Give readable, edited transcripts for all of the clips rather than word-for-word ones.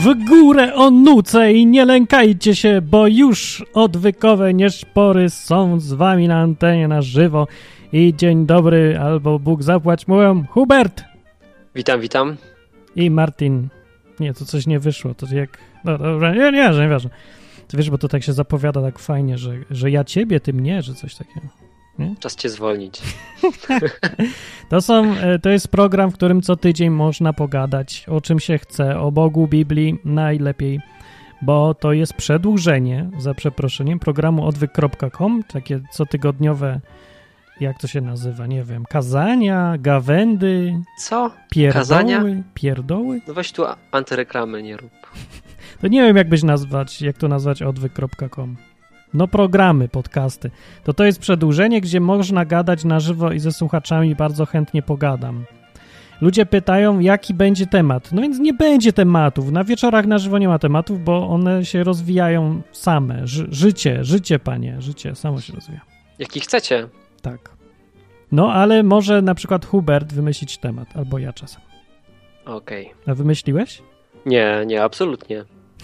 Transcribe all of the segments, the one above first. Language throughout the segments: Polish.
W górę o nuce i nie lękajcie się, bo już odwykowe nieszpory są z wami na antenie na żywo. I dzień dobry, albo Bóg zapłać, mówią Hubert. Witam. I Martin. Nie, to coś nie wyszło, to jak... No dobra, nieważne. To wiesz, bo to tak się zapowiada tak fajnie, że ja ciebie, ty mnie, że coś takiego. Nie? Czas cię zwolnić. To jest program, w którym co tydzień można pogadać o czym się chce, o Bogu, Biblii najlepiej, bo to jest przedłużenie, za przeproszeniem, programu odwyk.com, takie cotygodniowe, jak to się nazywa, nie wiem, kazania, gawędy. Co? Pierdoły, Kazania? Pierdoły? No weź tu antyreklamy nie rób. To nie wiem, jak to nazwać odwyk.com. No programy, podcasty. To jest przedłużenie, gdzie można gadać na żywo i ze słuchaczami bardzo chętnie pogadam. Ludzie pytają, jaki będzie temat. No więc nie będzie tematów. Na wieczorach na żywo nie ma tematów, bo one się rozwijają same. Życie, panie. Życie samo się rozwija. Jaki chcecie. Tak. No, ale może na przykład Hubert wymyślić temat, albo ja czasem. Okej. A wymyśliłeś? Nie, absolutnie.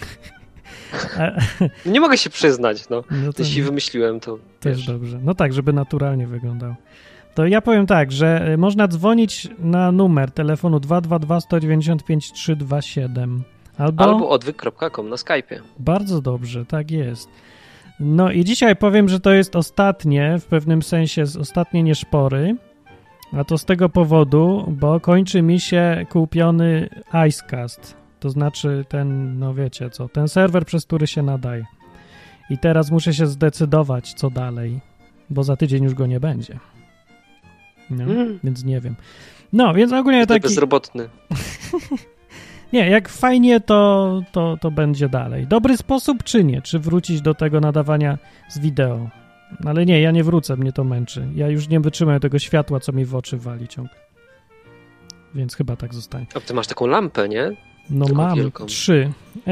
Nie mogę się przyznać, no. Jeśli wymyśliłem, to też wiesz. Dobrze. No tak, żeby naturalnie wyglądał. To ja powiem tak, że można dzwonić na numer telefonu 222 195 327 albo odwyk.com na Skype'ie. Bardzo dobrze, tak jest. No i dzisiaj powiem, że to jest ostatnie, w pewnym sensie ostatnie nieszpory, a to z tego powodu, bo kończy mi się kupiony Icecast. To znaczy ten, no wiecie co, ten serwer, przez który się nadaje. I teraz muszę się zdecydować, co dalej, bo za tydzień już go nie będzie. No, więc nie wiem. No, więc ogólnie taki... bezrobotny. Nie, jak fajnie, to będzie dalej. Dobry sposób, czy nie? Czy wrócić do tego nadawania z wideo? Ale nie, ja nie wrócę, mnie to męczy. Ja już nie wytrzymam tego światła, co mi w oczy wali ciągle. Więc chyba tak zostanie. A ty masz taką lampę, nie? No taką mam, wielką. 3.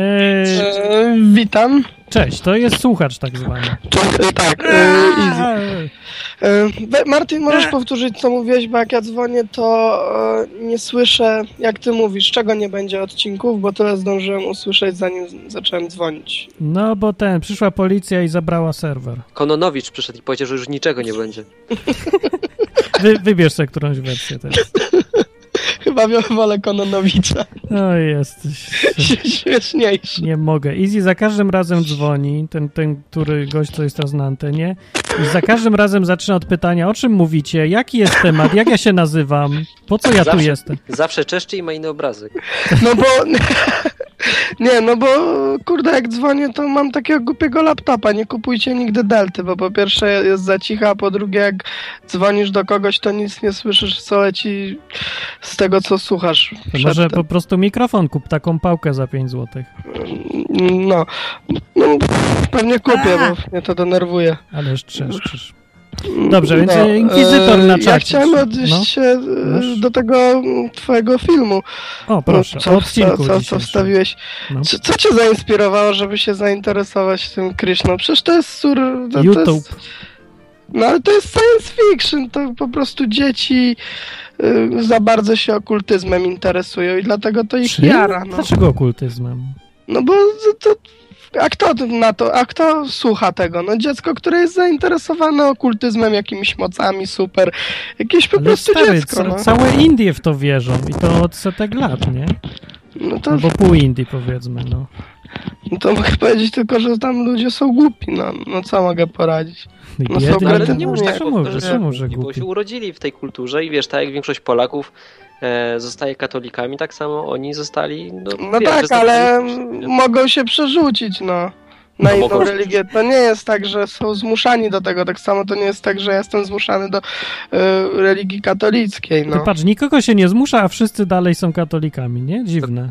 Witam. Cześć, to jest słuchacz tak zwany. Tak, easy. Martin, możesz powtórzyć, co mówiłeś, bo jak ja dzwonię, to nie słyszę, jak ty mówisz, czego nie będzie odcinków, bo tyle zdążyłem usłyszeć, zanim zacząłem dzwonić. No, bo przyszła policja i zabrała serwer. Kononowicz przyszedł i powiedział, że już niczego nie będzie. Wybierz sobie którąś wersję teraz. Chyba wolę Kononowicza. No jesteś. Śmieszniejszy. Nie mogę. Easy za każdym razem dzwoni, ten który gość, co jest teraz na antenie, i za każdym razem zaczyna od pytania, o czym mówicie, jaki jest temat, jak ja się nazywam, po co ja tu jestem. Zawsze czeszczy i ma inny obrazek. No bo... Nie, no bo kurde, jak dzwonię, to mam takiego głupiego laptopa. Nie kupujcie nigdy Delty, bo po pierwsze jest za cicha, a po drugie jak dzwonisz do kogoś, to nic nie słyszysz, co leci z tego, co słuchasz. Może po prostu mikrofon kup, taką pałkę za 5 zł. No pewnie kupię, bo mnie to denerwuje. Ależ trzeszczysz. Dobrze, więc inkwizytor na czacie. Ja chciałem odnieść się do tego twojego filmu. O, proszę, co wstawiłeś. No. Co cię zainspirowało, żeby się zainteresować tym Krishną? Przecież to jest YouTube. No ale to jest science fiction, to po prostu dzieci za bardzo się okultyzmem interesują i dlatego to ich jara. No. Dlaczego okultyzmem? No bo to... A kto słucha tego? No dziecko, które jest zainteresowane okultyzmem, jakimiś mocami, super. Jakieś po prostu stary, dziecko. No. Całe Indie w to wierzą i to od setek lat, nie? No to... Albo pół Indii, powiedzmy, no. No to mogę powiedzieć tylko, że tam ludzie są głupi, no co mogę poradzić? No biedni, ale to nie może tak że bo się urodzili w tej kulturze i wiesz, tak jak większość Polaków zostaje katolikami, tak samo oni zostali... No tak, ale mogą się przerzucić, no. Na inną religię. To nie jest tak, że są zmuszani do tego. Tak samo to nie jest tak, że ja jestem zmuszany do religii katolickiej, no. To patrz, nikogo się nie zmusza, a wszyscy dalej są katolikami, nie? Dziwne.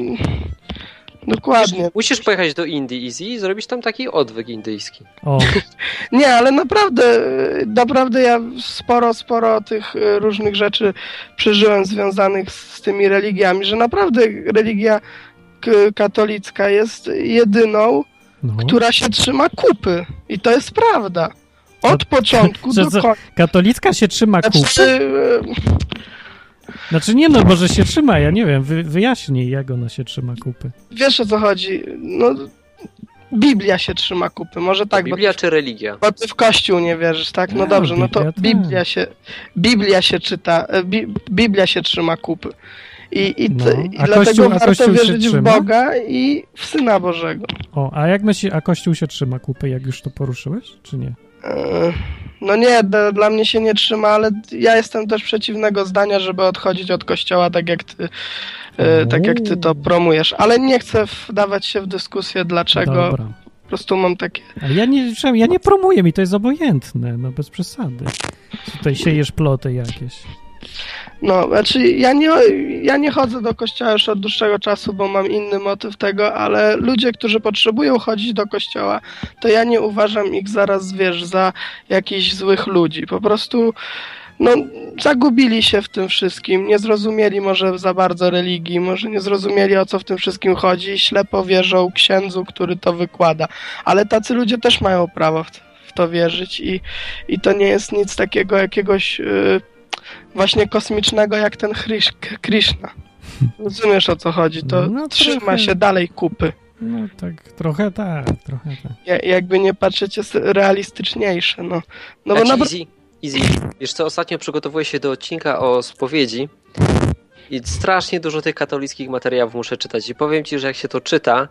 Dokładnie. Musisz pojechać do Indii Easy i zrobić tam taki odwyk indyjski. O. Nie, ale naprawdę ja sporo tych różnych rzeczy przeżyłem związanych z tymi religiami, że naprawdę religia katolicka jest jedyną, która się trzyma kupy. I to jest prawda. Od początku do końca. Katolicka się trzyma kupy? Znaczy nie, no może się trzyma, ja nie wiem, wyjaśnij, jak ona się trzyma kupy. Wiesz, o co chodzi? No, Biblia się trzyma kupy, może tak. Biblia czy religia? Bo ty w Kościół nie wierzysz, tak? No No, dobrze, no to Biblia tak. Biblia się czyta, Biblia się trzyma kupy. I A dlatego warto Kościół się wierzyć w trzyma? Boga i w Syna Bożego. O, a jak myślisz, a Kościół się trzyma kupy, jak już to poruszyłeś, czy nie? No nie, dla mnie się nie trzyma, ale ja jestem też przeciwnego zdania, żeby odchodzić od Kościoła, tak jak ty to promujesz. Ale nie chcę wdawać się w dyskusję, dlaczego. Dobra. Po prostu mam takie... Ale ja nie promuję, mi to jest obojętne, no bez przesady. Tutaj siejesz ploty jakieś. No, znaczy ja nie chodzę do kościoła już od dłuższego czasu, bo mam inny motyw tego, ale ludzie, którzy potrzebują chodzić do kościoła, to ja nie uważam ich zaraz, wiesz, za jakichś złych ludzi. Po prostu, no, zagubili się w tym wszystkim, nie zrozumieli może za bardzo religii, może nie zrozumieli, o co w tym wszystkim chodzi i ślepo wierzą księdzu, który to wykłada. Ale tacy ludzie też mają prawo w to wierzyć i to nie jest nic takiego jakiegoś... właśnie kosmicznego jak ten Krishna. Rozumiesz, o co chodzi? To no, trzyma trochę... się dalej kupy. No tak, trochę tak. Jakby nie patrzeć, jest realistyczniejsze. No bo Easy. Wiesz co, ostatnio przygotowuję się do odcinka o spowiedzi i strasznie dużo tych katolickich materiałów muszę czytać. I powiem ci, że jak się to czyta,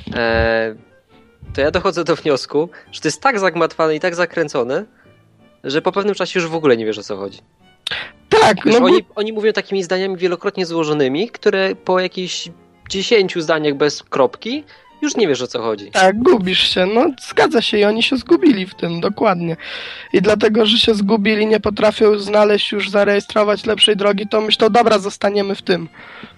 to ja dochodzę do wniosku, że to jest tak zagmatwane i tak zakręcone, że po pewnym czasie już w ogóle nie wiesz, o co chodzi. Tak, wiesz, oni mówią takimi zdaniami wielokrotnie złożonymi, które po jakichś 10 zdaniach bez kropki już nie wiesz, o co chodzi. Tak, gubisz się. No zgadza się i oni się zgubili w tym, dokładnie. I dlatego, że się zgubili, nie potrafią znaleźć już, zarejestrować lepszej drogi, to myślą, dobra, zostaniemy w tym.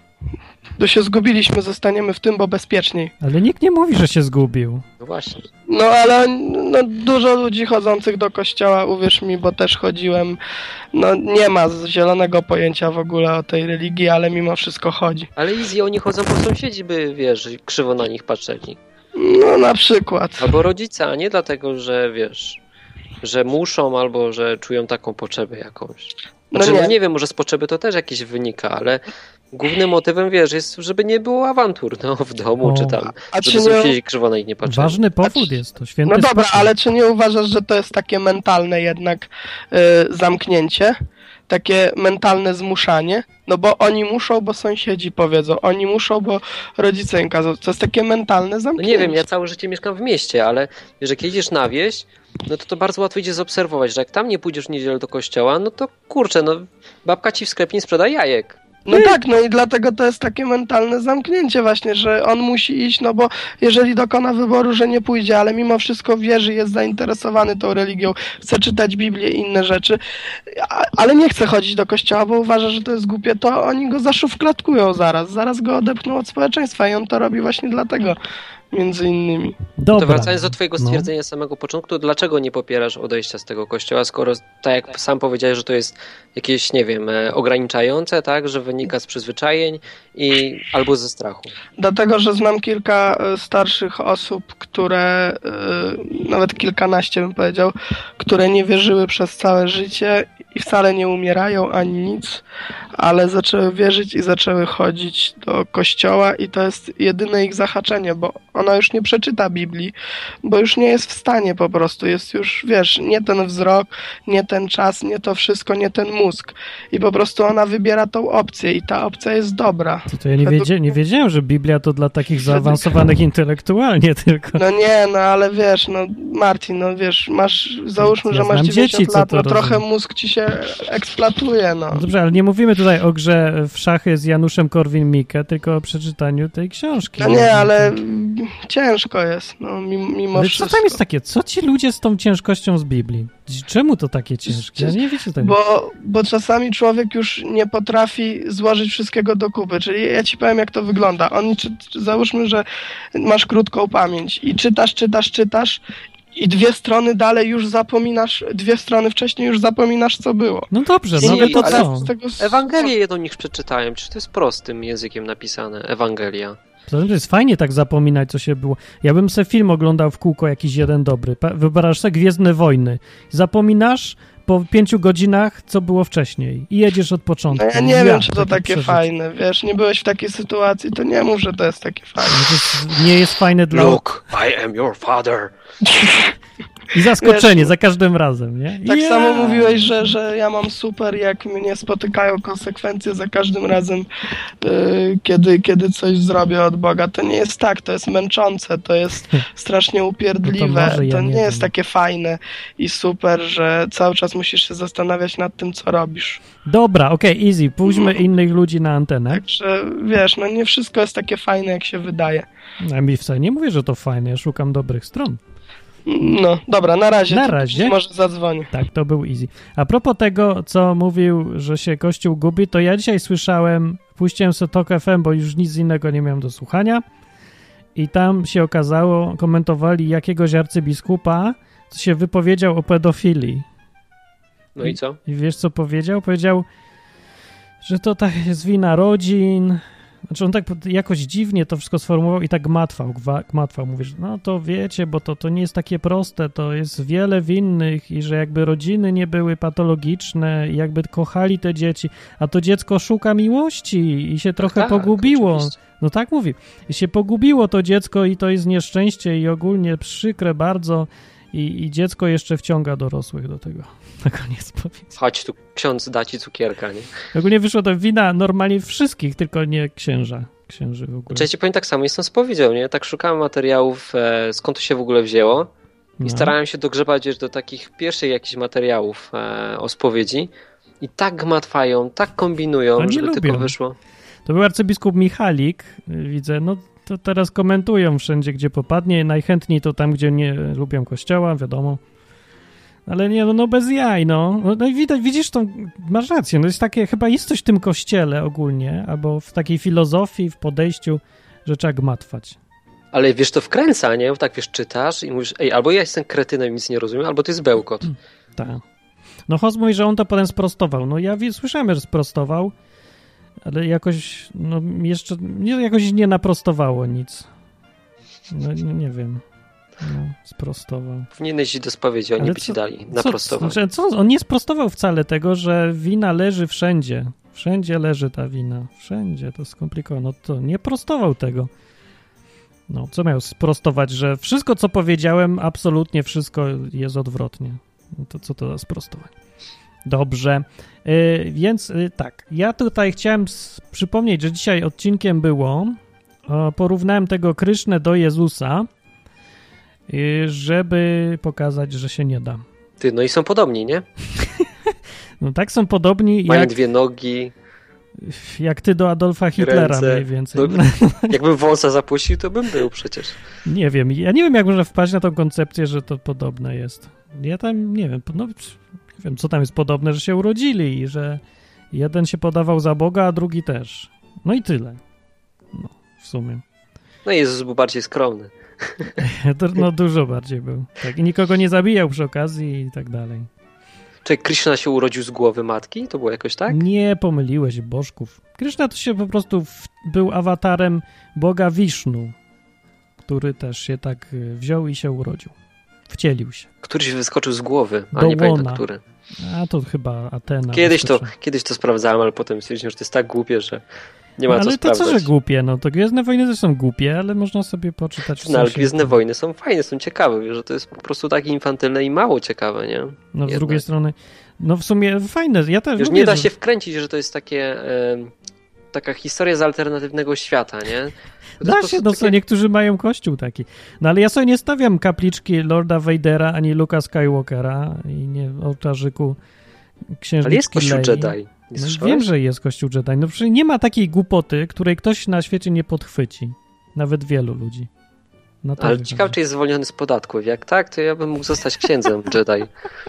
To się zgubiliśmy, zostaniemy w tym, bo bezpieczniej. Ale nikt nie mówi, że się zgubił. No właśnie. No ale dużo ludzi chodzących do kościoła, uwierz mi, bo też chodziłem, no nie ma zielonego pojęcia w ogóle o tej religii, ale mimo wszystko chodzi. Ale Easy, oni chodzą po sąsiedzi, by, wiesz, krzywo na nich patrzeli. No na przykład. Albo rodzice, a nie dlatego, że wiesz, że muszą albo że czują taką potrzebę jakąś. Znaczy, no nie wiem, może z potrzeby to też jakieś wynika, ale głównym motywem, wiesz, jest, żeby nie było awantur w domu, czy tam, żeby sąsiedzi krzywo na nich nie patrzyli. Ważny powód jest to, święty No dobra, spokój. ale czy nie uważasz, że to jest takie mentalne jednak zamknięcie? Takie mentalne zmuszanie? No bo oni muszą, bo sąsiedzi powiedzą, oni muszą, bo rodzice im kazą. To jest takie mentalne zamknięcie. No nie wiem, ja całe życie mieszkam w mieście, ale wiesz, jak jedziesz na wieś, no to bardzo łatwo idzie zaobserwować, że jak tam nie pójdziesz w niedzielę do kościoła, no to kurczę, no babka ci w sklepie nie sprzeda jajek. No tak, no i dlatego to jest takie mentalne zamknięcie właśnie, że on musi iść, no bo jeżeli dokona wyboru, że nie pójdzie, ale mimo wszystko wierzy, jest zainteresowany tą religią, chce czytać Biblię i inne rzeczy, ale nie chce chodzić do kościoła, bo uważa, że to jest głupie, to oni go zaszufladkują zaraz go odepchną od społeczeństwa i on to robi właśnie dlatego. Między innymi. Dobra. To wracając do twojego stwierdzenia z samego początku, to dlaczego nie popierasz odejścia z tego kościoła, skoro tak jak sam powiedziałeś, że to jest jakieś, nie wiem, ograniczające, tak, że wynika z przyzwyczajeń i albo ze strachu? Dlatego, że znam kilka starszych osób, które, nawet kilkanaście bym powiedział, które nie wierzyły przez całe życie i wcale nie umierają ani nic, ale zaczęły wierzyć i zaczęły chodzić do kościoła i to jest jedyne ich zahaczenie, bo ona już nie przeczyta Biblii, bo już nie jest w stanie po prostu, jest już, wiesz, nie ten wzrok, nie ten czas, nie to wszystko, nie ten mózg i po prostu ona wybiera tą opcję i ta opcja jest dobra. To ja nie wiedziałem, że Biblia to dla takich zaawansowanych intelektualnie tylko. No nie, no ale wiesz, no Martin, no wiesz, załóżmy, że masz 90 lat, no trochę mózg ci się eksploatuje, no. Dobrze, ale nie mówimy tutaj o grze w szachy z Januszem Korwin-Mikke, tylko o przeczytaniu tej książki. No nie, ale ciężko jest, no mimo ale wszystko. co tam jest takie? Co ci ludzie z tą ciężkością z Biblii? Czemu to takie ciężkie? Ja nie wiecie tego. Bo czasami człowiek już nie potrafi złożyć wszystkiego do kupy, czyli ja ci powiem, jak to wygląda. Załóżmy, że masz krótką pamięć i czytasz i 2 strony dalej już zapominasz, 2 strony wcześniej już zapominasz, co było. No dobrze, no ale to co? Ewangelię jedną nich przeczytałem, przecież to jest prostym językiem napisane, Ewangelia. To jest fajnie tak zapominać, co się było. Ja bym sobie film oglądał w kółko jakiś jeden dobry. Wybrasz sobie Gwiezdne Wojny. Zapominasz, po 5 godzinach, co było wcześniej i jedziesz od początku. No ja nie wiem, czy to takie fajne, wiesz, nie byłeś w takiej sytuacji, to nie mów, że to jest takie fajne. To nie jest fajne dla... Look, I am your father. I zaskoczenie za każdym razem, nie? Tak samo mówiłeś, że ja mam super, jak mnie spotykają konsekwencje za każdym razem, kiedy coś zrobię od Boga. To nie jest tak, to jest męczące, to jest strasznie upierdliwe, to nie jest takie fajne i super, że cały czas musisz się zastanawiać nad tym, co robisz. Dobra, okej, easy, puśćmy innych ludzi na antenę. Także, wiesz, no nie wszystko jest takie fajne, jak się wydaje. Ja mi wcale nie mówię, że to fajne, ja szukam dobrych stron. No, dobra, na razie. Na razie. Może zadzwonię. Tak, to był easy. A propos tego, co mówił, że się Kościół gubi, to ja dzisiaj słyszałem, puściłem sobie Tok FM, bo już nic innego nie miałem do słuchania i tam się okazało, komentowali jakiegoś arcybiskupa, co się wypowiedział o pedofilii. No i co? I wiesz, co powiedział? Powiedział, że to tak jest wina rodzin. Znaczy on tak jakoś dziwnie to wszystko sformułował i tak gmatwał. Mówisz, no to wiecie, bo to nie jest takie proste, to jest wiele winnych i że jakby rodziny nie były patologiczne i jakby kochali te dzieci, a to dziecko szuka miłości i się trochę pogubiło. Oczywiście. No tak mówi. I się pogubiło to dziecko i to jest nieszczęście i ogólnie przykre bardzo i dziecko jeszcze wciąga dorosłych do tego. Na koniec powiedział. Chodź tu, ksiądz da ci cukierka, nie? Ogólnie wyszło to wina normalnie wszystkich, tylko nie księży w ogóle. Ja ci powiem tak samo, jestem spowiedział, nie? Tak szukałem materiałów, skąd to się w ogóle wzięło i starałem się dogrzebać do takich pierwszych jakichś materiałów o spowiedzi i tak gmatwają, tak kombinują, żeby tylko wyszło. To był arcybiskup Michalik, widzę, no to teraz komentują wszędzie, gdzie popadnie, najchętniej to tam, gdzie nie lubią kościoła, wiadomo. Ale nie, no bez jaj, no i widzisz, to masz rację, no jest takie, chyba jest coś w tym kościele ogólnie, albo w takiej filozofii, w podejściu, że trzeba gmatwać. Ale wiesz, to wkręca, nie? Tak wiesz, czytasz i mówisz, albo ja jestem kretynem i nic nie rozumiem, albo to jest bełkot. Tak. No Hoss mówi, że on to potem sprostował. No ja słyszałem, że sprostował, ale jakoś, no jeszcze, jakoś nie naprostowało nic. No nie wiem. No, sprostował. Powinieneś iść do spowiedzi, oni by ci dali naprostować. On nie sprostował wcale tego, że wina leży wszędzie. Wszędzie leży ta wina. Wszędzie, to skomplikowane. No to nie prostował tego. No, co miał sprostować, że wszystko, co powiedziałem, absolutnie wszystko jest odwrotnie. No to co to za sprostowanie? Dobrze, więc tak, ja tutaj chciałem przypomnieć, że dzisiaj odcinkiem było, porównałem tego Krysznę do Jezusa, żeby pokazać, że się nie da. Ty, no i są podobni, nie? No tak, są podobni. Mają 2 nogi. Jak ty do Adolfa Hitlera ręce. Mniej więcej. No, jakbym wąsa zapuścił, to bym był przecież. Nie wiem, ja nie wiem, jak można wpaść na tą koncepcję, że to podobne jest. Ja tam nie wiem, no, nie wiem, co tam jest podobne, że się urodzili i że jeden się podawał za Boga, a drugi też. No i tyle. No, w sumie. No Jezus był bardziej skromny. No dużo bardziej był. Tak, i nikogo nie zabijał przy okazji i tak dalej. Czy Kryszna się urodził z głowy matki? To było jakoś tak? Nie, pomyliłeś bożków. Kryszna to się po prostu był awatarem Boga Wisznu, który też się tak wziął i się urodził. Wcielił się. Któryś wyskoczył z głowy, a nie pamiętam który. A to chyba Atena. Kiedyś to sprawdzałem, ale potem stwierdziłem, że to jest tak głupie, że nie ma co sprawdzać. Ale to co, że głupie? No to Gwiezdne Wojny też są głupie, ale można sobie poczytać. No ale Gwiezdne Wojny są fajne, są ciekawe, wiesz, że to jest po prostu takie infantylne i mało ciekawe, nie? No z drugiej strony, no w sumie fajne. Ja też wiesz, nie da się wkręcić, że to jest taka historia z alternatywnego świata, nie? Da się, no co, niektórzy mają kościół taki. No ale ja sobie nie stawiam kapliczki Lorda Vadera ani Luka Skywalkera i nie ołtarzyku księżniczki Ale jest kościół Lei. Jedi. No, wiem, że jest kościół Jedi. No przecież nie ma takiej głupoty, której ktoś na świecie nie podchwyci. Nawet wielu ludzi. No ale ciekawe, czy jest zwolniony z podatków. Jak tak, to ja bym mógł zostać księdzem Jedi.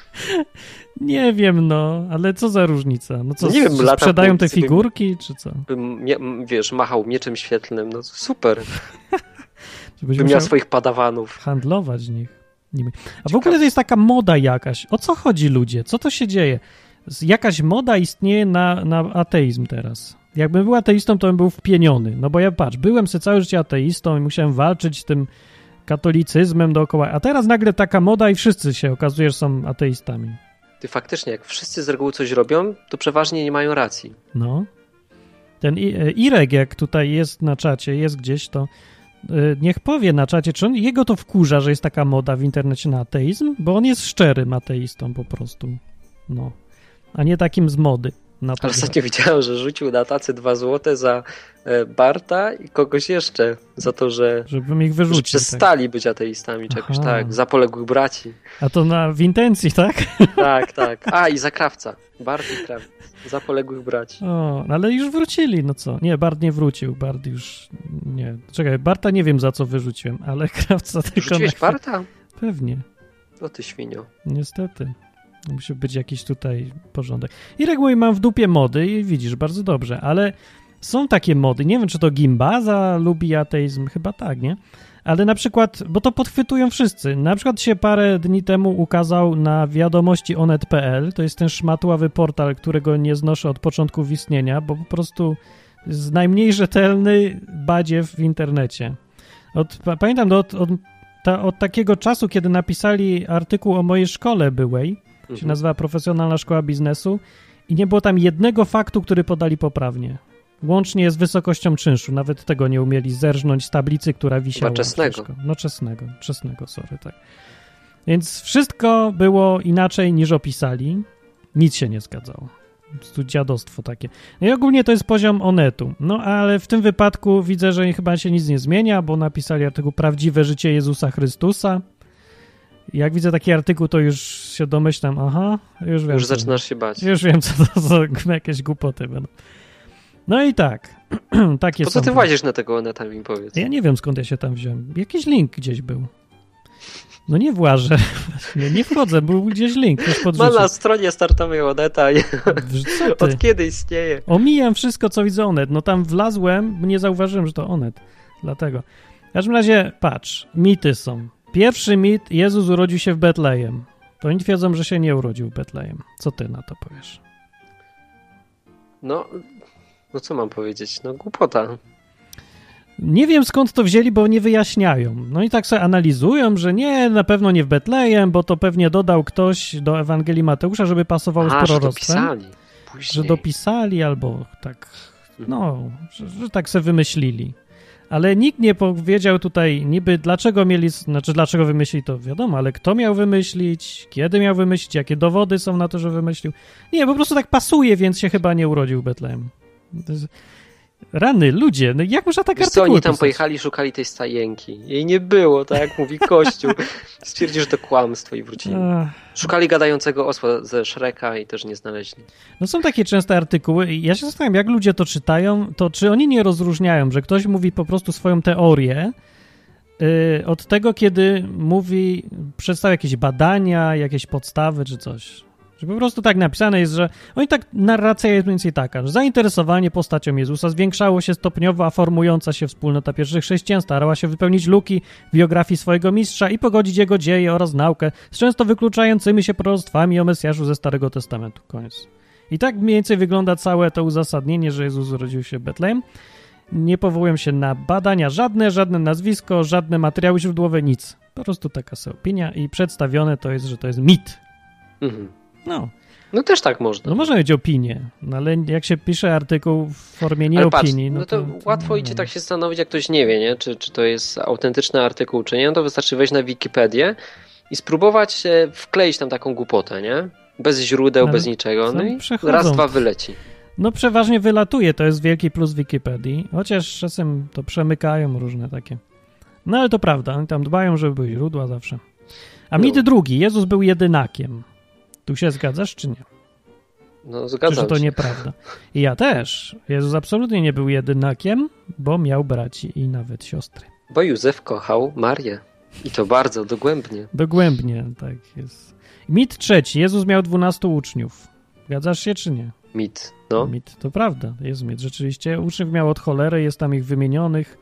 Nie wiem, no, ale co za różnica? No co, nie wiem, sprzedają te figurki, czy co? Wiesz, machał mieczem świetlnym, no super. Bym miał swoich padawanów. Handlować nich. A w ogóle to jest taka moda jakaś. O co chodzi, ludzie? Co to się dzieje? Jakaś moda istnieje na ateizm teraz. Jakbym był ateistą, to bym był wpieniony. No bo ja patrz, byłem sobie całe życie ateistą i musiałem walczyć z tym katolicyzmem dookoła. A teraz nagle taka moda i wszyscy się okazuje, że są ateistami. faktycznie, jak wszyscy z reguły coś robią, to przeważnie nie mają racji. No. Ten Irek, jak tutaj jest na czacie, jest gdzieś, to niech powie na czacie, czy jego to wkurza, że jest taka moda w internecie na ateizm, bo on jest szczerym ateistą po prostu. No. A nie takim z mody. Ale ostatnio widziałem, że rzucił na tacy 2 złote za Barta i kogoś jeszcze za to, że żebym ich wyrzucił, że przestali być ateistami czegoś, tak, za poległych braci. A to w intencji, tak? Tak. A, i za Krawca. Bart i Krawiec. Za poległych braci. O, ale już wrócili, no co? Nie, Bart nie wrócił, Bart już nie. Czekaj, Barta nie wiem za co wyrzuciłem, ale Krawca tylko... Wrzuciłeś Barta? Pewnie. O ty świnio. Niestety. Musi być jakiś tutaj porządek. I reguły mam w dupie mody i widzisz, bardzo dobrze, ale są takie mody, nie wiem, czy to Gimbaza lubi ateizm, chyba tak, nie? Ale na przykład, bo to podchwytują wszyscy, na przykład się parę dni temu ukazał na wiadomości onet.pl, to jest ten szmatławy portal, którego nie znoszę od początków istnienia, bo po prostu jest najmniej rzetelny badziew w internecie. Pamiętam od takiego czasu, kiedy napisali artykuł o mojej szkole byłej, się nazywa Profesjonalna Szkoła Biznesu i nie było tam jednego faktu, który podali poprawnie. Łącznie z wysokością czynszu. Nawet tego nie umieli zerżnąć z tablicy, która wisiała. Chyba czesnego. No czesnego, sorry, tak. Więc wszystko było inaczej niż opisali. Nic się nie zgadzało. Po prostu dziadostwo takie. No i ogólnie to jest poziom Onetu. No ale w tym wypadku widzę, że chyba się nic nie zmienia, bo napisali artykuł Prawdziwe życie Jezusa Chrystusa. Jak widzę taki artykuł, to już się domyślam, już wiem. Już zaczynasz się bać. Już wiem, co to za jakieś głupoty będą. No i tak. Takie po co są ty włazisz na tego Oneta, mi powiedz? Ja nie wiem, skąd ja się tam wziąłem. Jakiś link gdzieś był. No nie włażę. Nie wchodzę, był gdzieś link. Ma na stronie startowej Oneta. Od kiedy istnieje? Omijam wszystko, co widzę Onet. No tam wlazłem, bo nie zauważyłem, że to Onet. Dlatego. W każdym razie, patrz, mity są. Pierwszy mit, Jezus urodził się w Betlejem. To oni twierdzą, że się nie urodził w Betlejem. Co ty na to powiesz? No co mam powiedzieć? No głupota. Nie wiem, skąd to wzięli, bo nie wyjaśniają. No i tak sobie analizują, że nie, na pewno nie w Betlejem, bo to pewnie dodał ktoś do Ewangelii Mateusza, żeby pasowało z proroctwem. Że dopisali. Później. Że dopisali albo tak, no, że tak sobie wymyślili. Ale nikt nie powiedział tutaj niby dlaczego wymyślili, to wiadomo, ale kto miał wymyślić, kiedy miał wymyślić, jakie dowody są na to, że wymyślił. Nie, po prostu tak pasuje, więc się chyba nie urodził w Betlejem. Rany, ludzie, no jak można tak artykuły oni tam pisać? pojechali, szukali tej stajenki. Jej nie było, tak jak mówi Kościół. Stwierdził, że to kłamstwo i wrócili. Szukali gadającego osła ze Shreka i też nie znaleźli. No są takie częste artykuły i ja się zastanawiam, jak ludzie to czytają, to czy oni nie rozróżniają, że ktoś mówi po prostu swoją teorię od tego, kiedy przedstawia jakieś badania, jakieś podstawy czy coś. Że po prostu tak napisane jest, że narracja jest mniej więcej taka, że zainteresowanie postacią Jezusa zwiększało się stopniowo, a formująca się wspólnota pierwszych chrześcijan starała się wypełnić luki w biografii swojego mistrza i pogodzić jego dzieje oraz naukę z często wykluczającymi się proroctwami o Mesjaszu ze Starego Testamentu. Koniec. I tak mniej więcej wygląda całe to uzasadnienie, że Jezus urodził się w Betlejem. Nie powołują się na badania żadne nazwisko, żadne materiały źródłowe, nic. Po prostu taka sobie opinia i przedstawione to jest, że to jest mit. No też tak można. No można mieć opinię, no ale jak się pisze artykuł w formie nieopinii... No to łatwo idzie tak się zastanowić, jak ktoś nie wie, nie? Czy to jest autentyczny artykuł, czy nie, no to wystarczy wejść na Wikipedię i spróbować wkleić tam taką głupotę, nie? Bez źródeł, bez niczego, no i raz, dwa wyleci. No przeważnie wylatuje, to jest wielki plus Wikipedii, chociaż czasem to przemykają różne takie. No ale to prawda, oni tam dbają, żeby były źródła zawsze. A mit drugi, Jezus był jedynakiem. Tu się zgadzasz, czy nie? No zgadzam się. Czy to nieprawda? I ja też. Jezus absolutnie nie był jedynakiem, bo miał braci i nawet siostry. Bo Józef kochał Marię. I to bardzo dogłębnie. Dogłębnie, tak jest. Mit trzeci. Jezus miał 12 uczniów. Zgadzasz się, czy nie? Mit, no. Mit, to prawda. Jest mit. Rzeczywiście uczniów miał od cholery, jest tam ich wymienionych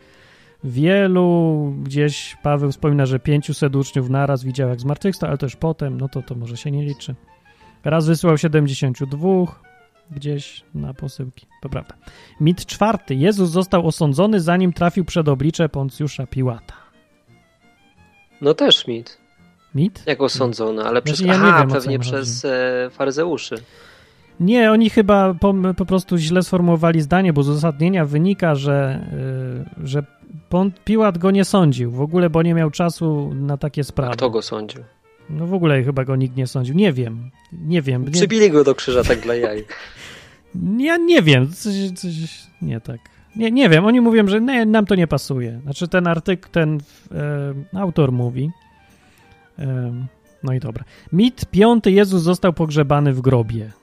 wielu. Gdzieś Paweł wspomina, że 500 uczniów naraz widział jak zmartwychwstał, ale też potem, no to może się nie liczy. Raz wysłał 72 gdzieś na posyłki. To prawda. Mit czwarty. Jezus został osądzony, zanim trafił przed oblicze Poncjusza Piłata. No też mit. Mit? Jak osądzono, ale Znaczy, przez... ja nie Aha, wiem, o co pewnie im przez faryzeuszy. Nie, oni chyba po prostu źle sformułowali zdanie, bo z uzasadnienia wynika, że Piłat go nie sądził w ogóle, bo nie miał czasu na takie sprawy. Kto go sądził? No w ogóle chyba go nikt nie sądził. Nie wiem. Przybili go do krzyża tak dla jaj. Ja nie wiem. Coś nie tak. Nie wiem. Oni mówią, że nie, nam to nie pasuje. Znaczy ten autor mówi. No i dobra. Mit 5. Jezus został pogrzebany w grobie.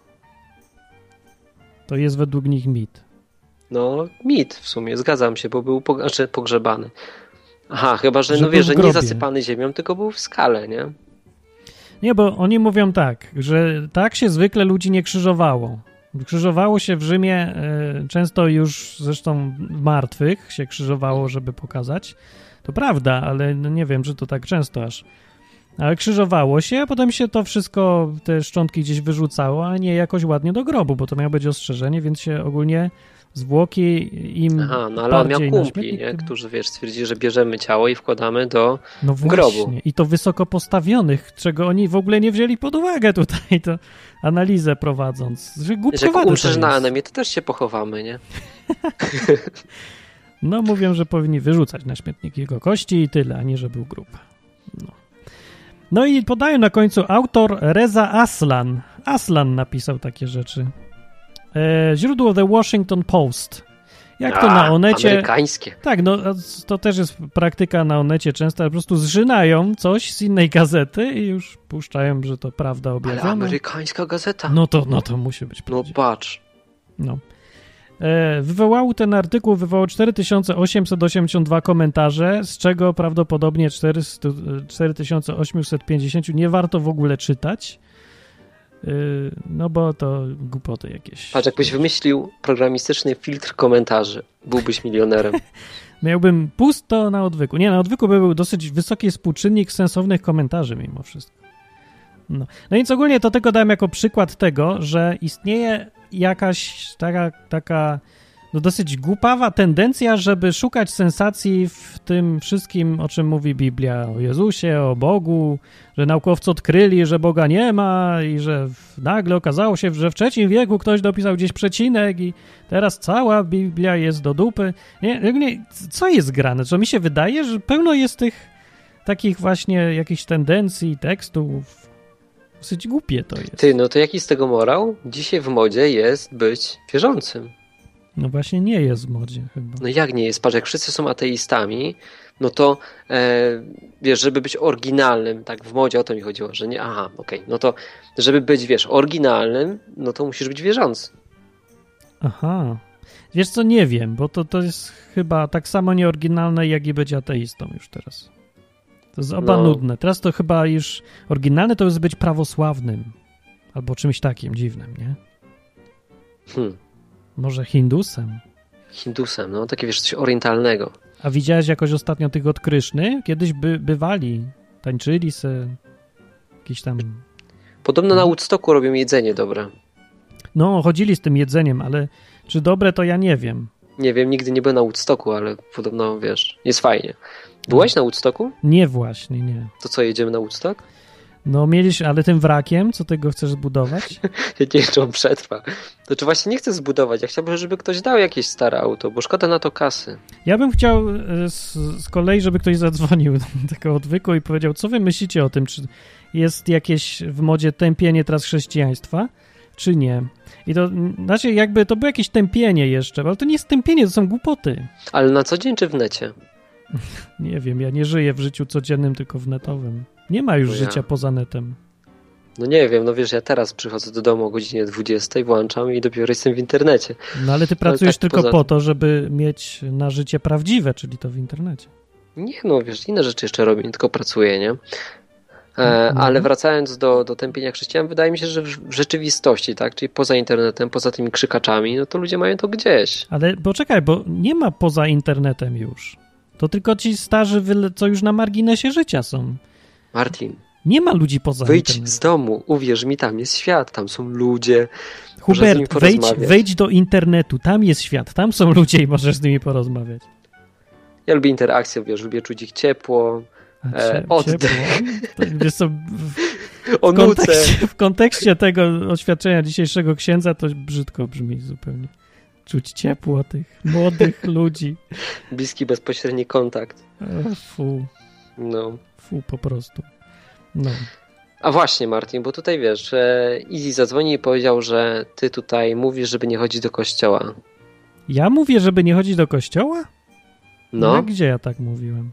To jest według nich mit. No, mit w sumie, zgadzam się, bo był pogrzebany. Aha, chyba, że no był wiesz, w że nie grobie. zasypany ziemią, tylko był w skale, nie? Nie, bo oni mówią tak, że tak się zwykle ludzi nie krzyżowało. Krzyżowało się w Rzymie często już zresztą martwych się krzyżowało, żeby pokazać. To prawda, ale no nie wiem, czy to tak często aż. Ale krzyżowało się, a potem się to wszystko, te szczątki gdzieś wyrzucało, a nie jakoś ładnie do grobu, bo to miało być ostrzeżenie, więc się ogólnie zwłoki im Aha, no ale on miał bardziej na kumpli, śmietnik, nie? Którzy, wiesz, stwierdzili, że bierzemy ciało i wkładamy do no grobu. właśnie. I to wysoko postawionych, czego oni w ogóle nie wzięli pod uwagę tutaj, to analizę prowadząc. Że Wiesz, jak głupkowate umrzesz to na jest. anemię, to też się pochowamy, nie? No mówią, że powinni wyrzucać na śmietnik jego kości i tyle, a nie, że był grób. No i podają na końcu autor Reza Aslan. Aslan napisał takie rzeczy. Źródło The Washington Post. Jak to na Onecie... Amerykańskie. Tak, no to też jest praktyka na Onecie często, po prostu zżynają coś z innej gazety i już puszczają, że to prawda Ale objawiona. amerykańska gazeta. No to musi być No prawdziwe. patrz. No. Ten artykuł wywołał 4882 komentarze, z czego prawdopodobnie 4850 nie warto w ogóle czytać, no bo to głupoty jakieś. Patrz, jakbyś wymyślił programistyczny filtr komentarzy, byłbyś milionerem. Miałbym pusto na odwyku. Nie, na odwyku by był dosyć wysoki współczynnik sensownych komentarzy mimo wszystko. No więc ogólnie to tylko dałem jako przykład tego, że istnieje jakaś taka no dosyć głupawa tendencja, żeby szukać sensacji w tym wszystkim, o czym mówi Biblia, o Jezusie, o Bogu, że naukowcy odkryli, że Boga nie ma i że nagle okazało się, że w III wieku ktoś dopisał gdzieś przecinek i teraz cała Biblia jest do dupy. Nie, co jest grane? Co mi się wydaje, że pełno jest tych takich właśnie jakichś tendencji, tekstów. Dosyć głupie to jest. Ty, no to jaki z tego morał? Dzisiaj w modzie jest być wierzącym. No właśnie nie jest w modzie chyba. No jak nie jest? Patrz, jak wszyscy są ateistami, no to wiesz, żeby być oryginalnym, tak w modzie o to mi chodziło, że nie, aha, okej, no to żeby być, wiesz, oryginalnym, no to musisz być wierzący. Aha. Wiesz co, nie wiem, bo to jest chyba tak samo nieoryginalne, jak i być ateistą już teraz. To jest oba nudne. Teraz to chyba już oryginalne to jest być prawosławnym. Albo czymś takim dziwnym, nie? Może Hindusem? Hindusem, no takie wiesz, coś orientalnego. A widziałeś jakoś ostatnio tych od Kryszny? Kiedyś bywali, tańczyli se, jakiś tam... Podobno na Woodstocku robią jedzenie dobre. No, chodzili z tym jedzeniem, ale czy dobre, to ja nie wiem. Nie wiem, nigdy nie byłem na Woodstocku, ale podobno, wiesz, jest fajnie. Byłeś na Woodstocku? Nie właśnie, nie. To co, jedziemy na Woodstock? No mieliśmy, ale tym wrakiem, co ty go chcesz zbudować? Ja nie wiem, czy on przetrwa. To czy właśnie nie chcę zbudować. Ja chciałbym, żeby ktoś dał jakieś stare auto, bo szkoda na to kasy. Ja bym chciał z kolei, żeby ktoś zadzwonił do tego odwyku i powiedział, co wy myślicie o tym, czy jest jakieś w modzie tępienie teraz chrześcijaństwa, czy nie. I to, znaczy jakby to było jakieś tępienie jeszcze, ale to nie jest tępienie, to są głupoty. Ale na co dzień czy w necie? Nie wiem, ja nie żyję w życiu codziennym, tylko w netowym. Nie ma już życia poza netem. No nie wiem, no wiesz, ja teraz przychodzę do domu o godzinie 20, włączam i dopiero jestem w internecie. No ale ty pracujesz tak tylko po to, żeby mieć na życie prawdziwe, czyli to w internecie. Nie, no wiesz, inne rzeczy jeszcze robię, nie tylko pracuję, nie? Ale wracając do tępienia chrześcijan, wydaje mi się, że w rzeczywistości, tak, czyli poza internetem, poza tymi krzykaczami, no to ludzie mają to gdzieś. Ale poczekaj, bo nie ma poza internetem już. To tylko ci starzy, co już na marginesie życia są. Martin, nie ma ludzi poza internetem. Wyjdź z domu, uwierz mi, tam jest świat, tam są ludzie. Hubert, wejdź do internetu, tam jest świat, tam są ludzie i możesz z nimi porozmawiać. Ja lubię interakcję, wiesz, lubię czuć ich ciepło, Oddech. Wiesz co, w kontekście tego oświadczenia dzisiejszego księdza to brzydko brzmi zupełnie. Czuć ciepło tych młodych ludzi. Bliski, bezpośredni kontakt. Fu. No. Fu po prostu. No. A właśnie, Martin, bo tutaj wiesz, Izzy zadzwonił i powiedział, że ty tutaj mówisz, żeby nie chodzić do kościoła. Ja mówię, żeby nie chodzić do kościoła? No. A gdzie ja tak mówiłem?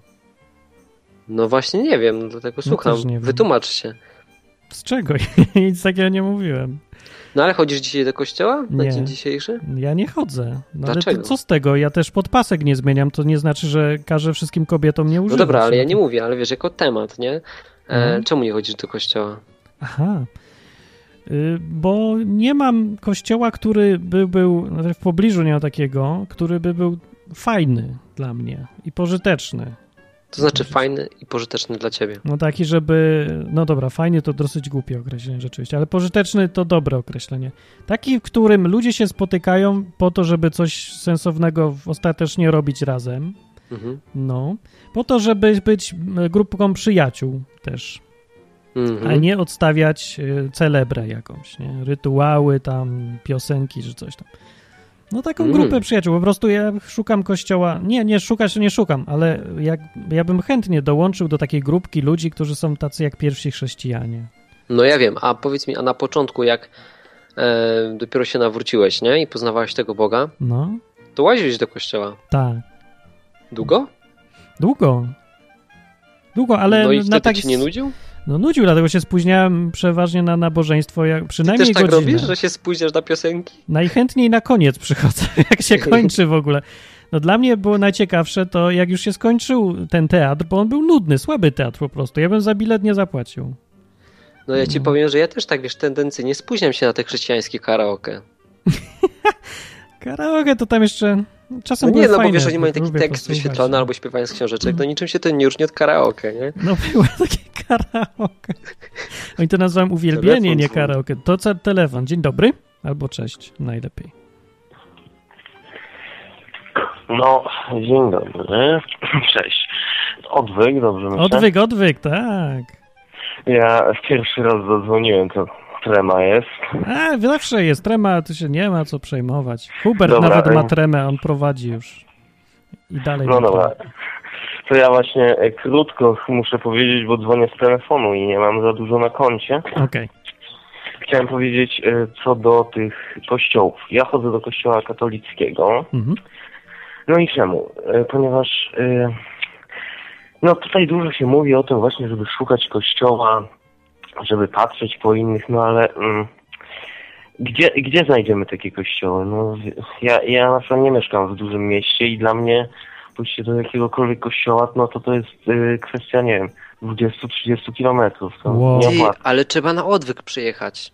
No właśnie nie wiem, dlatego słucham. Nie wiem. Wytłumacz się. Z czego? Nic takiego nie mówiłem. No ale chodzisz dzisiaj do kościoła na Nie. dzień dzisiejszy? Ja nie chodzę. No, ale Dlaczego? to co z tego? Ja też podpasek nie zmieniam. To nie znaczy, że każę wszystkim kobietom nie używać. No dobra, ale ja nie mówię, ale wiesz, jako temat, nie? Czemu nie chodzisz do kościoła? Aha. Bo nie mam kościoła, który by był, w pobliżu nie ma takiego, który by był fajny dla mnie i pożyteczny. To znaczy fajny i pożyteczny dla ciebie. No taki, żeby... No dobra, fajny to dosyć głupie określenie rzeczywiście, ale pożyteczny to dobre określenie. Taki, w którym ludzie się spotykają po to, żeby coś sensownego ostatecznie robić razem. Mhm. No. Po to, żeby być grupką przyjaciół też. Mhm. A nie odstawiać celebrę jakąś, nie? Rytuały tam, piosenki czy coś tam. No taką grupę przyjaciół. Po prostu ja szukam kościoła. Nie szukam, ale ja bym chętnie dołączył do takiej grupki ludzi, którzy są tacy jak pierwsi chrześcijanie. No ja wiem, a powiedz mi, a na początku jak dopiero się nawróciłeś, nie? I poznawałeś tego Boga, No, to łaziłeś do kościoła. tak. Długo? Długo, ale No i wtedy na tak... ci nie nudził? No nudził, dlatego się spóźniałem przeważnie na nabożeństwo, przynajmniej Ty też tak godzinę. robisz, że się spóźniasz na piosenki? Najchętniej na koniec przychodzę, jak się kończy w ogóle. No dla mnie było najciekawsze to, jak już się skończył ten teatr, bo on był nudny, słaby teatr po prostu. Ja bym za bilet nie zapłacił. No ja ci powiem, że ja też tak, wiesz, tendencyjnie spóźniam się na te chrześcijańskie karaoke. Karaoke to tam jeszcze czasem No nie, były no fajne, bo wiesz, oni mają taki lubię tekst posłuchać. wyświetlony albo śpiewają z książeczek, to niczym się to nie różni od karaoke, nie? No było takie karaoke. Oni to nazywałem uwielbienie, Telefon nie dzwoni. karaoke. To co telefon. Dzień dobry albo cześć, najlepiej. No, dzień dobry. Cześć. Odwyk, dobrze myślę? Odwyk, tak. Ja pierwszy raz zadzwoniłem, to trema jest. A, zawsze jest trema, tu się nie ma co przejmować. Hubert Dobra, nawet ma tremę, on prowadzi już. I dalej. No dobra. To ja właśnie krótko muszę powiedzieć, bo dzwonię z telefonu i nie mam za dużo na koncie. Okej. Chciałem powiedzieć co do tych kościołów. Ja chodzę do kościoła katolickiego. Mhm. No i czemu? Ponieważ no tutaj dużo się mówi o tym właśnie, żeby szukać kościoła, żeby patrzeć po innych, no ale gdzie znajdziemy takie kościoły? No ja na przykład nie mieszkam w dużym mieście i dla mnie pójście do jakiegokolwiek kościoła, no to jest kwestia, nie wiem, 20-30 kilometrów. To Wow. nie Ty, opłaca. ale trzeba na odwyk przyjechać.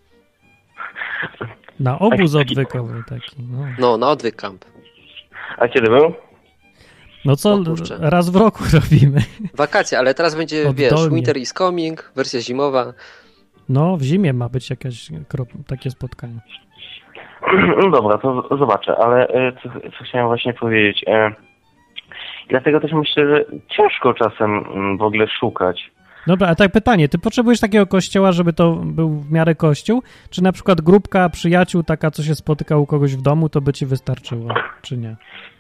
Na obóz odwykowy taki. No, No, na odwyk camp. A kiedy był? no co, O kurczę. raz w roku robimy. Wakacje, ale teraz będzie, wiesz, Oddolnie. winter is coming, wersja zimowa. No, w zimie ma być jakieś takie spotkanie. No dobra, to zobaczę, ale co chciałem właśnie powiedzieć. Dlatego też myślę, że ciężko czasem w ogóle szukać. Dobra, a tak pytanie, ty potrzebujesz takiego kościoła, żeby to był w miarę kościół, czy na przykład grupka przyjaciół, taka, co się spotyka u kogoś w domu, to by ci wystarczyło, czy nie?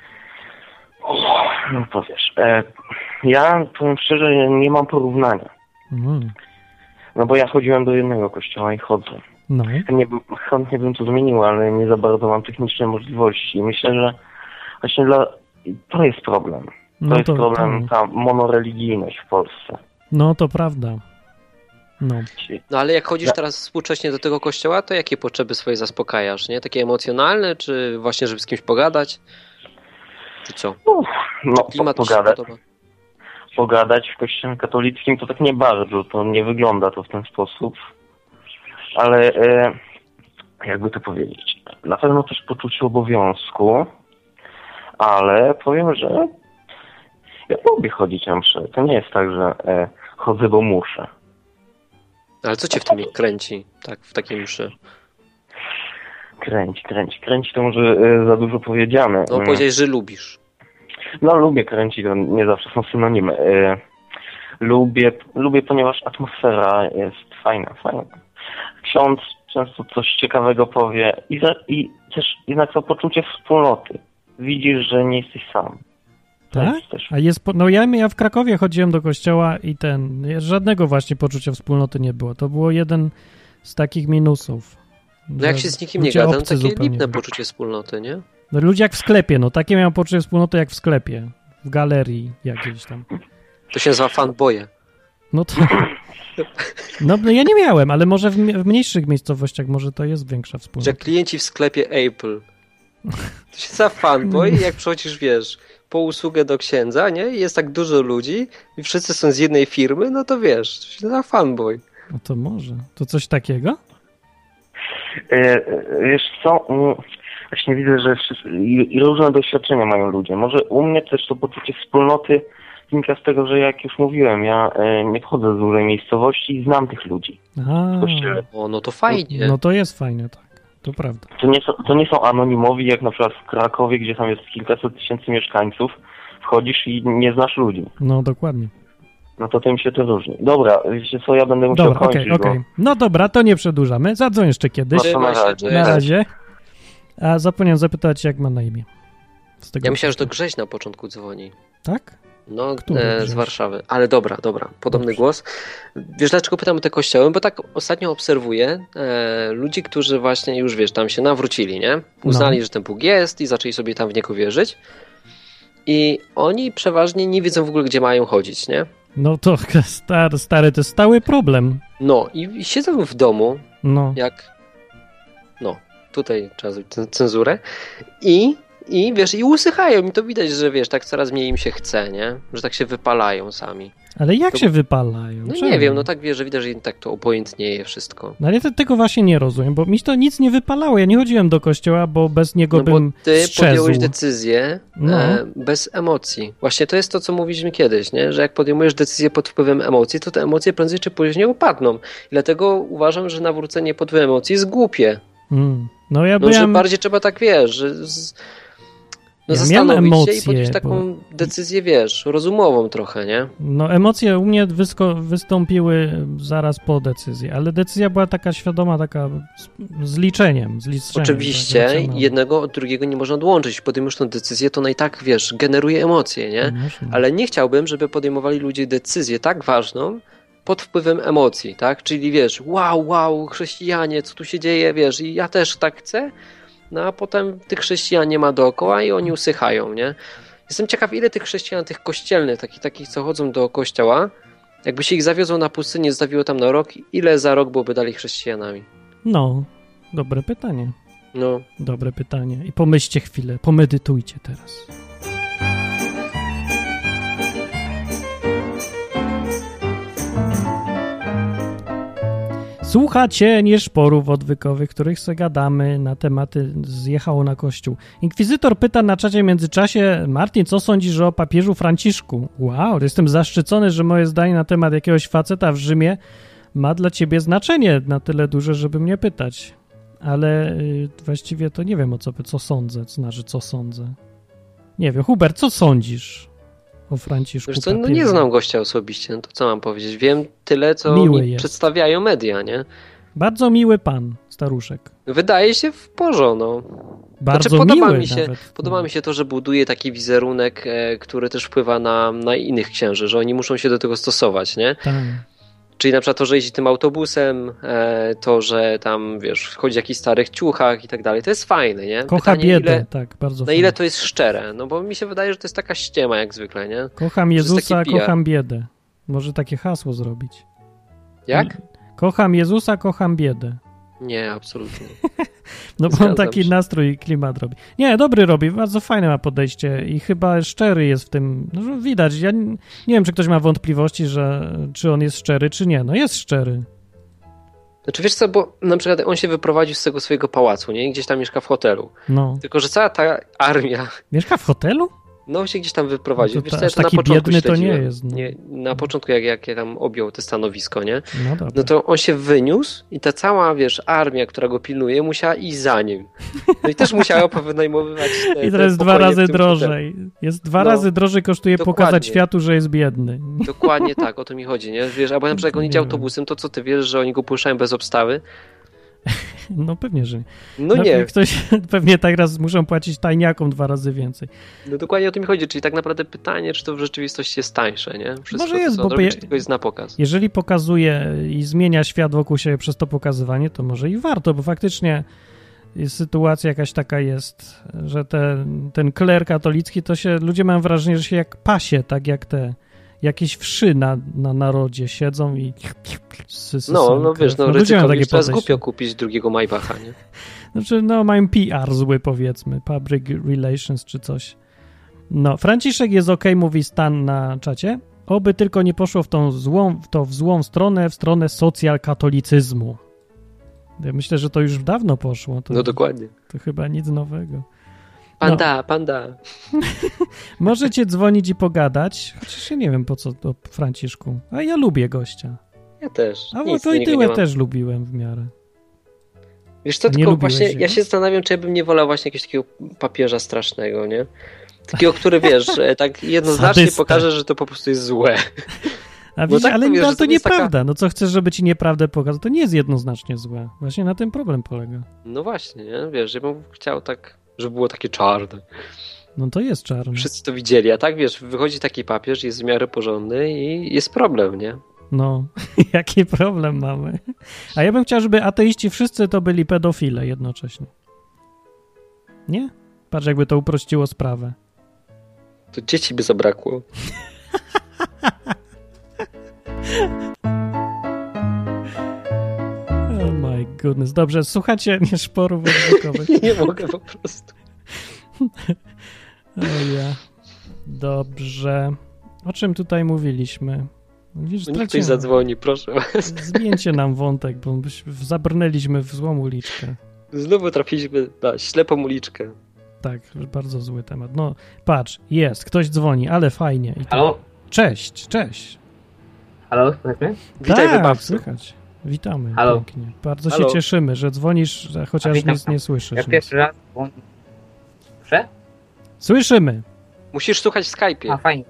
No to wiesz, ja powiem szczerze, nie mam porównania. Mhm. No bo ja chodziłem do jednego kościoła i chodzę. No, Chętnie bym to zmienił, ale nie za bardzo mam techniczne możliwości. I myślę, że właśnie to jest problem. no jest problem, ta monoreligijność w Polsce. No to prawda. No. No ale jak chodzisz teraz współcześnie do tego kościoła, to jakie potrzeby swoje zaspokajasz, nie? Takie emocjonalne, czy właśnie, żeby z kimś pogadać? Czy co? No, Klimat ci się podoba? pogadać w kościele katolickim to tak nie bardzo, to nie wygląda to w ten sposób. Ale jakby to powiedzieć, na pewno też poczucie obowiązku, ale powiem, że ja lubię chodzić na msze. To nie jest tak, że chodzę, bo muszę. Ale co cię w tym kręci, tak, w takiej mszy? Kręci to może za dużo powiedziane. No powiedziałeś, że lubisz. No lubię kręcić, to nie zawsze są synonimy. Lubię, ponieważ atmosfera jest fajna. Ksiądz często coś ciekawego powie i też jednak to poczucie wspólnoty. Widzisz, że nie jesteś sam. Tak? A ja w Krakowie chodziłem do kościoła i żadnego właśnie poczucia wspólnoty nie było. To było jeden z takich minusów. No jak się z nikim nie gada, takie lipne poczucie wspólnoty, nie? No ludzie jak w sklepie, takie miałem poczucie wspólnoty jak w sklepie, w galerii jakiejś tam. To się nazywa fanboye. No to... No ja nie miałem, ale może w mniejszych miejscowościach może to jest większa wspólnota. Że klienci w sklepie Apple. To się nazywa fanboy i jak przychodzisz, wiesz, po usługę do księdza, nie? I jest tak dużo ludzi i wszyscy są z jednej firmy, no to wiesz, to się nazywa fanboy. No to może. To coś takiego? Wiesz co, właśnie widzę, że i różne doświadczenia mają ludzie. Może u mnie też to poczucie wspólnoty wynika z tego, że jak już mówiłem, ja nie wchodzę z dużej miejscowości i znam tych ludzi w kościele. O, no to fajnie. No to jest fajne, tak. To prawda. To nie są anonimowi, jak na przykład w Krakowie, gdzie tam jest kilkaset tysięcy mieszkańców. Wchodzisz i nie znasz ludzi. No dokładnie. No to tym się to różni. Dobra, wiecie co, ja będę musiał kończyć. Okej. No dobra, to nie przedłużamy. Zadzwoń jeszcze kiedyś. No na razie. A zapomniałem zapytać, jak ma na imię. Ja myślałem, że to Grześ na początku dzwoni. Tak? No, z Warszawy. Ale dobra. Podobny głos. Wiesz, dlaczego pytam o te kościoły? Bo tak ostatnio obserwuję ludzi, którzy właśnie już, wiesz, tam się nawrócili, nie? Uznali, że ten Bóg jest i zaczęli sobie tam w niego wierzyć. I oni przeważnie nie wiedzą w ogóle, gdzie mają chodzić, nie? No to stary, to jest stały problem. No i siedzą w domu, tutaj trzeba zrobić cenzurę i wiesz, i usychają i to widać, że wiesz, tak coraz mniej im się chce, nie? Że tak się wypalają sami. Ale jak się wypalają? No nie wiem, tak wiesz, że widać, że im tak to obojętnieje wszystko. No ale ja tego właśnie nie rozumiem, bo mi to nic nie wypalało. Ja nie chodziłem do kościoła, bo bez niego bym bo ty strzezł. podjąłeś decyzję bez emocji. Właśnie to jest to, co mówiliśmy kiedyś, nie? Że jak podejmujesz decyzję pod wpływem emocji, to te emocje prędzej czy później upadną. I dlatego uważam, że nawrócenie pod wpływem emocji jest głupie. Że bardziej trzeba tak, wiesz, że zastanowić się i podjąć taką decyzję, wiesz, rozumową trochę, nie? No emocje u mnie wystąpiły zaraz po decyzji, ale decyzja była taka świadoma, taka z liczeniem. Oczywiście, tak, jednego od drugiego nie można odłączyć. Podejmujesz tę decyzję, to i tak, wiesz, generuje emocje, nie? Ale nie chciałbym, żeby podejmowali ludzie decyzję tak ważną pod wpływem emocji, tak? Czyli, wiesz, wow, chrześcijanie, co tu się dzieje, wiesz, i ja też tak chcę, no a potem tych chrześcijan nie ma dookoła i oni usychają, nie? Jestem ciekaw, ile tych chrześcijan, tych kościelnych, takich, co chodzą do kościoła, jakby się ich zawiozło na pustynię, zostawiło tam na rok, ile za rok byłoby dalej chrześcijanami? No, dobre pytanie. No. Dobre pytanie. I pomyślcie chwilę, pomedytujcie teraz. Słuchacie nieszporów odwykowych, których sobie gadamy na tematy zjechało na kościół. Inkwizytor pyta na czacie w międzyczasie: Martin, co sądzisz o papieżu Franciszku? Wow, jestem zaszczycony, że moje zdanie na temat jakiegoś faceta w Rzymie ma dla ciebie znaczenie na tyle duże, żeby mnie pytać. Ale właściwie to nie wiem, co sądzę, to znaczy, co sądzę. Nie wiem, Hubert, co sądzisz o Franciszku? Wiesz co, nie znam gościa osobiście, no to co mam powiedzieć? Wiem tyle, co mi przedstawiają media, nie? Bardzo miły pan, staruszek. Wydaje się w porządku. Bardzo miły nawet. Podoba mi się to, że buduje taki wizerunek, który też wpływa na innych księży, że oni muszą się do tego stosować, nie? Tak. Czyli na przykład to, że jeździ tym autobusem, to, że tam, wiesz, chodzi w jakichś starych ciuchach i tak dalej, to jest fajne, nie? Kocha biedę, tak, bardzo fajne. Na ile to jest szczere? No bo mi się wydaje, że to jest taka ściema jak zwykle, nie? Kocham Jezusa, kocham biedę. Może takie hasło zrobić. Jak? Kocham Jezusa, kocham biedę. Nie, absolutnie. No bo on taki nastrój i klimat robi. Nie, dobry robi, bardzo fajne ma podejście i chyba szczery jest w tym. No, widać, ja nie wiem, czy ktoś ma wątpliwości, czy on jest szczery, czy nie. No jest szczery. Znaczy wiesz co, bo na przykład on się wyprowadził z tego swojego pałacu, nie? I gdzieś tam mieszka w hotelu. No. Tylko że cała ta armia... Mieszka w hotelu? No się gdzieś tam wyprowadził. No Wiesz to co, ja aż to na taki początku biedny to nie śledziłem. jest, no. Nie, na początku jak ja tam objął to stanowisko, nie? No dobra. No to on się wyniósł i ta cała, wiesz, armia, która go pilnuje, musiała iść za nim. No i też musiała powynajmować I teraz dwa razy drożej. Jest dwa razy drożej, kosztuje dokładnie. pokazać światu, że jest biedny. Dokładnie tak, o to mi chodzi, nie? Wiesz, albo na przykład jak on idzie autobusem, to co ty wiesz, że oni go puszczają bez obstawy? No pewnie, że nie. No nie. Ktoś pewnie tak raz muszą płacić tajniakom 2 razy więcej. No dokładnie o to mi chodzi, czyli tak naprawdę pytanie, czy to w rzeczywistości jest tańsze, nie? Wszystko Może jest, to, bo robi, czy tylko jest na pokaz. Jeżeli pokazuje i zmienia świat wokół siebie przez to pokazywanie, to może i warto, bo faktycznie sytuacja jakaś taka jest, że ten kler katolicki, to się, ludzie mają wrażenie, że się jak pasie, tak jak te jakieś wszy na narodzie siedzą i no wiesz, no ludzie mają takie teraz podejście. głupio kupić drugiego Maybacha, nie? Znaczy, no mają PR zły, powiedzmy, public relations czy coś. No, Franciszek jest okej, mówi Stan na czacie, oby tylko nie poszło w złą stronę, w stronę socjalkatolicyzmu. Ja myślę, że to już dawno poszło. No dokładnie. To chyba nic nowego. Panda. Możecie dzwonić i pogadać, chociaż ja nie wiem po co to Franciszku. A ja lubię gościa. Ja też. A Wojtyłę też lubiłem w miarę. Wiesz co, nie tylko właśnie jego? ja się zastanawiam, czy ja bym nie wolał właśnie jakiegoś takiego papieża strasznego, nie? Takiego, który wiesz, tak jednoznacznie Sadystę. pokaże, że to po prostu jest złe. A widzisz, tak ale to wiesz, że to to nie jest nieprawda. taka- No co chcesz, żeby ci nieprawdę pokazał? To nie jest jednoznacznie złe. Właśnie na tym problem polega. No właśnie, nie? Wiesz, ja bym chciał tak, żeby było takie czarne. No to jest czarny. Wszyscy to widzieli, a tak wiesz, wychodzi taki papież, jest w miarę porządny i jest problem, nie? No, jaki problem mamy. A ja bym chciał, żeby ateiści wszyscy to byli pedofile jednocześnie. Nie? Patrz, jakby to uprościło sprawę. To dzieci by zabrakło. Oh my goodness. Dobrze, słuchacie nie szporów językowych. Nie mogę po prostu. O ja. Dobrze. O czym tutaj mówiliśmy? Widzisz, Niech ktoś zadzwoni, proszę was. Zmieńcie nam wątek, bo zabrnęliśmy w złą uliczkę. Znowu trafiliśmy na ślepą uliczkę. Tak, bardzo zły temat. No, patrz, jest, ktoś dzwoni, ale fajnie. I to... Halo? Cześć. Halo, słychać mnie? Witaj, tak, wybawco. słychać. Witamy. Halo. Pięknie. Bardzo Halo. się cieszymy, że dzwonisz, chociaż witam. nic nie słyszysz. Ja pierwszy raz dzwonię. Proszę? Słyszymy. Musisz słuchać w Skype'ie. A, fajnie.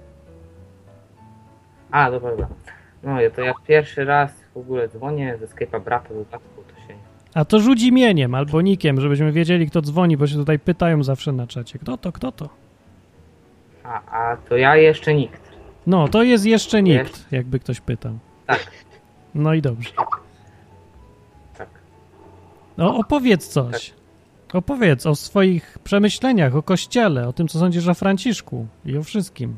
A, dobra. No, to jak pierwszy raz w ogóle dzwonię ze Skype'a brata do tatku, to się... A to rzuć imieniem albo nikiem, żebyśmy wiedzieli, kto dzwoni, bo się tutaj pytają zawsze na czacie. Kto to? A to ja jeszcze nikt. No, to jest jeszcze nikt, jakby ktoś pytał. Tak. No i dobrze. Tak. No, opowiedz coś. Opowiedz o swoich przemyśleniach, o Kościele, o tym, co sądzisz o Franciszku i o wszystkim.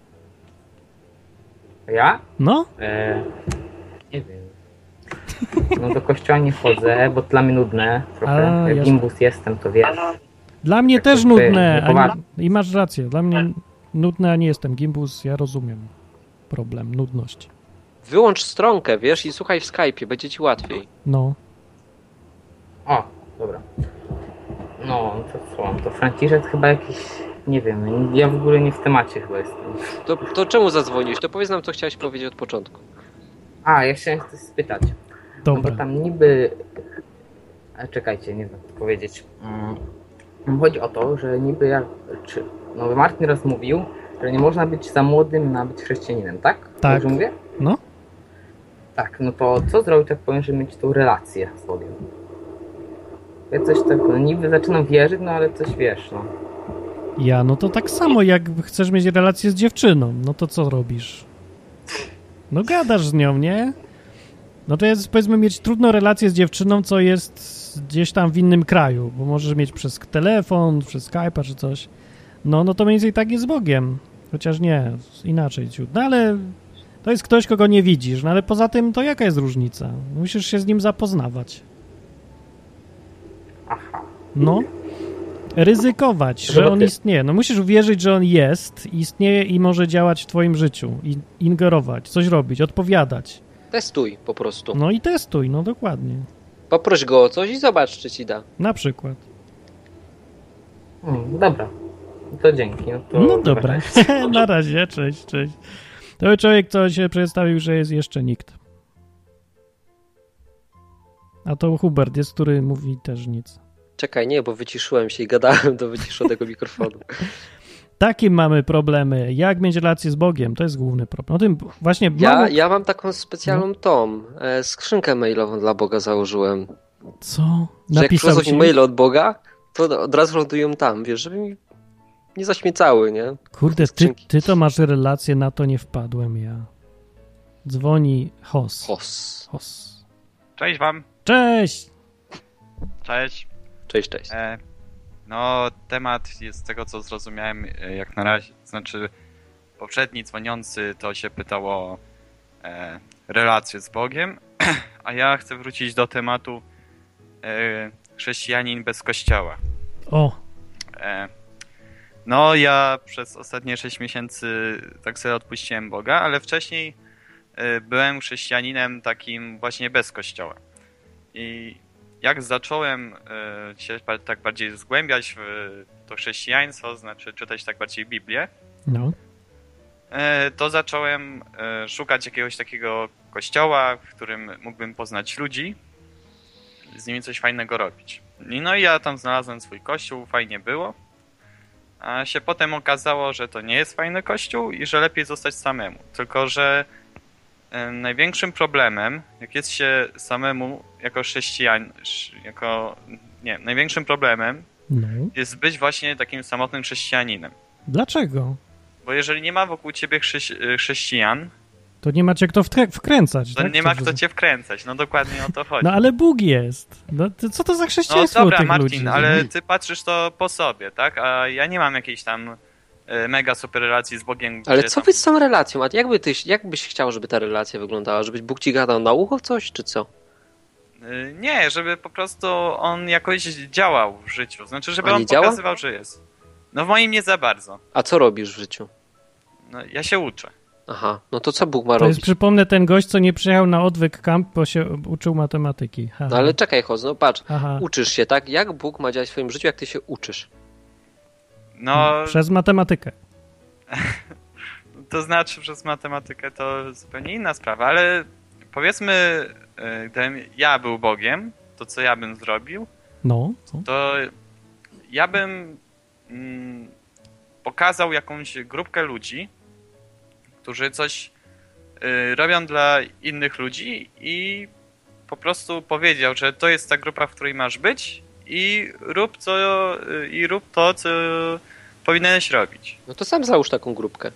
Ja? No? Nie wiem. No do kościoła nie chodzę, bo dla mnie nudne trochę. A, Jak jasne. gimbus jestem, to wiesz. Dla mnie Tak, też to nudne. nie poważnie. I masz rację. Dla mnie nudne, a nie jestem gimbus. Ja rozumiem problem, nudność. Wyłącz stronkę, wiesz, i słuchaj w Skype'ie, będzie ci łatwiej. No. O, dobra. No, to co? To Franciszek chyba jakiś... Nie wiem, ja w ogóle nie w temacie chyba jestem. To czemu zadzwonisz? To powiedz nam, co chciałeś powiedzieć od początku. A, ja chciałem coś spytać. No bo Dobra. tam niby... Czekajcie, nie wiem co powiedzieć. Chodzi o to, że niby jak... No Martin raz mówił, że nie można być za młodym na być chrześcijaninem, tak? Tak. Dobrze mówię? No. Tak, no to co zrobić, tak powiem, żeby mieć tą relację z Bogiem? Ja coś tak, no niby zaczynam wierzyć, no ale coś wiesz, no. No to tak samo, jak chcesz mieć relację z dziewczyną, no to co robisz? No gadasz z nią, nie? No to jest, powiedzmy, mieć trudną relację z dziewczyną, co jest gdzieś tam w innym kraju, bo możesz mieć przez telefon, przez Skype'a czy coś. No to mniej więcej tak jest z Bogiem. Chociaż nie, inaczej ciut. No ale to jest ktoś, kogo nie widzisz. No ale poza tym, to jaka jest różnica? Musisz się z nim zapoznawać. Aha. No. Ryzykować, że on istnieje. No musisz uwierzyć, że on jest, istnieje i może działać w twoim życiu. I ingerować, coś robić, odpowiadać. Testuj po prostu. No i testuj, no dokładnie. Poproś go o coś i zobacz, czy ci da. Na przykład. Dobra. To dzięki. No dobra. Na razie, cześć. To był człowiek, co się przedstawił, że jest jeszcze nikt. A to Hubert jest, który mówi też nic. Czekaj, nie, bo wyciszyłem się i gadałem do wyciszonego mikrofonu. Takie mamy problemy. Jak mieć relację z Bogiem? To jest główny problem. O tym właśnie Ja mam taką specjalną skrzynkę mailową dla Boga założyłem. Co? Że jak Napisał przychodzą mi maile od Boga, to od razu lądują tam, wiesz, żeby mi nie zaśmiecały, nie? Kurde, ty to masz relację, na to nie wpadłem ja. Dzwoni Hos. Cześć wam. Cześć! Cześć. No, temat jest z tego, co zrozumiałem, jak na razie, znaczy poprzedni dzwoniący to się pytał o relację z Bogiem, a ja chcę wrócić do tematu chrześcijanin bez kościoła. O! No, ja przez ostatnie 6 miesięcy tak sobie odpuściłem Boga, ale wcześniej byłem chrześcijaninem takim właśnie bez kościoła. I jak zacząłem się tak bardziej zgłębiać w to chrześcijaństwo, znaczy czytać tak bardziej Biblię, to zacząłem szukać jakiegoś takiego kościoła, w którym mógłbym poznać ludzi, z nimi coś fajnego robić. No i ja tam znalazłem swój kościół, fajnie było, a się potem okazało, że to nie jest fajny kościół i że lepiej zostać samemu. Tylko że największym problemem, jak jest się samemu jako chrześcijanin, największym problemem jest być właśnie takim samotnym chrześcijaninem. Dlaczego? Bo jeżeli nie ma wokół ciebie chrześcijan, to nie macie kto wkręcać. To tak? nie ma kto cię wkręcać, no dokładnie o to chodzi. No ale Bóg jest. No, co to za chrześcijaństwo No dobra, tych Marcin, ludzi? ale ty patrzysz to po sobie, tak? A ja nie mam jakiejś tam mega super relacji z Bogiem. Ale co być z tą relacją? A jakbyś chciał, żeby ta relacja wyglądała? Żeby Bóg ci gadał na ucho coś, czy co? Nie, żeby po prostu on jakoś działał w życiu. Znaczy, żeby on działa? pokazywał, że jest. No w moim nie za bardzo. A co robisz w życiu? No, ja się uczę. Aha, no to co Bóg ma to robić? Jest, przypomnę, ten gość, co nie przyjechał na odwyk camp, bo się uczył matematyki. No ale czekaj, Hoz, no patrz. Aha. Uczysz się, tak? Jak Bóg ma działać w swoim życiu, jak ty się uczysz? No... Przez matematykę. To znaczy, przez matematykę to zupełnie inna sprawa, ale powiedzmy, gdybym ja był Bogiem, to co ja bym zrobił, to ja bym pokazał jakąś grupkę ludzi, którzy coś robią dla innych ludzi i po prostu powiedział, że to jest ta grupa, w której masz być i rób to, co powinieneś robić. No to sam załóż taką grupkę.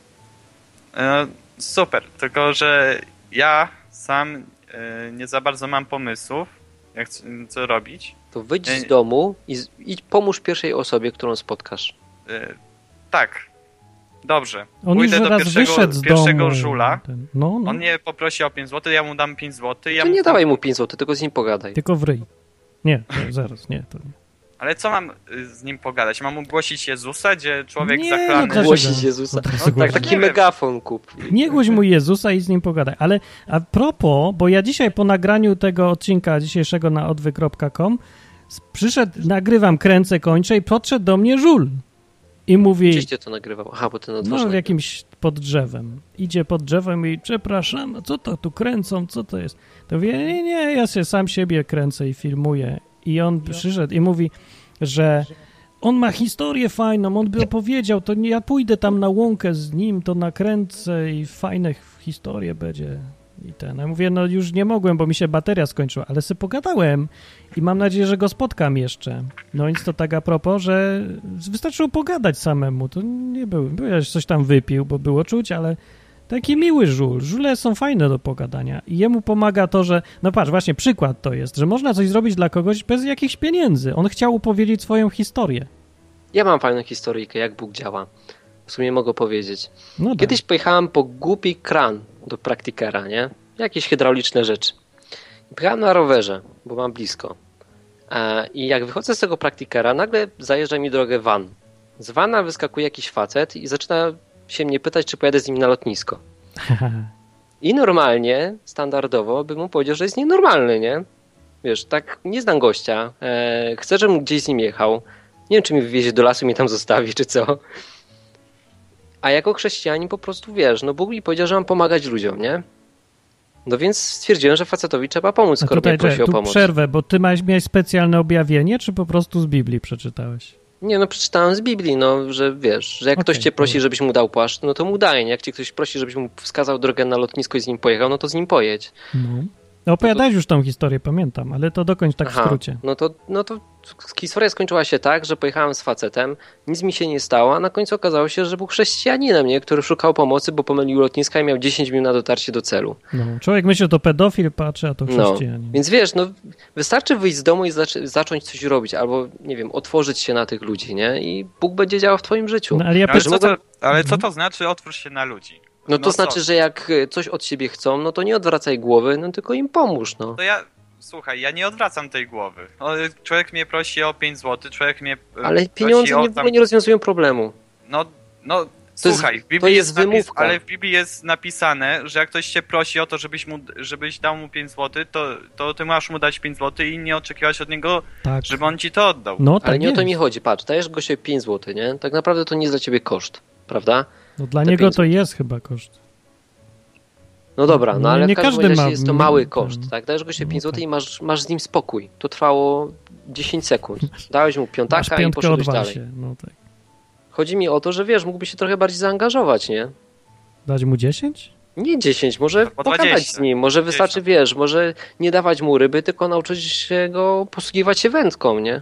Super, tylko że ja sam nie za bardzo mam pomysłów, co robić. To wyjdź z domu i pomóż pierwszej osobie, którą spotkasz. Tak. Dobrze. On Pójdę do pierwszego domu. żula. No. On mnie poprosi o 5 zł, ja mu dam 5 zł. To nie dawaj mu 5 zł, tylko z nim pogadaj. Tylko w ryj. Nie, zaraz, nie. To nie. Ale co mam z nim pogadać? Mam mu głosić Jezusa, gdzie człowiek nie, zachlany... Głosić Jezusa. Tak, taki megafon kup. Nie głoś mu Jezusa i z nim pogadaj. Ale a propos, bo ja dzisiaj po nagraniu tego odcinka dzisiejszego na odwyk.com nagrywam, kręcę, kończę i podszedł do mnie żul. I mówi... Gdzieś cię to nagrywał? Aha, bo ten odważny. No, w jakimś pod drzewem. Idzie pod drzewem i przepraszam, co to tu kręcą, co to jest? To mówię, nie, ja się sam siebie kręcę i filmuję. I on przyszedł i mówi, że on ma historię fajną, on by opowiedział, to ja pójdę tam na łąkę z nim, to nakręcę i fajne historie będzie. I ja mówię, no już nie mogłem, bo mi się bateria skończyła, ale sobie pogadałem i mam nadzieję, że go spotkam jeszcze. No więc to tak a propos, że wystarczyło pogadać samemu, to nie był, coś tam wypił, bo było czuć, ale taki miły żul. Żule są fajne do pogadania i jemu pomaga to, że, no patrz, właśnie przykład to jest, że można coś zrobić dla kogoś bez jakichś pieniędzy. On chciał opowiedzieć swoją historię. Ja mam fajną historyjkę, jak Bóg działa. W sumie mogę powiedzieć. No Kiedyś pojechałem po głupi kran do praktikera, nie? Jakieś hydrauliczne rzeczy. Pojechałem na rowerze, bo mam blisko. I jak wychodzę z tego praktikera, nagle zajeżdża mi drogę van. Z vana wyskakuje jakiś facet i zaczyna się mnie pytać, czy pojadę z nim na lotnisko. I normalnie, standardowo bym mu powiedział, że jest nienormalny, nie? Wiesz, tak nie znam gościa. Chcę, żebym gdzieś z nim jechał. Nie wiem, czy mnie wywiezie do lasu i mnie tam zostawi, czy co. A jako chrześcijanin po prostu, wiesz, no Bóg mi powiedział, że mam pomagać ludziom, nie? No więc stwierdziłem, że facetowi trzeba pomóc, skoro mnie prosi o pomoc. Przerwę, bo ty miałeś specjalne objawienie, czy po prostu z Biblii przeczytałeś? Nie, no przeczytałem z Biblii, no, że wiesz, że jak ktoś cię prosi, żebyś mu dał płaszcz, no to mu daj, nie? Jak cię ktoś prosi, żebyś mu wskazał drogę na lotnisko i z nim pojechał, no to z nim pojedź. No opowiadałeś już tą historię, pamiętam, ale to dokończ tak w skrócie. No to historia skończyła się tak, że pojechałem z facetem, nic mi się nie stało, a na końcu okazało się, że był chrześcijaninem, nie? Który szukał pomocy, bo pomylił lotniska i miał 10 minut na dotarcie do celu. No, człowiek myśli, że to pedofil, patrzy, a to chrześcijanin. No, więc wiesz, no wystarczy wyjść z domu i zacząć coś robić, albo nie wiem, otworzyć się na tych ludzi, nie? I Bóg będzie działał w twoim życiu. No, ale co to znaczy otwórz się na ludzi? No to znaczy, że jak coś od siebie chcą, no to nie odwracaj głowy, no tylko im pomóż, no. To słuchaj, ja nie odwracam tej głowy. Człowiek mnie prosi o 5 zł, człowiek mnie ale pieniądze w ogóle nie rozwiązują problemu. Słuchaj, w Biblii jest wymówka. Ale w Biblii jest napisane, że jak ktoś cię prosi o to, żebyś dał mu 5 zł, to ty masz mu dać 5 zł i nie oczekiwać od niego, żeby on ci to oddał. No, tak ale nie o to mi chodzi, patrz, dajesz gościowi 5 zł, nie? Tak naprawdę to nie jest dla ciebie koszt, prawda? No dla niego to jest chyba koszt. No dobra, no ale nie w każdym razie jest to mały no, koszt, tak? Dajesz gościowi 5 zł i masz z nim spokój. To trwało 10 sekund. Dałeś mu piątaka i poszedłeś dalej. No tak. Chodzi mi o to, że wiesz, mógłby się trochę bardziej zaangażować, nie? Dać mu 10? Nie 10, może pogadać z nim, może wystarczy, wiesz, może nie dawać mu ryby, tylko nauczyć się go posługiwać się wędką, nie?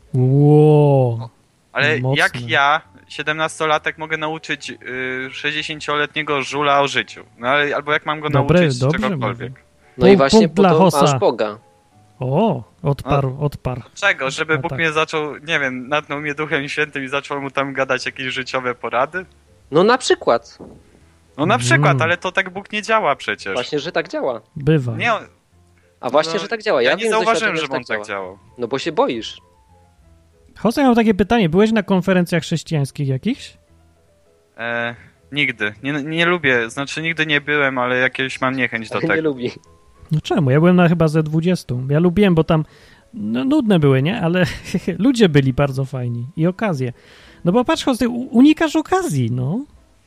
Wow. Ale mocne. Jak ja, 17-latek, mogę nauczyć 60-letniego żula o życiu? No ale albo jak mam go nauczyć czegokolwiek? No i właśnie po to masz Boga. O, odparł. Czego? Żeby Bóg mnie zaczął, nie wiem, natchnął mnie Duchem Świętym i zaczął mu tam gadać jakieś życiowe porady? No na przykład. No na przykład, ale to tak Bóg nie działa przecież. Właśnie, że tak działa. Bywa. Nie, a właśnie, że tak działa. Ja nie zauważyłem, że on tak działał. No bo się boisz. Jose, ja mam takie pytanie. Byłeś na konferencjach chrześcijańskich jakichś? Nigdy. Nie lubię. Znaczy nigdy nie byłem, ale jakieś mam niechęć do tego. Nie lubi. No czemu? Ja byłem na chyba ze 20. Ja lubiłem, bo tam nudne były, nie? Ale ludzie byli bardzo fajni i okazje. No bo patrz, Jose, unikasz okazji, no.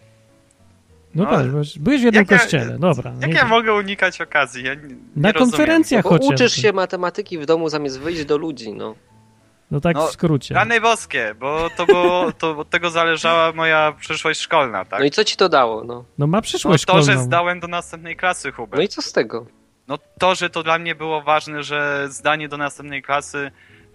No patrz, byłeś w jednym kościele, dobra. Jak ja mogę unikać okazji? Ja na konferencjach chociaż. Uczysz się matematyki w domu zamiast wyjść do ludzi, no. No tak w skrócie. Rany boskie, bo to od tego zależała moja przyszłość szkolna, tak? No i co ci to dało, no? No ma przyszłość szkolną. To, że zdałem do następnej klasy, Hubert. No i co z tego? No to, że to dla mnie było ważne, że zdanie do następnej klasy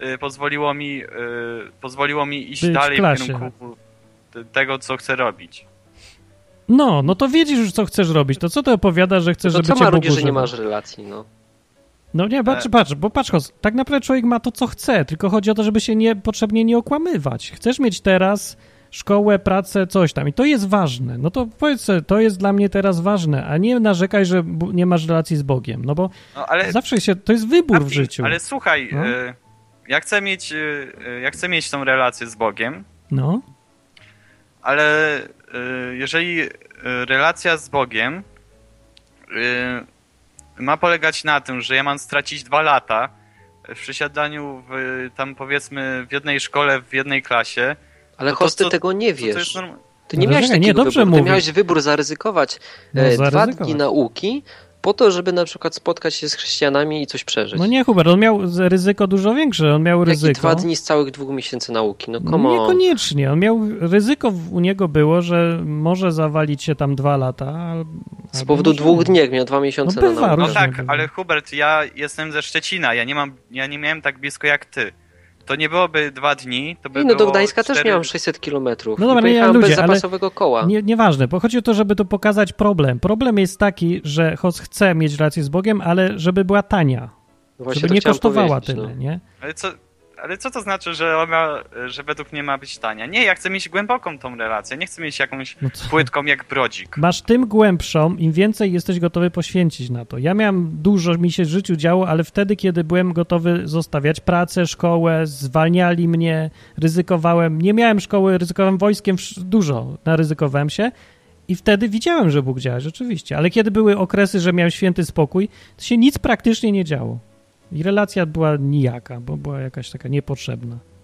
pozwoliło mi iść dalej w kierunku tego, co chcę robić. No to wiedzisz już, co chcesz robić. To co ty opowiadasz, że chcesz, żeby cię Bóg używał? że nie masz relacji, no. No nie, patrz, tak naprawdę człowiek ma to, co chce, tylko chodzi o to, żeby się niepotrzebnie nie okłamywać. Chcesz mieć teraz szkołę, pracę, coś tam i to jest ważne. No to powiedz sobie, to jest dla mnie teraz ważne, a nie narzekaj, że nie masz relacji z Bogiem, no bo zawsze to jest wybór w życiu. Ale słuchaj, ja chcę mieć tą relację z Bogiem, ale jeżeli relacja z Bogiem ma polegać na tym, że ja mam stracić 2 lata w przesiadaniu tam powiedzmy w jednej szkole, w jednej klasie. Ale ty tego nie wiesz. Ty nie miałeś takiego wyboru. Ty miałeś wybór zaryzykować 2 dni nauki po to, żeby na przykład spotkać się z chrześcijanami i coś przeżyć. No nie, Hubert, on miał ryzyko dużo większe. On miał ryzyko. 2 dni z całych 2 miesięcy nauki, no come on. Niekoniecznie. On miał ryzyko, u niego było, że może zawalić się tam 2 lata. Z powodu 2 dni, jak miał 2 miesiące na naukę. No tak, ale Hubert, ja jestem ze Szczecina, ja nie miałem tak blisko jak ty. To nie byłoby 2 dni, to by było do Gdańska 4... też miałem 600 kilometrów. No dobra, pojechałem bez zapasowego koła. Nieważne, bo chodzi o to, żeby tu pokazać problem. Problem jest taki, że chce mieć relację z Bogiem, ale żeby była tania. No żeby nie kosztowała tyle, nie? Ale co to znaczy, że według mnie ma być tania? Nie, ja chcę mieć głęboką tą relację, nie chcę mieć jakąś płytką jak brodzik. Masz tym głębszą, im więcej jesteś gotowy poświęcić na to. Ja miałem dużo, mi się w życiu działo, ale wtedy, kiedy byłem gotowy zostawiać pracę, szkołę, zwalniali mnie, ryzykowałem, nie miałem szkoły, ryzykowałem wojskiem, dużo naryzykowałem się i wtedy widziałem, że Bóg działa, rzeczywiście. Ale kiedy były okresy, że miałem święty spokój, to się nic praktycznie nie działo. I relacja była nijaka, bo była jakaś taka niepotrzebna.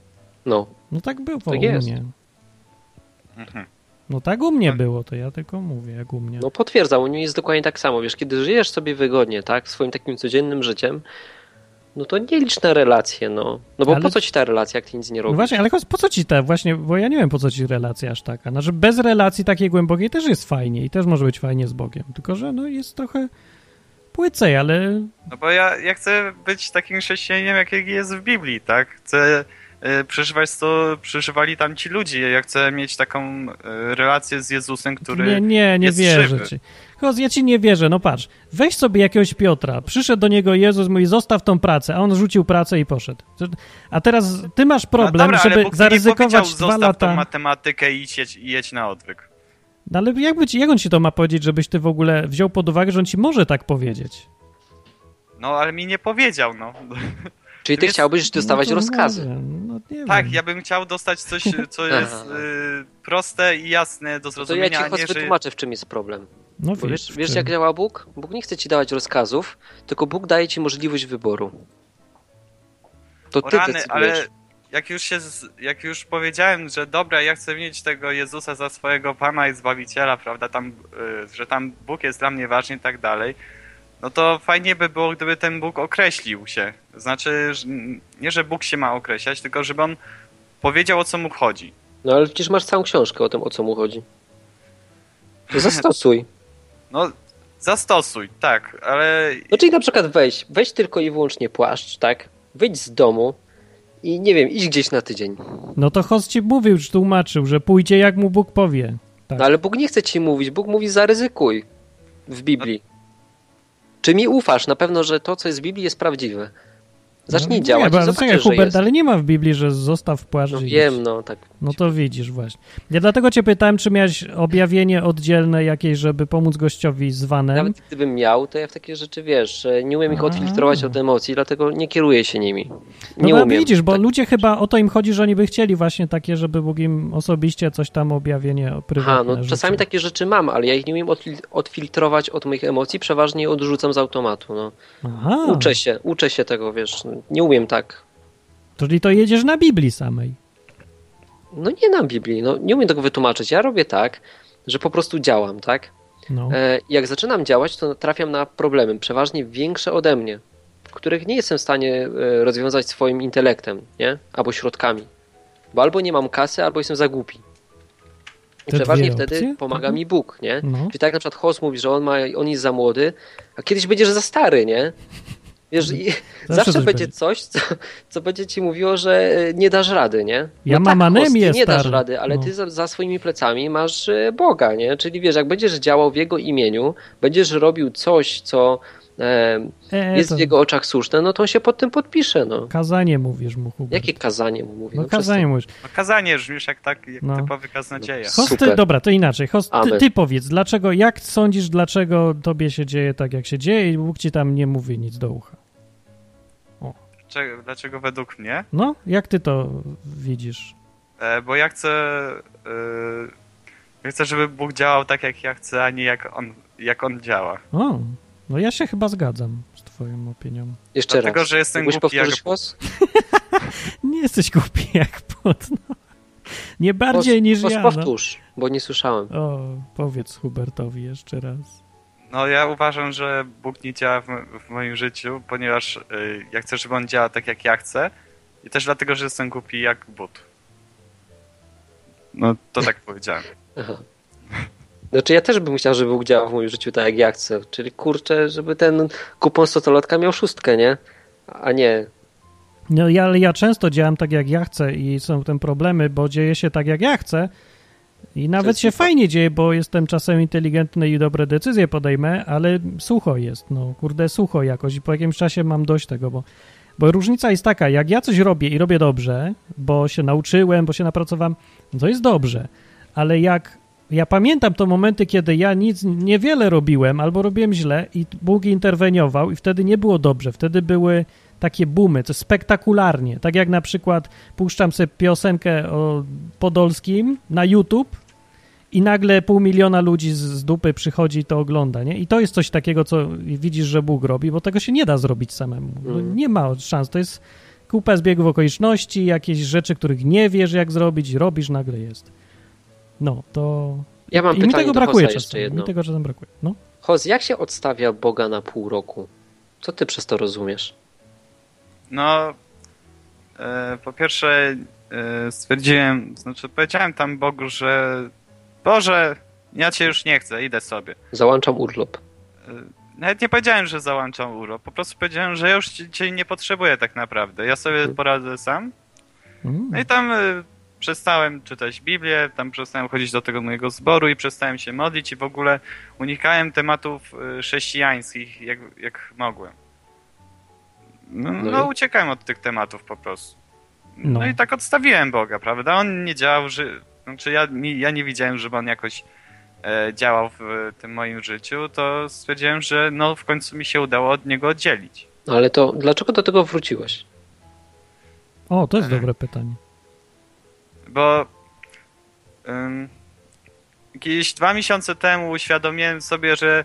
No. No tak było Tak u jest. mnie. Mhm. No tak u mnie było, to ja tylko mówię, jak u mnie. No potwierdzam, u mnie jest dokładnie tak samo. Wiesz, kiedy żyjesz sobie wygodnie, tak, swoim takim codziennym życiem, no to nie licz na relacje, no. No bo Ale- po co ci ta relacja, jak ty nic nie No robisz? właśnie, ale po co ci ta właśnie, bo ja nie wiem, po co ci relacja aż taka. Znaczy bez relacji takiej głębokiej też jest fajnie i też może być fajnie z Bogiem, tylko że no jest trochę płycej, ale No bo ja chcę być takim chrześcijaninem, jaki jest w Biblii, tak? Chcę przeżywać to, przeżywali tam ci ludzie. Ja chcę mieć taką relację z Jezusem, który nie jest wierzę żywy. ci. Chodź, ja ci nie wierzę, no patrz, weź sobie jakiegoś Piotra, przyszedł do niego Jezus, mówi zostaw tą pracę, a on rzucił pracę i poszedł. A teraz ty masz problem, no dobra, ale żeby Bóg mi nie zaryzykować powiedział, 2 zostaw lata. tą matematykę i jedź na odwyk. No ale jak on ci to ma powiedzieć, żebyś ty w ogóle wziął pod uwagę, że on ci może tak powiedzieć? No ale mi nie powiedział, no. Czyli ty Jest- chciałbyś dostawać No to rozkazy. mówię, no nie Tak, wiem. ja bym chciał dostać coś, co jest proste i jasne do To ja zrozumienia, ci a nie, że... wytłumaczę, w czym jest problem. No Bo wiesz, w czym? jak działa Bóg? Bóg nie chce ci dawać rozkazów, tylko Bóg daje ci możliwość wyboru. To O ty rany, ale decydujesz. jak już powiedziałem, że dobra, ja chcę mieć tego Jezusa za swojego Pana i Zbawiciela, prawda, tam, że tam Bóg jest dla mnie ważny i tak dalej, no to fajnie by było, gdyby ten Bóg określił się. Znaczy, nie, że Bóg się ma określać, tylko żeby on powiedział, o co mu chodzi. No ale przecież masz całą książkę o tym, o co mu chodzi. To zastosuj. No, zastosuj, tak, ale No czyli na przykład weź tylko i wyłącznie płaszcz, tak? Wyjdź z domu i nie wiem, idź gdzieś na tydzień. No to host ci mówił, już tłumaczył, że pójdzie jak mu Bóg powie. Tak. No ale Bóg nie chce ci mówić, Bóg mówi zaryzykuj w Biblii. Czy mi ufasz na pewno, że to, co jest w Biblii, jest prawdziwe? Zacznij No, działać nie, i bo, zobaczysz, czekaj, że Hubert, jest. ale nie ma w Biblii, że zostaw płaszcz No i idź. wiem, no tak. No to widzisz właśnie. Ja dlatego cię pytałem, czy miałeś objawienie oddzielne jakieś, żeby pomóc gościowi z vanem. Nawet gdybym miał, to ja w takie rzeczy, wiesz, że nie umiem ich odfiltrować od emocji, dlatego nie kieruję się nimi. Nie No bo umiem. widzisz, bo Tak. ludzie chyba o to im chodzi, że oni by chcieli właśnie takie, żeby Bóg im osobiście coś tam objawienie prywatne Aha, no rzucił. czasami takie rzeczy mam, ale ja ich nie umiem odfiltrować od moich emocji, przeważnie je odrzucam z automatu, no. Aha, Uczę się tego, wiesz, no, nie umiem tak. czyli to jedziesz na Biblii samej. No nie na Biblii, no nie umiem tego wytłumaczyć. Ja robię tak, że po prostu działam, tak? No. Jak zaczynam działać, to trafiam na problemy, przeważnie większe ode mnie, których nie jestem w stanie rozwiązać swoim intelektem, nie? Albo środkami. Bo albo nie mam kasy, albo jestem za głupi. I Te przeważnie dwie wtedy opcje? pomaga Mhm. mi Bóg, nie? No. Czyli tak na przykład host mówi, że on jest za młody, a kiedyś będziesz za stary, nie? Wiesz, i zawsze coś będzie będzie. coś, co będzie ci mówiło, że nie dasz rady, nie? Ja No mam tak, host, anemię, ty nie dasz stary. rady, ale No. ty za swoimi plecami masz Boga, nie? Czyli wiesz, jak będziesz działał w Jego imieniu, będziesz robił coś, co jest to w Jego oczach słuszne, no to on się pod tym podpisze, no. kazanie mówisz mu, Hubert. Jakie kazanie mu mówi? No przestań. kazanie mówisz. no, kazanie brzmisz jak No. typowy kaznodzieja. Hosty, Super. dobra, to inaczej. Host, Amen. ty powiedz, jak sądzisz, dlaczego tobie się dzieje tak, jak się dzieje i Bóg ci tam nie mówi nic do ucha? Dlaczego według mnie? No, jak ty to widzisz? Bo ja chcę, żeby Bóg działał tak, jak ja chcę, a nie jak on działa. O, no ja się chyba zgadzam z twoją opinią. Jeszcze Dlatego, raz. że jestem Mógłbyś głupi jak powtórzyć Bóg. host? Nie jesteś głupi jak płot, no. Nie bardziej niż Host, ja. No. powtórz, bo nie słyszałem. O, powiedz Hubertowi jeszcze raz. No ja uważam, że Bóg nie działa w moim życiu, ponieważ ja chcę, żeby on działał tak, jak ja chcę i też dlatego, że jestem głupi jak but. No to tak powiedziałem. Aha. Znaczy ja też bym chciał, żeby Bóg działał w moim życiu tak, jak ja chcę. Czyli kurczę, żeby ten kupon 100-latka miał 6, nie? A nie. No ale ja często działam tak, jak ja chcę i są te problemy, bo dzieje się tak, jak ja chcę i nawet jest się super. fajnie dzieje, bo jestem czasem inteligentny i dobre decyzje podejmę, ale sucho jest, no kurde sucho jakoś i po jakimś czasie mam dość tego, bo różnica jest taka, jak ja coś robię i robię dobrze, bo się nauczyłem, bo się napracowałem, to jest dobrze, ale jak ja pamiętam te momenty, kiedy ja nic, niewiele robiłem albo robiłem źle i Bóg interweniował i wtedy nie było dobrze, wtedy były takie boomy, to spektakularnie, tak jak na przykład puszczam sobie piosenkę o Podolskim na YouTube i nagle 500 000 ludzi z dupy przychodzi i to ogląda, nie? I to jest coś takiego, co widzisz, że Bóg robi, bo tego się nie da zrobić samemu. No, nie ma szans, to jest kupę zbiegów okoliczności, jakieś rzeczy, których nie wiesz jak zrobić, robisz, nagle jest. No, to... Ja mam I mi pytanie tego do brakuje Hoza jeszcze czasem. jedno. Mi tego czasem brakuje. No. Hoz, jak się odstawia Boga na pół roku? Co ty przez to rozumiesz? No, po pierwsze powiedziałem tam Bogu, że Boże, ja cię już nie chcę, idę sobie. Załączam urlop. Nawet nie powiedziałem, że załączam urlop, po prostu powiedziałem, że ja już cię nie potrzebuję tak naprawdę, ja sobie poradzę sam. No i tam przestałem czytać Biblię, tam przestałem chodzić do tego mojego zboru i przestałem się modlić i w ogóle unikałem tematów chrześcijańskich jak mogłem. No uciekałem od tych tematów po prostu. No i tak odstawiłem Boga, prawda? On nie działał, znaczy ja nie widziałem, żeby on jakoś działał w tym moim życiu, to stwierdziłem, że no w końcu mi się udało od niego oddzielić. No ale to dlaczego do tego wróciłeś? O, to jest dobre pytanie. Bo jakieś 2 miesiące temu uświadomiłem sobie, że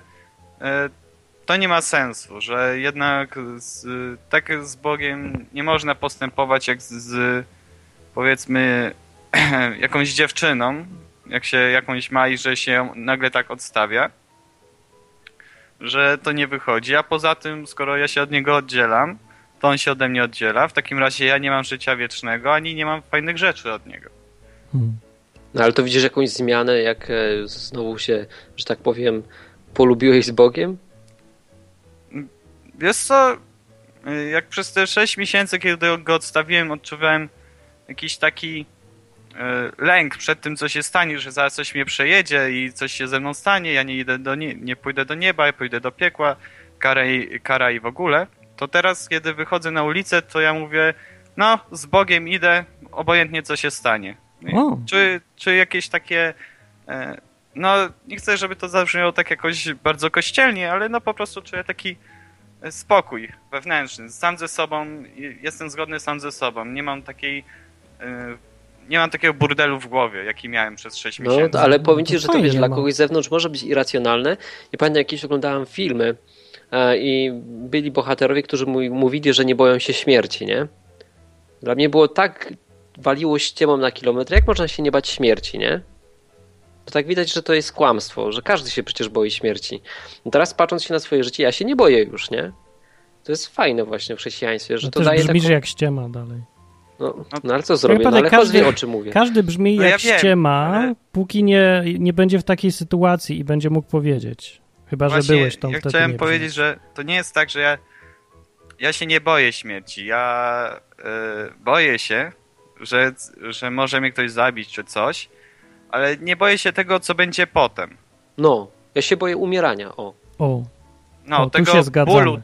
to nie ma sensu, że jednak tak z Bogiem nie można postępować jak z powiedzmy jakąś dziewczyną, jak się jakąś ma i że się nagle tak odstawia, że to nie wychodzi, a poza tym, skoro ja się od niego oddzielam, to on się ode mnie oddziela, w takim razie ja nie mam życia wiecznego, ani nie mam fajnych rzeczy od niego. No ale to widzisz jakąś zmianę, jak znowu się, że tak powiem, polubiłeś z Bogiem? Wiesz co, jak przez te 6 miesięcy, kiedy go odstawiłem, odczuwałem jakiś taki lęk przed tym, co się stanie, że zaraz coś mnie przejedzie i coś się ze mną stanie, ja nie pójdę do nieba, ja pójdę do piekła, kara i w ogóle, to teraz, kiedy wychodzę na ulicę, to ja mówię, no, z Bogiem idę, obojętnie co się stanie. Czy jakieś takie, no, nie chcę, żeby to zabrzmiało tak jakoś bardzo kościelnie, ale no po prostu czuję taki spokój wewnętrzny, sam ze sobą, jestem zgodny sam ze sobą, nie mam takiego burdelu w głowie, jaki miałem przez 6 miesięcy. No, ale powiem ci, że to fajnie, wiesz, dla kogoś z zewnątrz może być irracjonalne. I pamiętam, jakieś oglądałem filmy i byli bohaterowie, którzy mówili, że nie boją się śmierci, nie? Dla mnie było tak, waliło ściemą na kilometr, jak można się nie bać śmierci, nie? To tak widać, że to jest kłamstwo, że każdy się przecież boi śmierci. No teraz patrząc się na swoje życie, ja się nie boję już, nie? To jest fajne właśnie w chrześcijaństwie, że No to też daje brzmi, taką... że jak ściema dalej. No ale co zrobię? No, ale każdy wie, o czym mówię. Każdy brzmi No jak ściema, ale... póki nie będzie w takiej sytuacji i będzie mógł powiedzieć. Chyba, Właśnie, że byłeś tam ja wtedy. chciałem powiedzieć, że to nie jest tak, że ja się nie boję śmierci. Ja boję się, że może mnie ktoś zabić czy coś, ale nie boję się tego, co będzie potem. No, ja się boję umierania, o. No, tego tu się zgadzamy. bólu,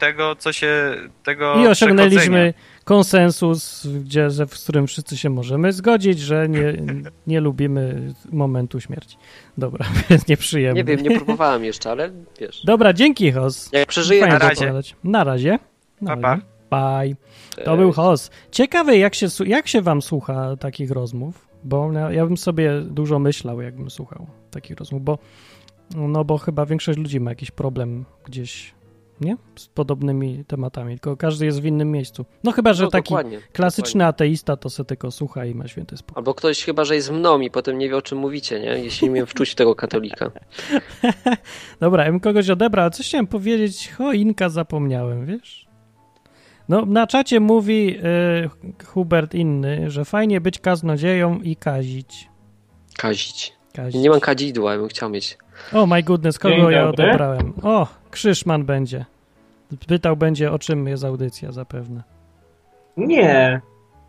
tego I osiągnęliśmy przechodzenia. konsensus, z którym wszyscy się możemy zgodzić, że nie lubimy momentu śmierci. Dobra, jest nieprzyjemny. Nie wiem, nie próbowałem jeszcze, ale wiesz. Dobra, dzięki, Hos. Jak przeżyję, Fajnie na razie. opowiadać. Na razie. Pa, pa. Bye. To był Hos. Ciekawe, jak się wam słucha takich rozmów, bo ja bym sobie dużo myślał, jakbym słuchał takich rozmów, bo chyba większość ludzi ma jakiś problem gdzieś, nie? Z podobnymi tematami, tylko każdy jest w innym miejscu. No chyba, że taki klasyczny ateista to se tylko słucha i ma święty spokój. Albo ktoś chyba, że jest mną i potem nie wie, o czym mówicie, nie? Jeśli mnie wczuć w tego katolika. Dobra, ja bym kogoś odebrał, ale coś chciałem powiedzieć, choinka zapomniałem, wiesz? No, na czacie mówi Hubert Inny, że fajnie być kaznodzieją i kazić. Kazić. Nie mam kadzidła, ja bym chciał mieć. O my goodness, kogo ja odebrałem? O, Krzyszman będzie. Pytał będzie, o czym jest audycja zapewne. Nie.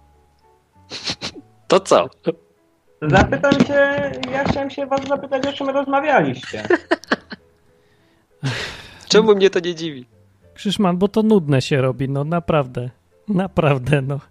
To co? Zapytam się, ja chciałem się was zapytać, o czym rozmawialiście. Czemu mnie to nie dziwi? Krzyszman, bo to nudne się robi, no naprawdę. Naprawdę, no.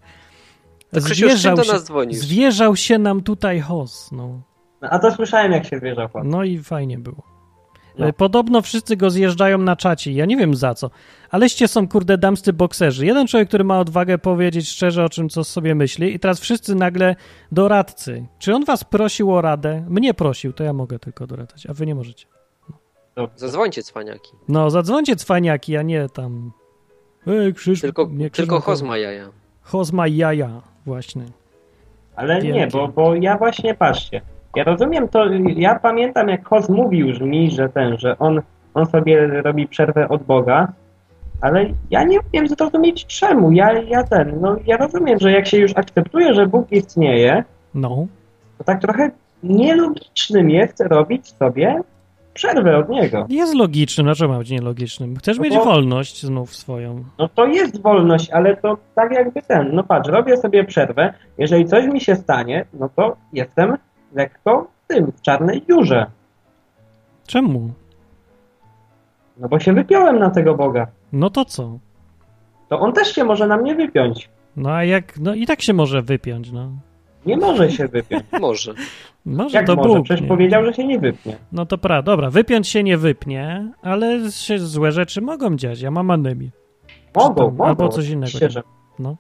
Zwierzał się nam tutaj Hos, no. A to słyszałem, jak się wjeżdżał. No i fajnie było. No. Podobno wszyscy go zjeżdżają na czacie. Ja nie wiem za co. Aleście są, kurde, damscy bokserzy. Jeden człowiek, który ma odwagę powiedzieć szczerze, o czym co sobie myśli i teraz wszyscy nagle doradcy. Czy on was prosił o radę? Mnie prosił, to ja mogę tylko doradzać, a wy nie możecie. No. Zadzwońcie, cwaniaki. No, zadzwońcie, cwaniaki, a nie tam... Krzyż... Tylko Hos ma jaja. Hozma jaja, właśnie. Ale nie, Wielkie. bo ja właśnie, patrzcie, ja rozumiem to, ja pamiętam jak Hoz mówił już mi, że on sobie robi przerwę od Boga, ale ja nie wiem zrozumieć czemu, ja rozumiem, że jak się już akceptuje, że Bóg istnieje, No. to tak trochę nielogicznym jest robić sobie przerwę od Niego. Jest logicznym, dlaczego ma być nielogicznym? Chcesz No mieć bo- wolność znów swoją. No to jest wolność, ale to tak jakby no patrz, robię sobie przerwę, jeżeli coś mi się stanie, no to jestem lekko w czarnej dziurze. Czemu? No bo się wypiąłem na tego Boga. No to co? To on też się może na mnie wypiąć. No a jak, no i tak się może wypiąć, no. Nie może się wypiąć. Może. Może Jak to może? Bóg. Przecież Nie? powiedział, że się nie wypnie. No to prawda, dobra, wypiąć się nie wypnie, ale się złe rzeczy mogą dziać. Ja mam anemię. Mogą. Albo coś innego. oczywiście, że- No.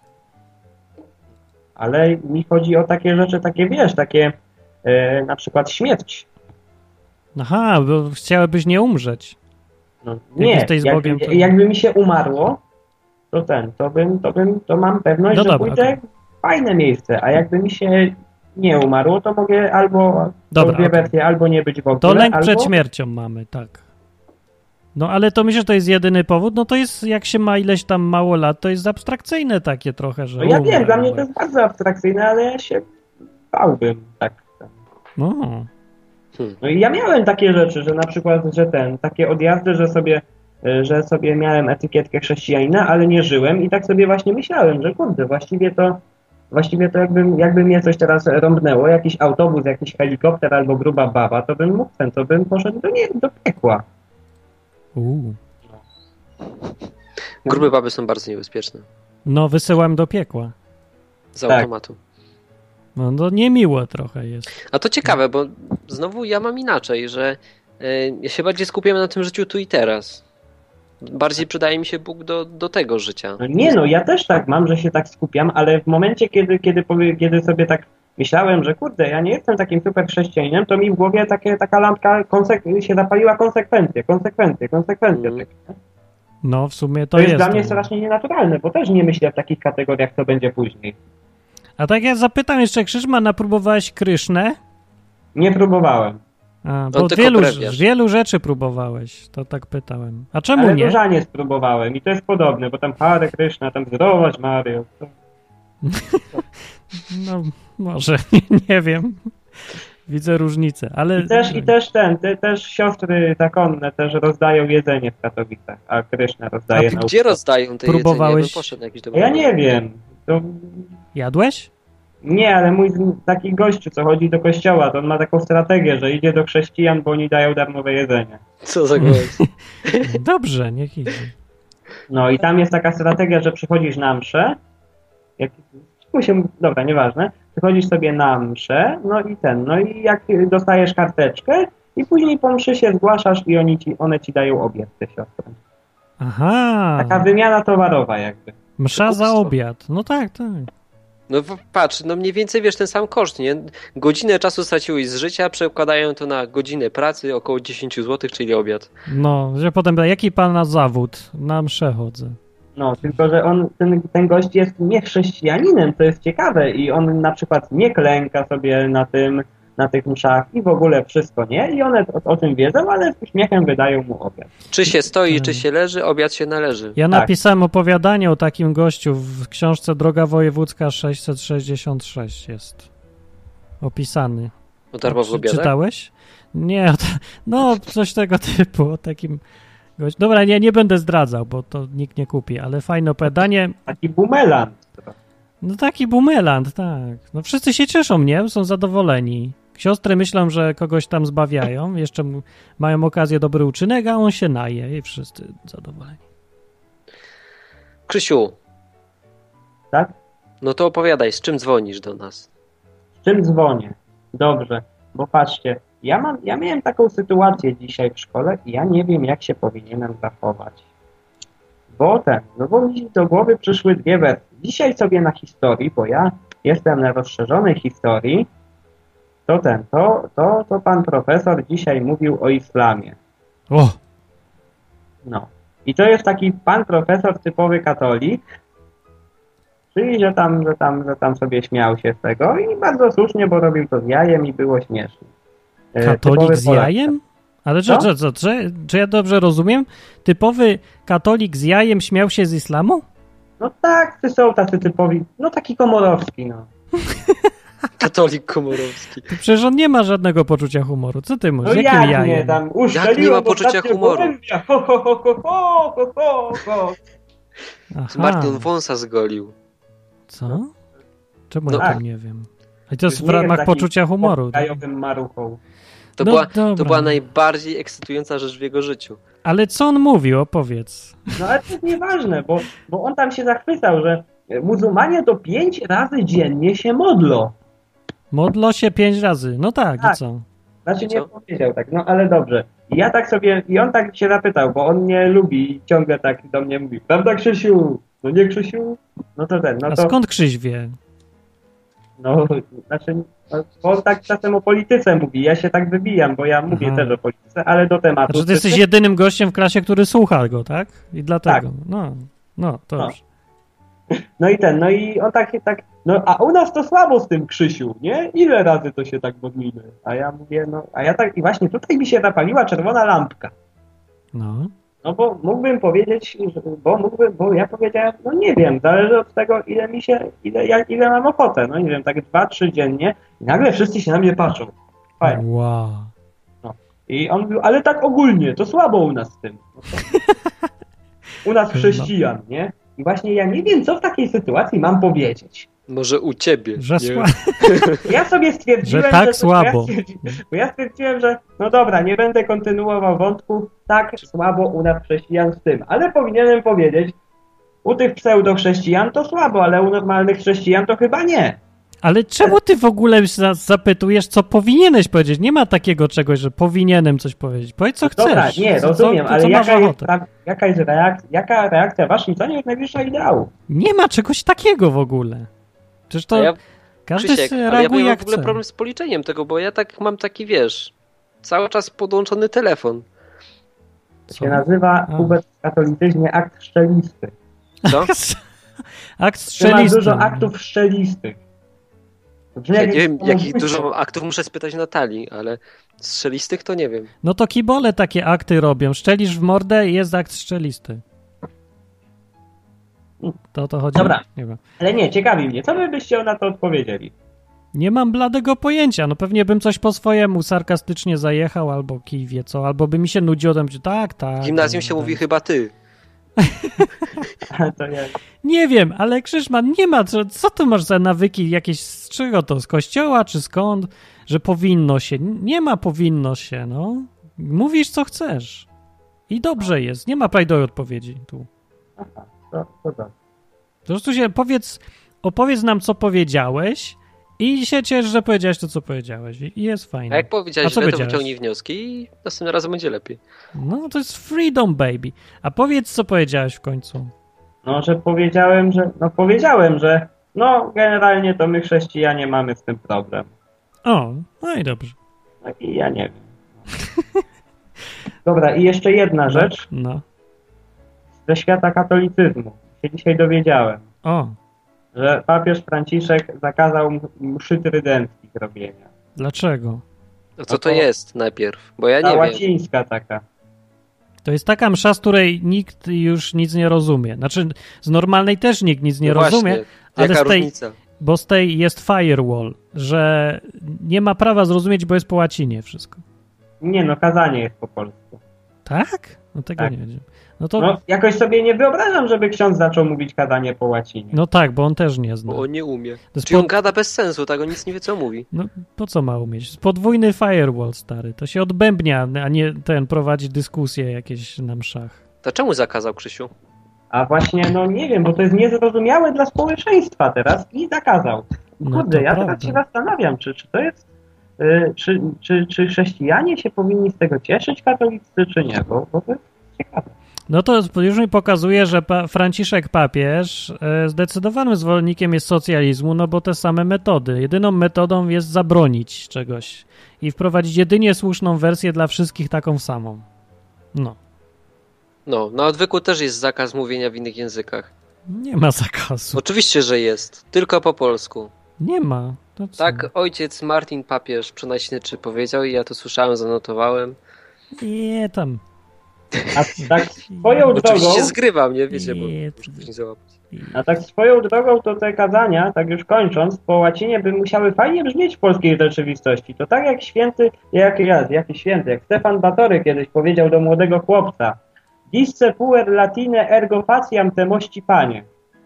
Ale mi chodzi o takie rzeczy, takie wiesz, takie na przykład śmierć. Aha, bo chciałabyś nie umrzeć. No, Jak nie, jesteś z Bogiem, to- jakby mi się umarło, to mam pewność, No że dobra, pójdę w fajne miejsce, a jakby mi się nie umarło, to mogę albo Dobra, dwie okej. wersje, albo nie być w ogóle, To lęk albo... przed śmiercią mamy, tak. No ale to myślę, że to jest jedyny powód, no to jest, jak się ma ileś tam mało lat, to jest abstrakcyjne takie trochę, że... No ja wiem, dla mnie umrę. to jest bardzo abstrakcyjne, ale ja się bałbym, tak. No, No i ja miałem takie rzeczy, że na przykład, takie odjazdy, że sobie miałem etykietkę chrześcijanina, ale nie żyłem i tak sobie właśnie myślałem, że kurde, właściwie to jakby mnie coś teraz rąbnęło, jakiś autobus, jakiś helikopter albo gruba baba, to bym mógł to bym poszedł do piekła. Grube baby są bardzo niebezpieczne. No wysyłam do piekła. Z Tak. automatu. No to niemiło trochę jest. A to ciekawe, bo znowu ja mam inaczej, że ja się bardziej skupiam na tym życiu tu i teraz. Bardziej przydaje mi się Bóg do tego życia. No nie, no ja też tak mam, że się tak skupiam, ale w momencie, kiedy sobie tak myślałem, że kurde, ja nie jestem takim super chrześcijaninem, to mi w głowie taka lampka się zapaliła konsekwencje. Mm. No w sumie To to jest dla mnie no. strasznie nienaturalne, bo też nie myślę w takich kategoriach, co będzie później. A tak ja zapytam jeszcze, Krzyżman, napróbowałeś Krysznę? Nie próbowałem. A, No, bo tylko brewiarz. wielu rzeczy próbowałeś, to tak pytałem. A czemu Ale nie? różanie spróbowałem i to jest podobne, bo tam Hare Krishna, tam zdrowaś Mario. No może, nie wiem. Widzę różnicę, ale... Też siostry zakonne też rozdają jedzenie w Katowicach, a Krishna rozdaje na Gdzie rozdają te Próbowałeś- jedzenie? Ja bym poszedł na jakiś dobry Ja nie wiem. To... Jadłeś? Nie, ale mój taki gościu, co chodzi do kościoła, to on ma taką strategię, że idzie do chrześcijan, bo oni dają darmowe jedzenie. Co za gość. Dobrze, niech idzie. No i tam jest taka strategia, że przychodzisz na mszę, dobra, nieważne, przychodzisz sobie na mszę, no i jak dostajesz karteczkę i później po mszy się zgłaszasz i one ci dają obiad, te siostry. Aha, Taka wymiana towarowa jakby. msza za kupstwo. obiad. No tak, tak. No patrz, no mniej więcej wiesz ten sam koszt, nie? Godzinę czasu straciłeś z życia, przekładają to na godzinę pracy, około 10 zł, czyli obiad. No, że potem, jaki pana zawód? Na mszę chodzę. No, tylko że ten gość jest nie chrześcijaninem, to jest ciekawe i on na przykład nie klęka sobie na tych mszach i w ogóle wszystko, nie? I one o tym wiedzą, ale z uśmiechem wydają mu obiad. Czy się stoi, czy się leży, obiad się należy. Ja Tak. napisałem opowiadanie o takim gościu w książce Droga Wojewódzka 666 jest opisany. O darmowych obiadach? Czytałeś? Nie, no coś tego typu, o takim gościu. Dobra, nie będę zdradzał, bo to nikt nie kupi, ale fajne opowiadanie. Taki bumelan. No taki bumeland, tak. No wszyscy się cieszą, nie? Są zadowoleni. Siostry myślą, że kogoś tam zbawiają, jeszcze mają okazję dobry uczynek, a on się naje i wszyscy zadowoleni. Krzysiu, Tak? no to opowiadaj, z czym dzwonisz do nas? Z czym dzwonię? Dobrze, bo patrzcie, ja miałem taką sytuację dzisiaj w szkole i ja nie wiem, jak się powinienem zachować. Bo mi do głowy przyszły dwie wersje. Dzisiaj sobie na historii, bo ja jestem na rozszerzonej historii, to pan profesor dzisiaj mówił o islamie. O! No. I to jest taki pan profesor typowy katolik, Czyli, że tam sobie śmiał się z tego i bardzo słusznie, bo robił to z jajem i było śmieszne. Katolik z jajem? Ale czy ja dobrze rozumiem? Typowy katolik z jajem śmiał się z islamu? No tak, są tacy typowi, no taki Komorowski, no. Katolik komorowski. Przecież on nie ma żadnego poczucia humoru. Co ty mówisz? No Jakim jak jajem? nie, tam Jak nie ma poczucia humoru? Aha. Martin wąsa zgolił. Co? Czemu No ja tak. tym nie wiem? A to jest w Nie wiem, ramach takim poczucia humoru. krajowym maruchą. To, No była, dobra. to była najbardziej ekscytująca rzecz w jego życiu. Ale co on mówił? Opowiedz. No ale to jest nieważne, bo on tam się zachwycał, że muzułmanie to 5 razy dziennie się modlą. Modlo się 5 razy. No tak, Tak. i co? Znaczy nie Co? powiedział tak, no ale dobrze. I ja tak sobie, i on tak się zapytał, bo on mnie lubi i ciągle tak do mnie mówi, prawda Krzysiu? No nie Krzysiu? No to ten, no A to, skąd Krzyś wie? no znaczy, no, bo on tak czasem o polityce mówi, ja się tak wybijam, bo ja mówię Aha. też o polityce, ale do tematu. Znaczy ty jesteś jedynym gościem w klasie, który słucha go, tak? I dlatego. Tak. No, to No. już. No i on tak, no a u nas to słabo z tym Krzysiu, nie? Ile razy to się tak modlimy? A ja mówię, no, a ja tak, i właśnie tutaj mi się zapaliła czerwona lampka. No. No bo mógłbym powiedzieć, bo ja powiedziałem, no nie wiem, zależy od tego, ile mam ochotę, no nie wiem, tak 2-3 dziennie i nagle wszyscy się na mnie patrzą. Fajnie. Wow. I on mówił, ale tak ogólnie, to słabo u nas z tym. No to, u nas chrześcijan, nie? I właśnie ja nie wiem, co w takiej sytuacji mam powiedzieć. Może u ciebie. Że nie? Ja sobie stwierdziłem, Że tak słabo. Bo ja stwierdziłem, że no dobra, nie będę kontynuował wątku, tak słabo u nas chrześcijan z tym, ale powinienem powiedzieć, u tych pseudochrześcijan to słabo, ale u normalnych chrześcijan to chyba nie. Ale czemu ty w ogóle zapytujesz, co powinieneś powiedzieć? Nie ma takiego czegoś, że powinienem coś powiedzieć. Powiedz, co chcesz. Dobra, nie, Co- rozumiem, co ale masz ochotę. jaka reakcja waszym zdaniem jest najwyższa ideału? Nie ma czegoś takiego w ogóle. Przecież to każdy Krzysiek, ale ja reaguje mam jak w ogóle chce. problem z policzeniem tego, bo ja tak mam taki, wiesz, cały czas podłączony telefon. To się nazywa A. Hubert w katolicyzmie akt szczelisty. Co? Akt Ty masz strzelisty. dużo aktów szczelistych. To brzmi Ja jak nie wiem, jakich samobójstwo. dużo mam aktów, muszę spytać Natalii, ale strzelistych to nie wiem. No to kibole takie akty robią. Szczelisz w mordę i jest akt strzelisty. To o to chodzi? Dobra. Nie wiem. Ale nie, ciekawi mnie, co wy byście na to odpowiedzieli? Nie mam bladego pojęcia. No pewnie bym coś po swojemu sarkastycznie zajechał, albo kij wie co, albo by mi się nudziło, to bym powiedział, tak. W gimnazjum się tak. mówi chyba ty. To ja... Nie wiem, ale Krzyszman, nie ma, co ty masz za nawyki jakieś, z czego to, z kościoła czy skąd, że powinno się, nie ma powinno się, no. Mówisz co chcesz i dobrze jest, nie ma prawidłowej odpowiedzi tu. Aha, to dobrze. Po prostu się opowiedz nam co powiedziałeś i się ciesz, że powiedziałeś to co powiedziałeś i jest fajnie. A jak powiedziałeś A co źle, to powiedziałeś? wyciągnij wnioski i następnym razem będzie lepiej. No to jest freedom baby. A powiedz co powiedziałeś w końcu. No, że powiedziałem, że no generalnie to my chrześcijanie mamy z tym problem. O, no i dobrze. No i ja nie wiem. Dobra, i jeszcze jedna rzecz No. ze świata katolicyzmu. Się dzisiaj dowiedziałem, O, że papież Franciszek zakazał mszy trydenckich robienia. dlaczego? A co to jest najpierw? Bo ja Ta nie wiem. łacińska taka. To jest taka msza, z której nikt już nic nie rozumie. Znaczy, z normalnej też nikt nic nie No rozumie, właśnie, ale jaka z tej, różnica? bo z tej jest firewall, że nie ma prawa zrozumieć, bo jest po łacinie wszystko. Nie no, kazanie jest po polsku. Tak? No tego Tak. nie wiedziałem. No to, No, jakoś sobie nie wyobrażam, żeby ksiądz zaczął mówić kazanie po łacinie. no tak, bo on też nie zna. Bo on nie umie. jest Czyli on pod- gada bez sensu, tak? On nic nie wie, co mówi. No po co ma umieć? Podwójny firewall, stary. To się odbębnia, a nie prowadzi dyskusje jakieś na mszach. To czemu zakazał Krzysiu? A właśnie, no nie wiem, bo to jest niezrozumiałe dla społeczeństwa teraz i zakazał. No Kurde, to ja prawda. teraz się zastanawiam, czy to jest, czy chrześcijanie się powinni z tego cieszyć, katolicy, czy nie, bo to jest ciekawe. No to już mi pokazuje, że Franciszek papież zdecydowanym zwolennikiem jest socjalizmu, no bo te same metody. Jedyną metodą jest zabronić czegoś i wprowadzić jedynie słuszną wersję dla wszystkich taką samą. No. No, na odwyku też jest zakaz mówienia w innych językach. Nie ma zakazu. Oczywiście, że jest. Tylko po polsku. Nie ma. To co? Tak ojciec Martin Papież Przenajświętszy powiedział i ja to słyszałem, zanotowałem. Nie tam. A tak swoją drogą... Oczywiście się zgrywam, nie wiecie, bo Nie, muszę później załapać. A tak swoją drogą to te kazania, tak już kończąc, po łacinie by musiały fajnie brzmieć w polskiej rzeczywistości. To tak jak Stefan Batory kiedyś powiedział do młodego chłopca: Disce puer latine ergo faciam te mości panie.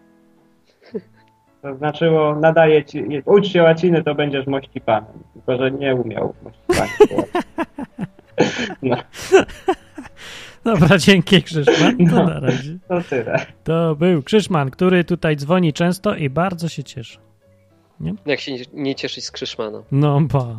To znaczyło, nadaje ci, ucz się łaciny, to będziesz mości panem. Tylko że nie umiał mości panem. No. Dobra, dzięki Krzyszman. To No. na razie. To tyle. To był Krzyszman, który tutaj dzwoni często i bardzo się cieszy. Jak się nie cieszyć z Krzyszmana. No ba.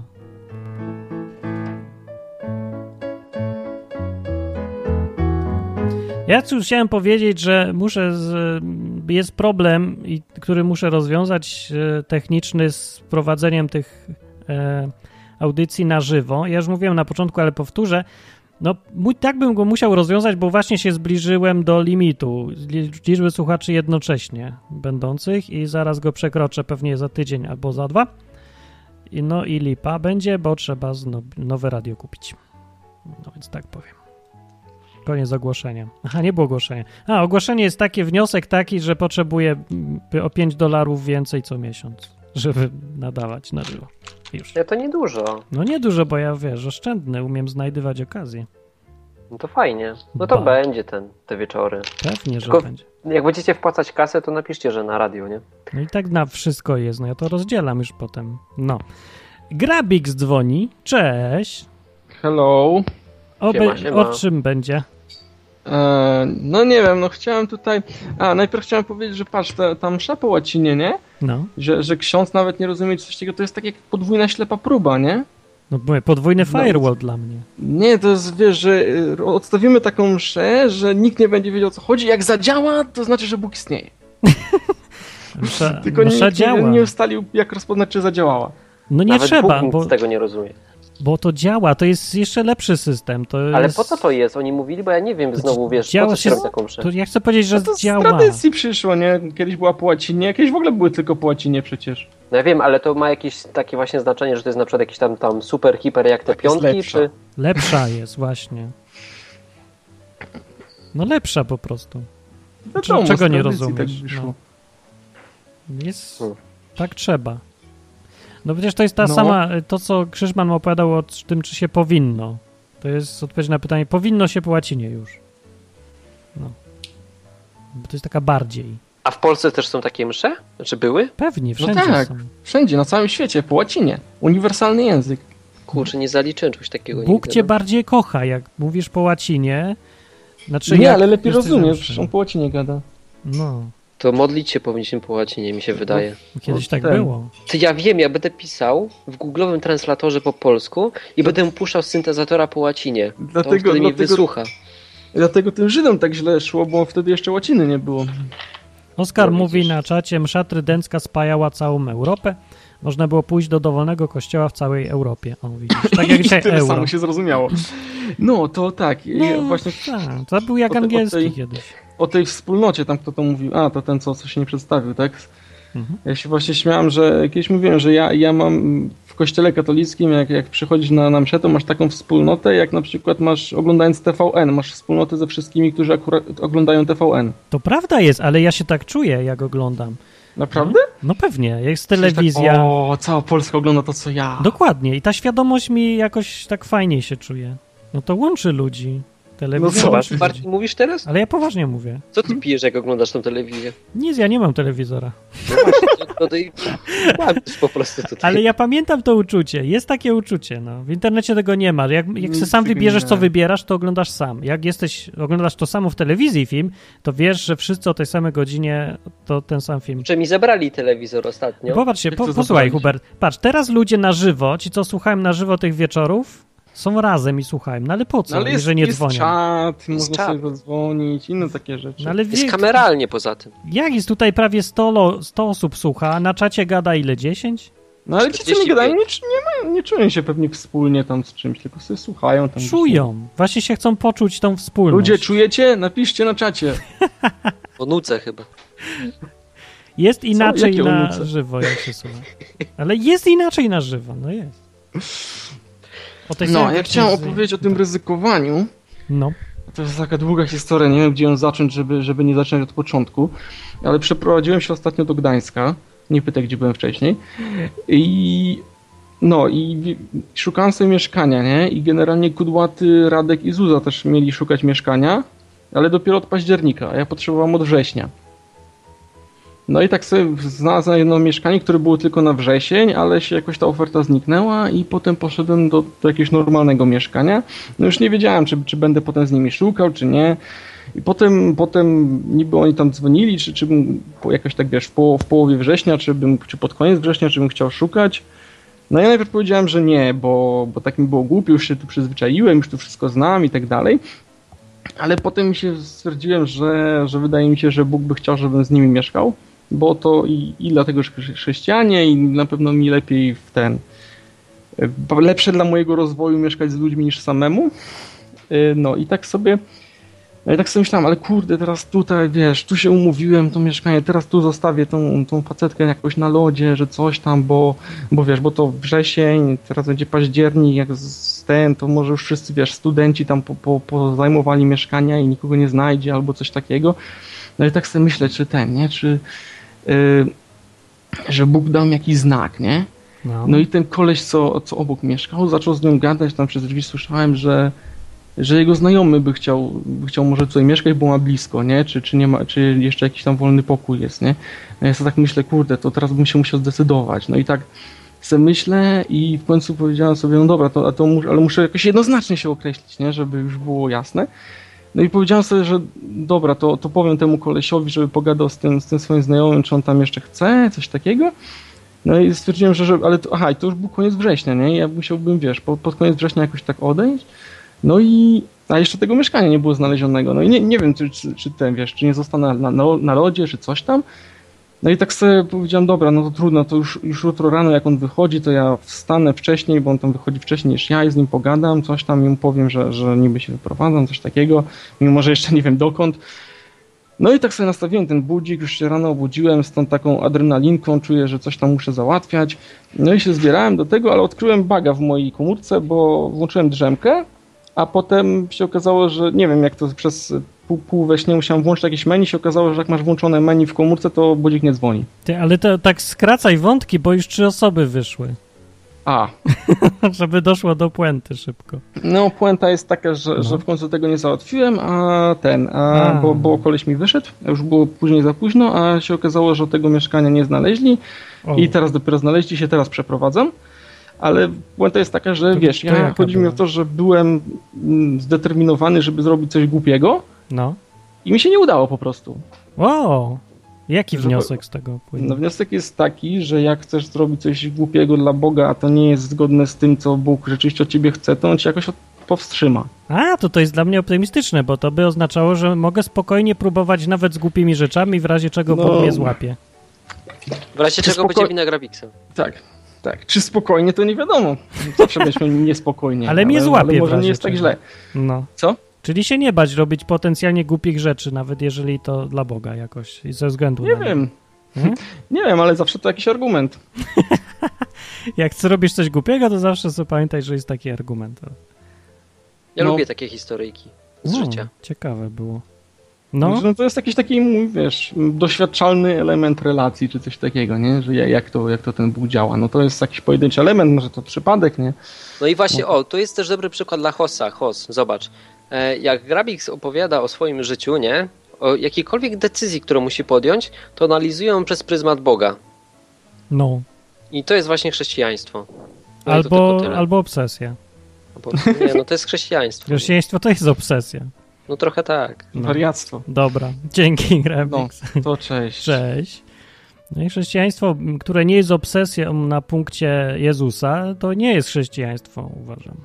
Ja cóż chciałem powiedzieć, że jest problem, który muszę rozwiązać, techniczny z prowadzeniem tych audycji na żywo. Ja już mówiłem na początku, ale powtórzę. No, tak bym go musiał rozwiązać, bo właśnie się zbliżyłem do limitu liczby słuchaczy jednocześnie będących i zaraz go przekroczę pewnie za tydzień albo za 2. No i lipa będzie, bo trzeba nowe radio kupić. No więc tak powiem. Koniec ogłoszenia. Aha, nie było ogłoszenia. Ogłoszenie jest takie, wniosek taki, że potrzebuję o $5 więcej co miesiąc, żeby nadawać na żywo. Już. Ja to niedużo. No nie dużo, bo ja oszczędny, umiem znajdywać okazję. No to fajnie. No to będzie te wieczory. Pewnie, że Tylko będzie. jak będziecie wpłacać kasę, to napiszcie, że na radio, nie? No i tak na wszystko jest, no ja to rozdzielam już potem. Grabik dzwoni. Cześć. Hello. Siema. O czym będzie? No nie wiem, chciałem tutaj... najpierw chciałem powiedzieć, że patrz, ta msza po łacinie, nie? No. Że ksiądz nawet nie rozumie coś takiego, to jest tak jak podwójna ślepa próba, nie? No podwójny firewall dla mnie. Nie, to jest, wiesz, że odstawimy taką mszę, że nikt nie będzie wiedział, o co chodzi. Jak zadziała, to znaczy, że Bóg istnieje. Tylko nikt nie ustalił, jak rozpoznać, czy zadziałała. No nie Nawet trzeba, Bóg nic z tego nie rozumie. Bo to działa, to jest jeszcze lepszy system. Ale po co to jest? Oni mówili, bo ja nie wiem, znowu wiesz, działa po co się taką mszę? To ja chcę powiedzieć, że to działa. Z tradycji przyszło, nie? Kiedyś była po łacinie, kiedyś w ogóle były tylko po łacinie przecież. No ja wiem, ale to ma jakieś takie właśnie znaczenie, że to jest na przykład jakiś tam super, hiper jak te piątki, czy... Lepsza jest właśnie. No lepsza po prostu. Czego nie rozumiesz? Tak Jest... Tak trzeba. No przecież to jest ta sama, to co Krzyszman opowiadał o tym, czy się powinno. To jest odpowiedź na pytanie, powinno się po łacinie już. No. Bo to jest taka bardziej. A w Polsce też są takie msze? Znaczy były? Pewnie, wszędzie są. Wszędzie, na całym świecie, po łacinie. Uniwersalny język. Kurczę, nie zaliczyłem czegoś takiego. Bóg cię bardziej kocha, jak mówisz po łacinie. Znaczy, nie, ale lepiej rozumiesz, przecież on po łacinie gada. No. To modlić się powinniśmy po łacinie, mi się wydaje. Kiedyś tak było. Ty, ja wiem, ja będę pisał w Google'owym translatorze po polsku i będę puszczał z syntezatora po łacinie. Dlatego mnie wysłucha. Dlatego tym Żydom tak źle szło, bo wtedy jeszcze łaciny nie było. Oskar mówi na czacie, msza trydencka spajała całą Europę. Można było pójść do dowolnego kościoła w całej Europie. O, widzisz, tak jak dzisiaj tyle euro. samo się zrozumiało. No, to tak. No, właśnie tak. To był jak angielski kiedyś. O tej wspólnocie, tam kto to mówił. To ten, co się nie przedstawił, tak? Ja się właśnie śmiałem, że kiedyś mówiłem, że ja mam w kościele katolickim, jak przychodzisz na mszę, to masz taką wspólnotę, jak na przykład masz, oglądając TVN, masz wspólnotę ze wszystkimi, którzy akurat oglądają TVN. To prawda jest, ale ja się tak czuję, jak oglądam. Naprawdę? No pewnie, jest telewizja. Tak, cała Polska ogląda to, co ja. Dokładnie i ta świadomość mi jakoś tak fajniej się czuje. No to łączy ludzi. Telewizja co, Marcin, mówisz teraz? Ale ja poważnie mówię. Co ty pijesz, jak oglądasz tą telewizję? Nic, ja nie mam telewizora. No właśnie, to i kłamiesz po prostu tutaj. Ale ja pamiętam to uczucie. Jest takie uczucie, no. W internecie tego nie ma. Jak sobie sam wybierzesz, co wybierasz, to oglądasz sam. Jak oglądasz to samo w telewizji film, to wiesz, że wszyscy o tej samej godzinie to ten sam film. Czy mi zabrali telewizor ostatnio? Popatrz się, posłuchaj, Hubert. Patrz, teraz ludzie na żywo, ci co słuchałem na żywo tych wieczorów, są razem i słuchają. No ale po co, ale że nie dzwonią? Czat, można sobie zadzwonić, inne takie rzeczy. No, ale jest kameralnie poza tym. Jak jest tutaj prawie 100 osób słucha, a na czacie gada ile? 10? No ale ci, co nie gadają, nie czują się pewnie wspólnie tam z czymś, tylko sobie słuchają tam. Czują. Właśnie się chcą poczuć tą wspólność. Ludzie, czujecie? Napiszcie na czacie. Po nuce chyba. Jest inaczej Jakie na uluce? żywo, jak się słucha. Ale jest inaczej na żywo, no jest. Ja chciałem opowiedzieć o tym ryzykowaniu. No. To jest taka długa historia, nie wiem gdzie ją zacząć, żeby nie zacząć od początku. Ale przeprowadziłem się ostatnio do Gdańska. Nie pytaj, gdzie byłem wcześniej. I szukałem sobie mieszkania, nie? I generalnie Kudłaty, Radek i Zuza też mieli szukać mieszkania, ale dopiero od października, a ja potrzebowałem od września. No i tak sobie znalazłem jedno mieszkanie, które było tylko na wrzesień, ale się jakoś ta oferta zniknęła i potem poszedłem do jakiegoś normalnego mieszkania. No już nie wiedziałem, czy będę potem z nimi szukał, czy nie. I potem niby oni tam dzwonili, czy bym jakoś tak wiesz, w połowie września, czy pod koniec września, czy bym chciał szukać. No ja najpierw powiedziałem, że nie, bo tak mi było głupio, już się tu przyzwyczaiłem, już tu wszystko znam i tak dalej. Ale potem stwierdziłem, że wydaje mi się, że Bóg by chciał, żebym z nimi mieszkał, bo to i dlatego, że chrześcijanie i na pewno mi lepiej lepsze dla mojego rozwoju mieszkać z ludźmi niż samemu. No i tak sobie myślałem, ale kurde, teraz tutaj, wiesz, tu się umówiłem, to mieszkanie, teraz tu zostawię tą facetkę jakoś na lodzie, że coś tam, bo to wrzesień, teraz będzie październik, jak to może już wszyscy, wiesz, studenci tam pozajmowali mieszkania i nikogo nie znajdzie, albo coś takiego. No i tak sobie myślę, że Bóg dał mi jakiś znak, nie? No i ten koleś, co obok mieszkał, zaczął z nią gadać, tam przez drzwi słyszałem, że jego znajomy by chciał może tutaj mieszkać, bo ma blisko, nie? Czy nie ma, czy jeszcze jakiś tam wolny pokój jest, nie? Ja sobie tak myślę, kurde, to teraz bym się musiał zdecydować. No i tak sobie myślę i w końcu powiedziałem sobie, no dobra, ale muszę jakoś jednoznacznie się określić, nie? Żeby już było jasne. No i powiedziałem sobie, że dobra, to powiem temu kolesiowi, żeby pogadał z tym swoim znajomym, czy on tam jeszcze chce, coś takiego. No i stwierdziłem, i to już był koniec września, nie? Ja musiałbym, wiesz, pod koniec września jakoś tak odejść. No a jeszcze tego mieszkania nie było znalezionego. No i nie wiem, czy nie zostanę na lodzie, czy coś tam. No i tak sobie powiedziałem, dobra, no to trudno, to już jutro rano jak on wychodzi, to ja wstanę wcześniej, bo on tam wychodzi wcześniej niż ja i z nim pogadam, coś tam i mu powiem, że niby się wyprowadzam, coś takiego, mimo że jeszcze nie wiem dokąd. No i tak sobie nastawiłem ten budzik, już się rano obudziłem z tą taką adrenalinką, czuję, że coś tam muszę załatwiać. No i się zbierałem do tego, ale odkryłem buga w mojej komórce, bo włączyłem drzemkę, a potem się okazało, że nie wiem jak to przez pół we śnie musiałem włączyć jakieś menu, się okazało, że jak masz włączone menu w komórce, to budzik nie dzwoni. Ale to tak skracaj wątki, bo już 3 osoby wyszły. Żeby doszło do puenty szybko. No, puenta jest taka, że w końcu tego nie załatwiłem, bo koleś mi wyszedł, już było później za późno, a się okazało, że tego mieszkania nie znaleźli i teraz dopiero znaleźli się, teraz przeprowadzam. Ale puenta jest taka, że wiesz, chodzi mi o to, że byłem zdeterminowany, żeby zrobić coś głupiego i mi się nie udało po prostu. Jaki wniosek z tego płynie? No wniosek jest taki, że jak chcesz zrobić coś głupiego dla Boga, a to nie jest zgodne z tym, co Bóg rzeczywiście od ciebie chce, to on cię jakoś powstrzyma. To jest dla mnie optymistyczne, bo to by oznaczało, że mogę spokojnie próbować nawet z głupimi rzeczami, w razie czego Bóg mnie złapie. W razie czego będzie wina Grabixa. Tak. Czy spokojnie, to nie wiadomo. Zawsze będziemy niespokojnie. Ale mnie złapie. Ale może nie jest tak źle. No. Co? Czyli się nie bać robić potencjalnie głupich rzeczy, nawet jeżeli to dla Boga jakoś, ze względu na... Nie wiem. Nie wiem, ale zawsze to jakiś argument. Jak robisz coś głupiego, to zawsze sobie pamiętaj, że jest taki argument. Ja lubię takie historyjki z życia. Ciekawe było. No to jest jakiś taki mój, wiesz, doświadczalny element relacji, czy coś takiego, nie? Że jak to ten Bóg działa. No to jest jakiś pojedynczy element, może to przypadek, nie? No i właśnie, to jest też dobry przykład dla Hossa. Hoss, zobacz. Jak Grabix opowiada o swoim życiu, nie? O jakiejkolwiek decyzji, którą musi podjąć, to analizuje ją przez pryzmat Boga. No. I to jest właśnie chrześcijaństwo. No albo obsesja. To jest chrześcijaństwo. Chrześcijaństwo to jest obsesja. No trochę tak. Wariactwo. Dobra, dzięki Grabix. To cześć. Cześć. No i chrześcijaństwo, które nie jest obsesją na punkcie Jezusa, to nie jest chrześcijaństwo, uważam.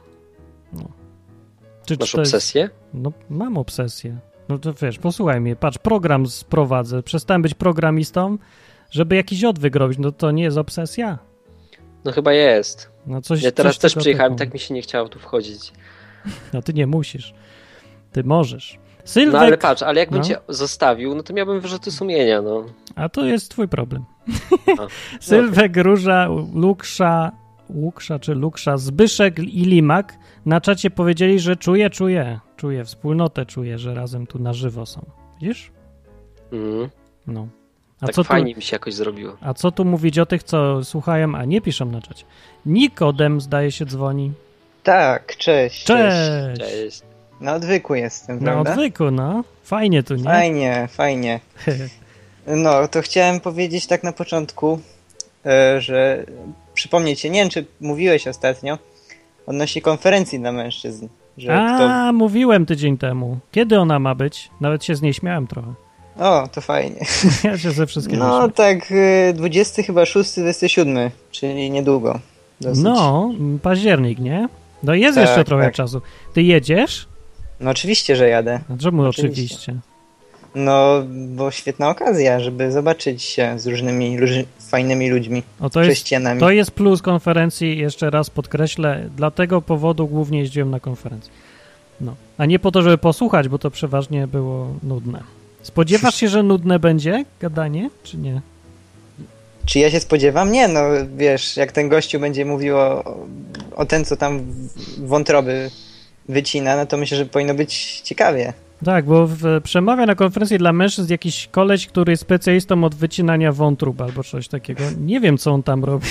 Masz obsesję? Mam obsesję. No to wiesz, posłuchaj mnie, patrz, program sprowadzę. Przestałem być programistą, żeby jakiś odwyk robić. No to nie jest obsesja? No chyba jest. Ja teraz też przyjechałem, tak mi się nie chciało tu wchodzić. No ty nie musisz. Ty możesz. Sylwek... No ale patrz, ale jakbym cię zostawił, no to miałbym wyrzuty sumienia, no. A to jest twój problem. Sylwek, Róża, Luksza, Zbyszek i Limak na czacie powiedzieli, że czuje, wspólnotę czuje, że razem tu na żywo są. Widzisz? No. A tak co fajnie mi się jakoś zrobiło. A co tu mówić o tych, co słuchają, a nie piszą na czacie? Nikodem, zdaje się, dzwoni. Tak, cześć. Cześć. Na odwyku jestem, prawda? Na odwyku, no. Fajnie tu, nie? Fajnie. No, to chciałem powiedzieć tak na początku, że przypomnieć się, nie wiem, czy mówiłeś ostatnio, odnośnie konferencji dla mężczyzn. Że mówiłem tydzień temu. Kiedy ona ma być? Nawet się z niej śmiałem trochę. O, to fajnie. Ja się ze wszystkiego No tak, 20 chyba 6-27, czyli niedługo. Dosyć. No, październik, nie? No jest jeszcze trochę czasu. Ty jedziesz? No oczywiście, że jadę. A czemu oczywiście? No, bo świetna okazja, żeby zobaczyć się z różnymi fajnymi ludźmi, chrześcijanami. To jest plus konferencji, jeszcze raz podkreślę, dla tego powodu głównie jeździłem na konferencję. No. A nie po to, żeby posłuchać, bo to przeważnie było nudne. Spodziewasz się, że nudne będzie gadanie, czy nie? Czy ja się spodziewam? Nie, no wiesz, jak ten gościu będzie mówił o ten, co tam wątroby wycina, no to myślę, że powinno być ciekawie. Tak, bo przemawia na konferencji dla mężczyzn jakiś koleś, który jest specjalistą od wycinania wątrób albo coś takiego. Nie wiem, co on tam robi.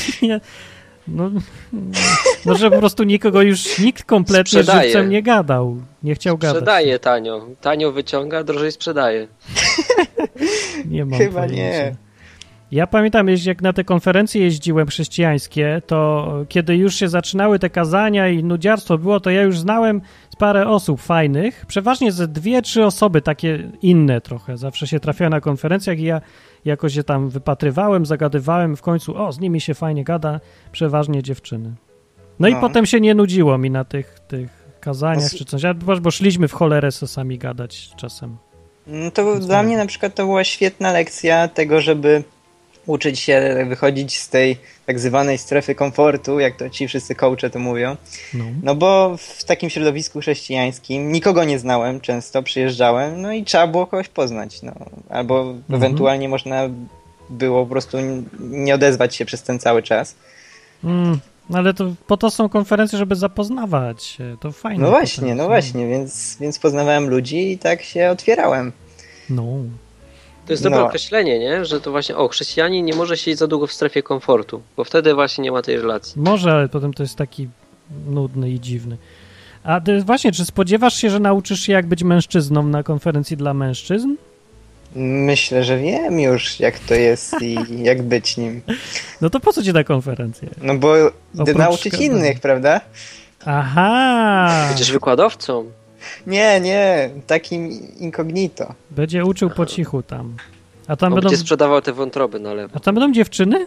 No, że po prostu nikt kompletnie żywcem nie gadał. Nie chciał gadać. Sprzedaje tanio. Tanio wyciąga, drożej sprzedaje. Nie mam Chyba pojęcia. nie. Ja pamiętam, jak na te konferencje jeździłem chrześcijańskie, to kiedy już się zaczynały te kazania i nudziarstwo było, to ja już znałem parę osób fajnych, przeważnie ze 2-3 osoby takie inne trochę. Zawsze się trafiały na konferencjach i ja jakoś się tam wypatrywałem, zagadywałem, w końcu z nimi się fajnie gada, przeważnie dziewczyny. No i potem się nie nudziło mi na tych kazaniach czy coś, bo szliśmy w cholerę sami gadać czasem. No to dla mnie na przykład to była świetna lekcja tego, żeby uczyć się wychodzić z tej tak zwanej strefy komfortu, jak to ci wszyscy coache to mówią. No bo w takim środowisku chrześcijańskim nikogo nie znałem, często przyjeżdżałem, no i trzeba było kogoś poznać. No. Albo ewentualnie można było po prostu nie odezwać się przez ten cały czas. Ale to po to są konferencje, żeby zapoznawać się. To fajne. No właśnie, więc poznawałem ludzi i tak się otwierałem. No. To jest dobre określenie, nie? Że to właśnie, chrześcijanin nie może siedzieć za długo w strefie komfortu, bo wtedy właśnie nie ma tej relacji. Może, ale potem to jest taki nudny i dziwny. A ty właśnie, czy spodziewasz się, że nauczysz się jak być mężczyzną na konferencji dla mężczyzn? Myślę, że wiem już, jak to jest i jak być nim. No to po co ci ta konferencja? No bo idę nauczyć innych, prawda? Aha! Będziesz wykładowcą. Nie, takim incognito. Będzie uczył po cichu tam. A tam będzie sprzedawał te wątroby na lewo. A tam będą dziewczyny?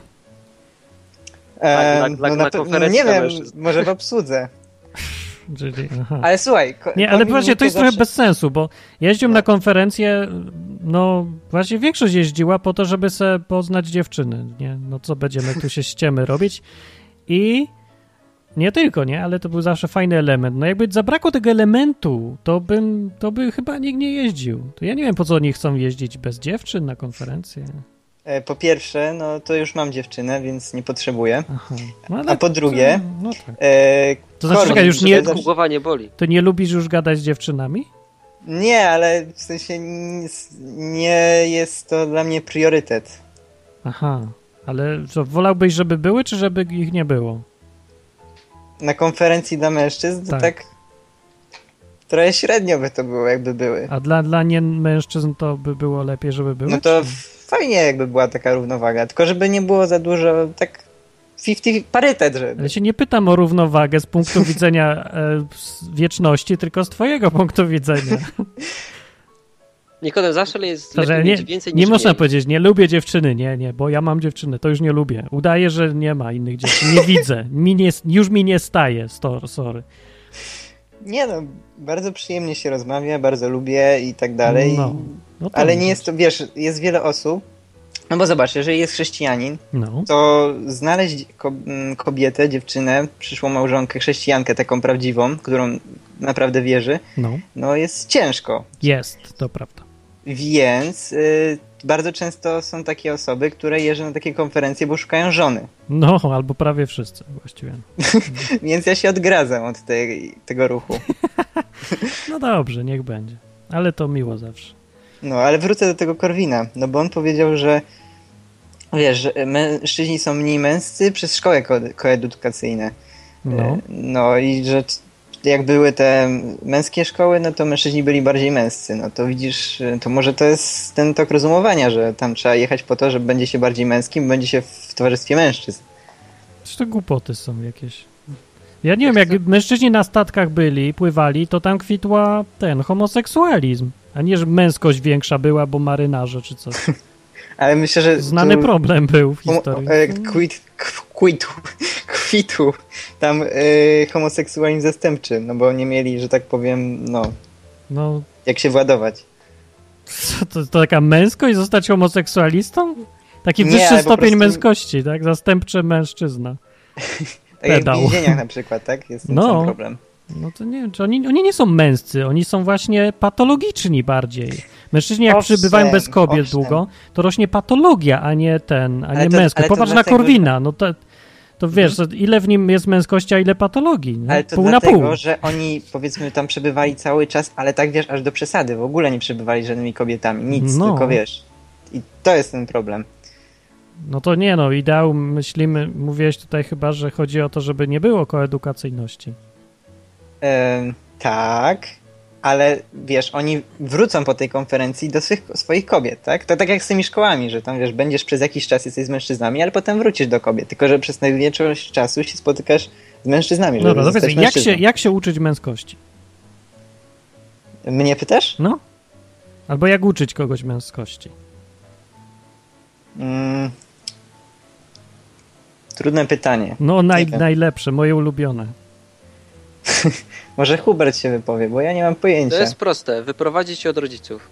Na konferencji nie wiem, może w obsłudze. Aha. Ale słuchaj... Nie, ale właśnie to jest trochę bez sensu, bo jeździłem na konferencję, no właśnie większość jeździła po to, żeby sobie poznać dziewczyny, nie? No co będziemy tu się ściemy robić i nie tylko, nie? Ale to był zawsze fajny element. No jakby zabrakło tego elementu, to by chyba nikt nie jeździł. To ja nie wiem, po co oni chcą jeździć bez dziewczyn na konferencję. Po pierwsze, no to już mam dziewczynę, więc nie potrzebuję. No, a po drugie... To znaczy, czekaj, już głowa nie boli. To nie lubisz już gadać z dziewczynami? Nie, ale w sensie nie jest to dla mnie priorytet. Aha, ale co, wolałbyś, żeby były, czy żeby ich nie było? Na konferencji dla mężczyzn to tak trochę średnio by to było, jakby były. A dla nie mężczyzn to by było lepiej, żeby były? No to fajnie, jakby była taka równowaga, tylko żeby nie było za dużo, tak 50 parytet, żeby. Ale się nie pytam o równowagę z punktu widzenia wieczności, tylko z twojego punktu widzenia. Nikodem, zawsze jest lepiej mieć więcej niż nie można mniej. powiedzieć, nie lubię dziewczyny, nie, bo ja mam dziewczynę, to już nie lubię. Udaję, że nie ma innych dziewczyn, nie widzę, już mi nie staje, sorry. Nie no, bardzo przyjemnie się rozmawia, bardzo lubię i tak dalej. No ale nie jest to, wiesz, jest wiele osób, No bo zobacz, jeżeli jest chrześcijanin, to znaleźć kobietę, dziewczynę, przyszłą małżonkę, chrześcijankę taką prawdziwą, którą naprawdę wierzy, no jest ciężko. Jest, to prawda. Więc bardzo często są takie osoby, które jeżdżą na takie konferencje, bo szukają żony. No, albo prawie wszyscy właściwie. Więc ja się odgradzam od tego ruchu. No dobrze, niech będzie. Ale to miło zawsze. No, ale wrócę do tego Korwina, no bo on powiedział, że wiesz, że mężczyźni są mniej męscy przez szkoły koedukacyjne. No i że jak były te męskie szkoły, no to mężczyźni byli bardziej męscy. No to widzisz, to może to jest ten tok rozumowania, że tam trzeba jechać po to, że będzie się bardziej męskim, będzie się w towarzystwie mężczyzn. To głupoty są jakieś. Ja nie wiem, jak mężczyźni na statkach byli, pływali, to tam kwitła ten homoseksualizm, a nie, że męskość większa była, bo marynarze czy coś. Ale myślę, że znany problem był w historii. Kwitł tam homoseksualizm zastępczy, no bo nie mieli, że tak powiem, jak się władować. Co, to taka męskość zostać homoseksualistą? Taki wyższy stopień męskości, tak? Zastępcze mężczyzna. Tak jak w więzieniach na przykład, tak? Jest ten sam problem. No to nie wiem, czy oni nie są męscy, oni są właśnie patologiczni bardziej. Mężczyźni jak przybywają bez kobiet długo, to rośnie patologia, a nie męskość. Popatrz na Korwina, no to wiesz, ile w nim jest męskości, a ile patologii. Nie? Ale to pół dlatego, na pół. że oni powiedzmy tam przebywali cały czas, ale tak wiesz, aż do przesady. W ogóle nie przebywali żadnymi kobietami, nic, tylko wiesz. I to jest ten problem. No to nie, ideał myślimy, mówiłeś tutaj chyba, że chodzi o to, żeby nie było koedukacyjności. Tak, ale wiesz, oni wrócą po tej konferencji do swoich kobiet, tak? To tak jak z tymi szkołami, że tam wiesz, będziesz przez jakiś czas jesteś z mężczyznami, ale potem wrócisz do kobiet, tylko że przez największość czasu się spotykasz z mężczyznami. Dobra, no jak się uczyć męskości? Mnie pytasz? No. Albo jak uczyć kogoś męskości? Trudne pytanie. No najlepsze, moje ulubione. Może Hubert się wypowie, bo ja nie mam pojęcia. To jest proste, wyprowadzić się od rodziców.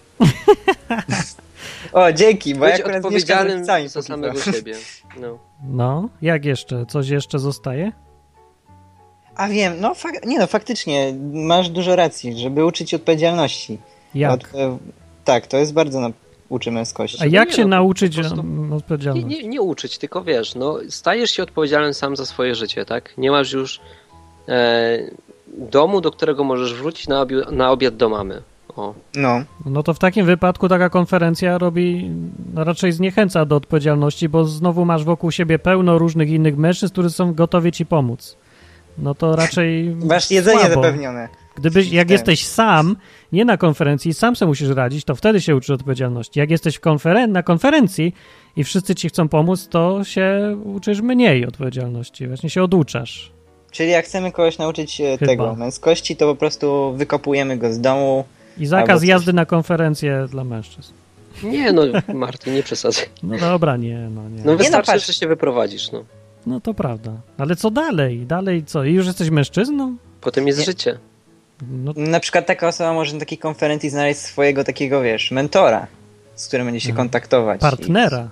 O, dzięki, bo być ja akurat odpowiedzialnym za samego siebie. No, jak jeszcze? Coś jeszcze zostaje? A wiem, faktycznie, masz dużo racji, żeby uczyć odpowiedzialności. Jak? Tak, to jest bardzo uczy męskości. A jak się nauczyć odpowiedzialności? Nie uczyć, tylko wiesz, stajesz się odpowiedzialny sam za swoje życie, tak? Nie masz już domu, do którego możesz wrócić na obiad do mamy. O. No to w takim wypadku taka konferencja raczej zniechęca do odpowiedzialności, bo znowu masz wokół siebie pełno różnych innych mężczyzn, którzy są gotowi ci pomóc. No to raczej masz jedzenie zapewnione. Jak jesteś sam, nie na konferencji, sam sobie musisz radzić, to wtedy się uczysz odpowiedzialności. Jak jesteś na konferencji i wszyscy ci chcą pomóc, to się uczysz mniej odpowiedzialności. Właśnie się oduczasz. Czyli jak chcemy kogoś nauczyć tego męskości, to po prostu wykopujemy go z domu. I zakaz jazdy na konferencje dla mężczyzn. Nie, Martin, nie przesadzaj. No dobra, nie. No wystarczy, że się wyprowadzisz, No to prawda. Ale co dalej? Dalej co? I już jesteś mężczyzną? Potem jest życie. Na przykład taka osoba może na takiej konferencji znaleźć swojego takiego, wiesz, mentora, z którym będzie się kontaktować. Partnera.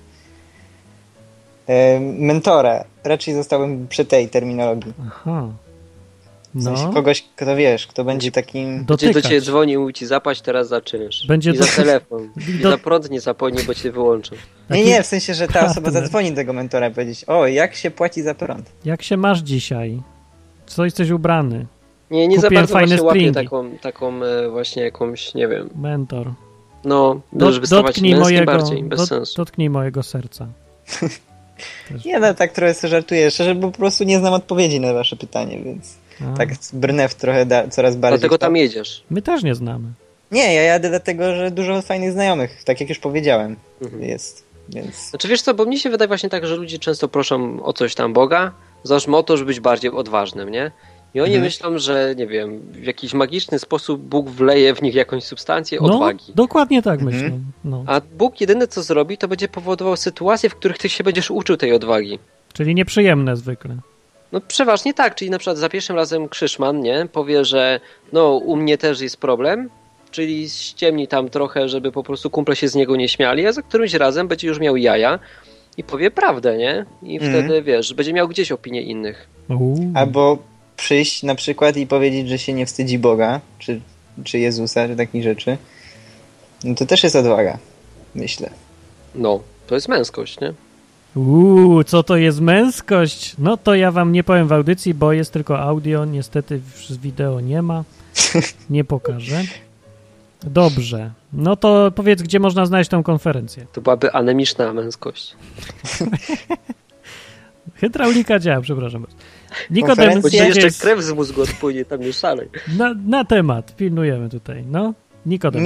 Mentora. Raczej zostałbym przy tej terminologii. Aha. W sensie kogoś, kto wiesz, kto będzie takim... Będzie do ciebie dzwonił, ci zapaść, teraz zaczynasz. I za telefon. I za prąd nie zapomnij, bo cię wyłączą. Nie, w sensie, że ta osoba zadzwoni do tego mentora i powiedzieć: o, jak się płaci za prąd? Jak się masz dzisiaj? Co jesteś ubrany? Nie za bardzo właśnie łapię taką właśnie jakąś, nie wiem... Mentor. Możesz wystawać męskim bardziej, bez sensu. Dotknij mojego serca. Nie, tak trochę sobie żartuję, szczerze, bo po prostu nie znam odpowiedzi na wasze pytanie, więc tak brnę w trochę coraz bardziej. Dlatego tam jedziesz. My też nie znamy. Nie, ja jadę dlatego, że dużo fajnych znajomych, tak jak już powiedziałem, jest, więc... Znaczy wiesz co, bo mnie się wydaje właśnie tak, że ludzie często proszą o coś tam Boga, załóżmy o to, żeby być bardziej odważnym, nie? I oni myślą, że nie wiem, w jakiś magiczny sposób Bóg wleje w nich jakąś substancję odwagi. Dokładnie tak myślę. A Bóg jedyne co zrobi, to będzie powodował sytuacje, w których ty się będziesz uczył tej odwagi. Czyli nieprzyjemne zwykle. Przeważnie tak, czyli na przykład za pierwszym razem Krzyszman, nie? Powie, że u mnie też jest problem, czyli ściemni tam trochę, żeby po prostu kumple się z niego nie śmiali, a za którymś razem będzie już miał jaja i powie prawdę, nie? I wtedy, wiesz, będzie miał gdzieś opinię innych. Albo przyjść na przykład i powiedzieć, że się nie wstydzi Boga, czy Jezusa, czy takich rzeczy. No to też jest odwaga, myślę. No, to jest męskość, nie? Co to jest męskość? No to ja wam nie powiem w audycji, bo jest tylko audio, niestety wideo nie ma. Nie pokażę. Dobrze. No to powiedz, gdzie można znaleźć tą konferencję. To byłaby anemiczna męskość. Hydraulika działa, przepraszam. Nikodem, bo ci jeszcze krew z mózgu odpłynie, tam nie szalej. Na temat, pilnujemy tutaj. No, Nikodem.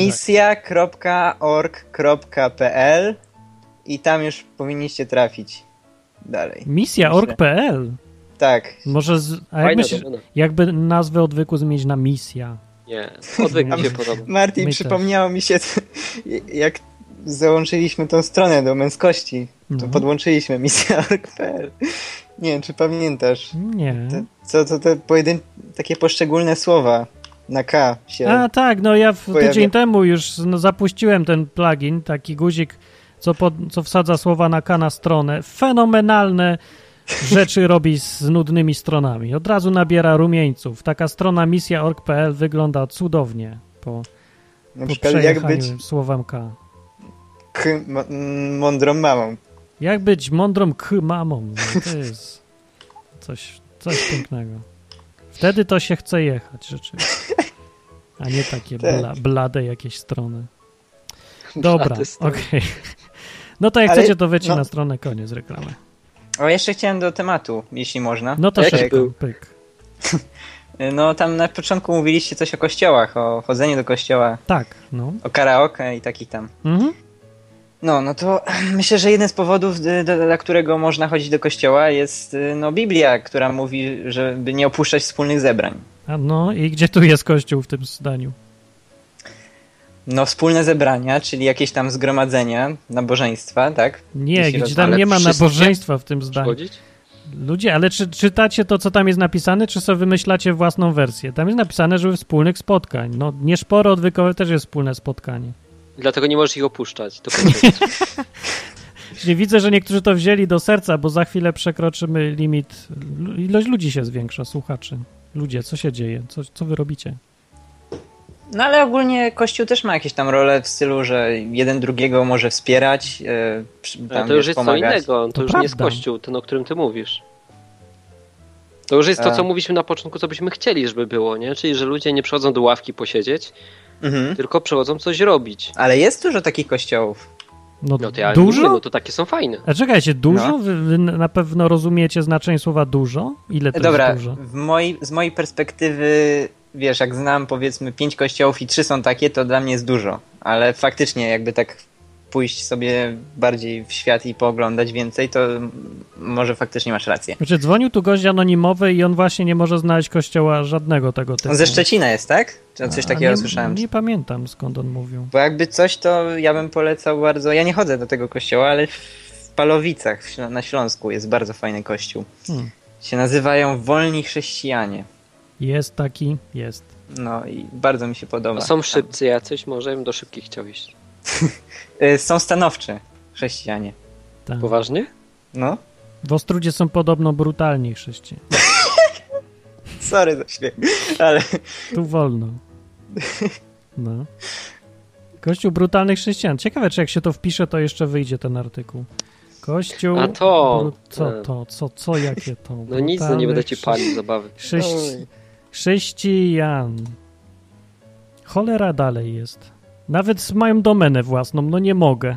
Misja.org.pl i tam już powinniście trafić dalej. Misja.org.pl? Tak. Może jakby nazwę odwyku zmienić na misja? Nie, odwyk mi się podoba. Martin, przypomniało mi się, jak załączyliśmy tą stronę do męskości, to podłączyliśmy misja.org.pl. Nie wiem, czy pamiętasz? Nie. Te takie poszczególne słowa na K się A tak, no ja tydzień temu już zapuściłem ten plugin, taki guzik, co wsadza słowa na K na stronę. Fenomenalne rzeczy robi z nudnymi stronami. Od razu nabiera rumieńców. Taka strona misja.org.pl wygląda cudownie po przejechaniu jak być słowem K. Mądrą mamą. Jak być mądrą mamą. No, to jest coś pięknego. Wtedy to się chce jechać rzeczywiście. A nie takie blade jakieś strony. Dobra, okej. No to jak chcecie, to wejdźcie na stronę, koniec reklamy. O, jeszcze chciałem do tematu, jeśli można. No to szybko, pyk. No tam na początku mówiliście coś o kościołach, o chodzeniu do kościoła. Tak, no. O karaoke i takich tam. No to myślę, że jeden z powodów, dla którego można chodzić do kościoła jest Biblia, która mówi, żeby nie opuszczać wspólnych zebrań. A no i gdzie tu jest kościół w tym zdaniu? No wspólne zebrania, czyli jakieś tam zgromadzenia, nabożeństwa, tak? Nie, gdzie tam nie ma nabożeństwa w tym zdaniu. Przychodzić? Ludzie, ale czy czytacie to, co tam jest napisane, czy sobie wymyślacie własną wersję? Tam jest napisane, że wspólnych spotkań. No nieszporo odwykowe też jest wspólne spotkanie. Dlatego nie możesz ich opuszczać. Czyli widzę, że niektórzy to wzięli do serca, bo za chwilę przekroczymy limit. Ilość ludzi się zwiększa, słuchaczy. Ludzie, co się dzieje? Co wy robicie? No ale ogólnie Kościół też ma jakieś tam role w stylu, że jeden drugiego może wspierać, tam to już jest pomagać. co innego, to już prawda. Nie jest Kościół, ten, o którym ty mówisz. To już jest to, co mówiliśmy na początku, co byśmy chcieli, żeby było, nie? Czyli, że ludzie nie przychodzą do ławki posiedzieć, tylko przychodzą coś robić. Ale jest dużo takich kościołów. No to ja dużo? Mówię, no to takie są fajne. A czekajcie, dużo? No. Wy na pewno rozumiecie znaczenie słowa dużo? Ile to jest dużo? Z mojej perspektywy, wiesz, jak znam powiedzmy 5 kościołów i 3 są takie, to dla mnie jest dużo. Ale faktycznie jakby tak pójść sobie bardziej w świat i pooglądać więcej, to może faktycznie masz rację. Znaczy dzwonił tu gość anonimowy i on właśnie nie może znaleźć kościoła żadnego tego typu. On ze Szczecina jest, tak? Czy coś takiego słyszałem? Nie pamiętam, skąd on mówił. Bo jakby coś, to ja bym polecał bardzo... Ja nie chodzę do tego kościoła, ale w Palowicach na Śląsku jest bardzo fajny kościół. Się nazywają Wolni Chrześcijanie. Jest taki, jest. No i bardzo mi się podoba. A są szybcy jacyś? Może bym do szybkich chciał iść. Są stanowczy chrześcijanie. Tak. Poważnie? No. W Ostródzie są podobno brutalni chrześcijanie. Sorry za śmiech, ale... Tu wolno. No. Kościół brutalnych chrześcijan. Ciekawe, czy jak się to wpisze, to jeszcze wyjdzie ten artykuł. Kościół... A to... Co, jakie to? No nic, no nie będę ci palił zabawy. Chrześcijan. Cholera dalej jest. Nawet mają domenę własną, no nie mogę.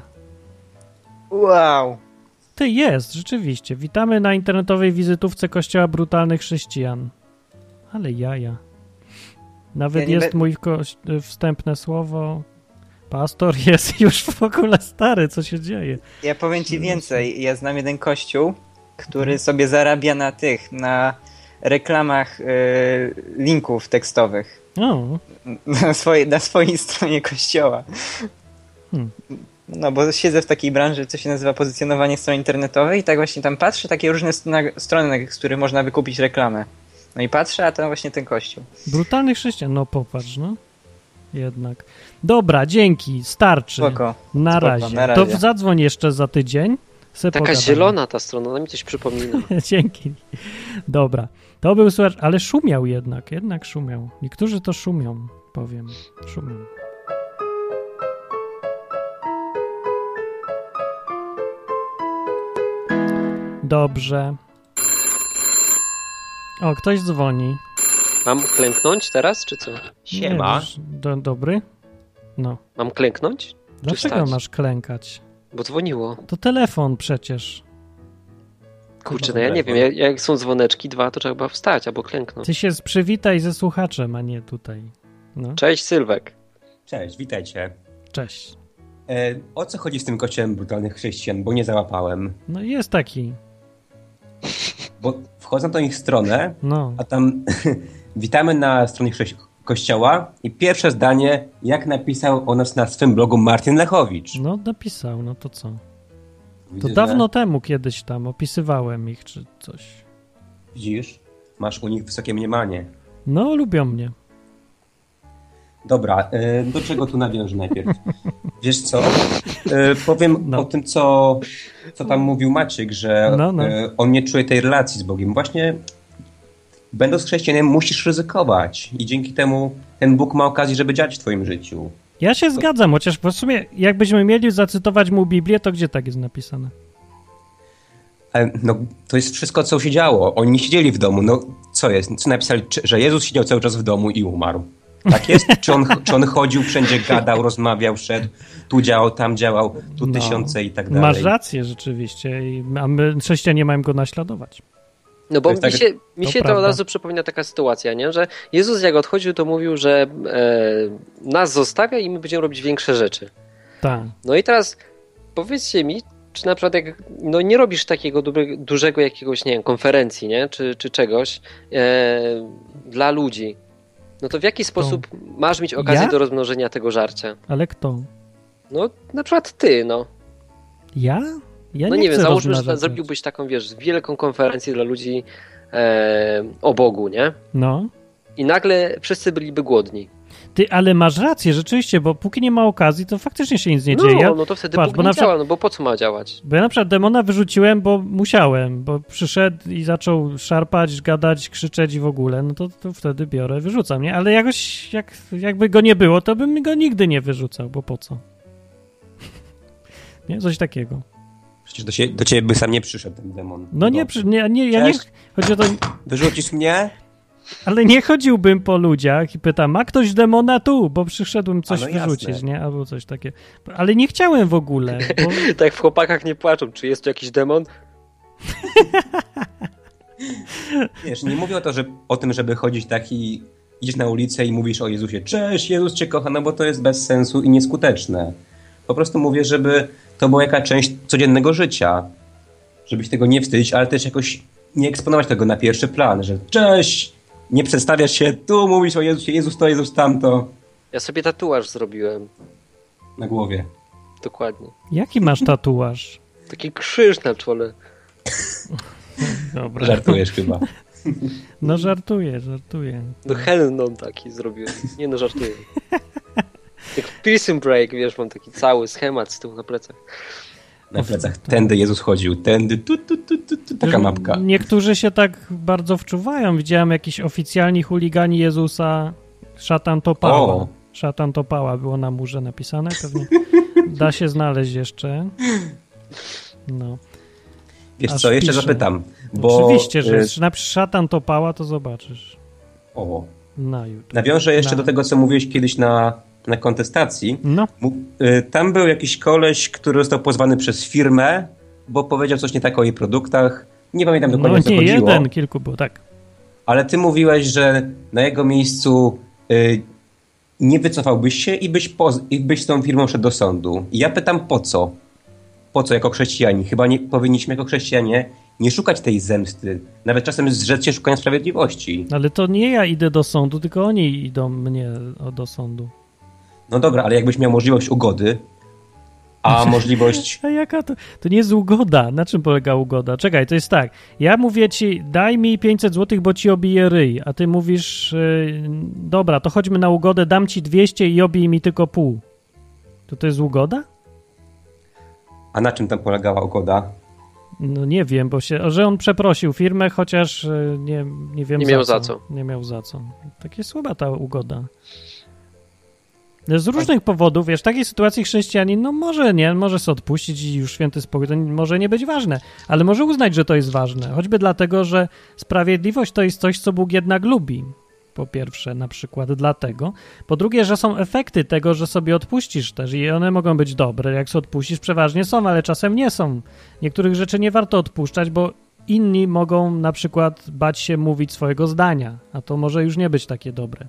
Wow. Ty, jest, rzeczywiście. Witamy na internetowej wizytówce Kościoła Brutalnych Chrześcijan. Ale jaja. Nawet jest mój wstępne słowo. Pastor jest już w ogóle stary, co się dzieje? Ja powiem ci więcej. Ja znam jeden kościół, który sobie zarabia na reklamach linków tekstowych. Na swojej stronie kościoła. No bo siedzę w takiej branży, co się nazywa pozycjonowanie strony internetowej i tak właśnie tam patrzę, takie różne strony, z których można wykupić reklamę. No i patrzę, a to właśnie ten kościół. Brutalny chrześcijan, no popatrz, no. jednak. Dobra, dzięki, starczy. Spoko. Na razie. To zadzwoń jeszcze za tydzień. Taka zielona ta strona, ona mi coś przypomina. Dzięki. Dobra, to był słuchacz, ale szumiał jednak szumiał. Niektórzy to szumią, powiem, szumią. Dobrze. O, ktoś dzwoni. Mam klęknąć teraz, czy co? Siema. Dobry? No. Mam klęknąć? Dlaczego masz klękać? Bo dzwoniło. To telefon przecież. Kurczę, no ja nie wiem, jak są dzwoneczki 2, to trzeba wstać albo klęknąć. Ty się przywitaj ze słuchaczem, a nie tutaj. No. Cześć, Sylwek. Cześć, witajcie. Cześć. O co chodzi z tym kościołem brutalnych chrześcijan, bo nie załapałem. No jest taki. Bo wchodzę na ich stronę, a tam witamy na stronie kościoła i pierwsze zdanie, jak napisał o nas na swym blogu Martin Lechowicz. No napisał, no to co? Widzę, to dawno temu kiedyś tam opisywałem ich czy coś. Widzisz? Masz u nich wysokie mniemanie. No, lubią mnie. Dobra, do czego tu nawiążę najpierw? Wiesz co? Powiem o tym, co tam mówił Maciek, że on nie czuje tej relacji z Bogiem. Właśnie będąc chrześcijaninem musisz ryzykować i dzięki temu ten Bóg ma okazję, żeby działać w twoim życiu. Ja się zgadzam, chociaż w sumie jakbyśmy mieli zacytować mu Biblię, to gdzie tak jest napisane? No, to jest wszystko, co się działo. Oni nie siedzieli w domu. No, co jest? Co napisali? Że Jezus siedział cały czas w domu i umarł. Tak jest? Czy on chodził, wszędzie gadał, rozmawiał, szedł, tu działał, tam działał, tu tysiące i tak dalej. Masz rację rzeczywiście, a my chrześcijanie mają go naśladować. No bo mi się to od razu przypomina taka sytuacja, nie? Że Jezus jak odchodził, to mówił, że nas zostawia i my będziemy robić większe rzeczy. Tak. No i teraz powiedzcie mi, czy na przykład jak nie robisz takiego dużego jakiegoś, nie wiem, konferencji, nie? Czy czegoś dla ludzi, no to w jaki sposób masz mieć okazję do rozmnożenia tego żarcia? Ale kto? No na przykład ty, no. Ja? Ja no nie wiem, załóżmy, że zrobiłbyś taką, wiesz, wielką konferencję dla ludzi o Bogu, nie? No. I nagle wszyscy byliby głodni. Ty, ale masz rację, rzeczywiście, bo póki nie ma okazji, to faktycznie się nic nie dzieje. No to wtedy Bóg nie działa, no bo po co ma działać? Bo ja na przykład demona wyrzuciłem, bo musiałem, bo przyszedł i zaczął szarpać, gadać, krzyczeć i w ogóle, no to wtedy biorę, wyrzucam, nie? Ale jakoś, jakby go nie było, to bym go nigdy nie wyrzucał, bo po co? Nie? Coś takiego. Przecież do ciebie by sam nie przyszedł ten demon. No ja nie... Chodzi o to... Wyrzucisz mnie? Ale nie chodziłbym po ludziach i pytam, a ktoś demona tu, bo przyszedłem coś wyrzucić, jasne. Nie? Albo coś takiego. Ale nie chciałem w ogóle. Bo... Tak w Chłopakach nie płaczą. Czy jest tu jakiś demon? Wiesz, nie mówię o tym, żeby chodzić tak i idziesz na ulicę i mówisz o Jezusie, cześć, Jezus cię kocha, no bo to jest bez sensu i nieskuteczne. Po prostu mówię, żeby to była jaka część codziennego życia. Żebyś tego nie wstydzić, ale też jakoś nie eksponować tego na pierwszy plan, że cześć, nie przedstawiasz się, tu mówisz o Jezusie, Jezus to, Jezus tamto. Ja sobie tatuaż zrobiłem. Na głowie. Dokładnie. Jaki masz tatuaż? Taki krzyż na czole. Dobra. Żartujesz chyba. No żartuję. No Helnon taki zrobiłem. Nie no, żartuję. Jak Prison Break, wiesz, mam taki cały schemat z tyłu na plecach. Na plecach. Tędy Jezus chodził, tędy, taka mapka. Niektórzy się tak bardzo wczuwają. Widziałem jakiś oficjalni chuligani Jezusa, szatan to pała. O. Szatan to pała było na murze napisane. Pewnie da się znaleźć jeszcze. No. Wiesz co, jeszcze zapytam. Bo, oczywiście, że napisz szatan to pała, to zobaczysz. O. Na YouTube. Nawiążę jeszcze do tego, co mówiłeś kiedyś na kontestacji. No. Tam był jakiś koleś, który został pozwany przez firmę, bo powiedział coś nie tak o jej produktach. Nie pamiętam dokładnie, o co chodziło. No nie jeden, kilku było, tak. Ale ty mówiłeś, że na jego miejscu nie wycofałbyś się i byś z tą firmą szedł do sądu. I ja pytam, po co? Po co jako chrześcijanie? Chyba nie powinniśmy jako chrześcijanie nie szukać tej zemsty. Nawet czasem zrzec się szukania sprawiedliwości. Ale to nie ja idę do sądu, tylko oni idą mnie do sądu. No dobra, ale jakbyś miał możliwość ugody, A możliwość... A jaka to nie jest ugoda. Na czym polega ugoda? Czekaj, to jest tak. Ja mówię ci, daj mi 500 zł, bo ci obiję ryj. A ty mówisz, dobra, to chodźmy na ugodę, dam ci 200 i obij mi tylko pół. To jest ugoda? A na czym tam polegała ugoda? No nie wiem, że on przeprosił firmę, chociaż nie wiem nie miał za co. Nie miał za co. Takie słaba ta ugoda. Z różnych powodów, wiesz, w takiej sytuacji chrześcijanin, no może sobie odpuścić i już święty spokój, to może nie być ważne, ale może uznać, że to jest ważne, choćby dlatego, że sprawiedliwość to jest coś, co Bóg jednak lubi. Po pierwsze, na przykład dlatego. Po drugie, że są efekty tego, że sobie odpuścisz też i one mogą być dobre. Jak sobie odpuścisz, przeważnie są, ale czasem nie są. Niektórych rzeczy nie warto odpuszczać, bo inni mogą na przykład bać się mówić swojego zdania, a to może już nie być takie dobre.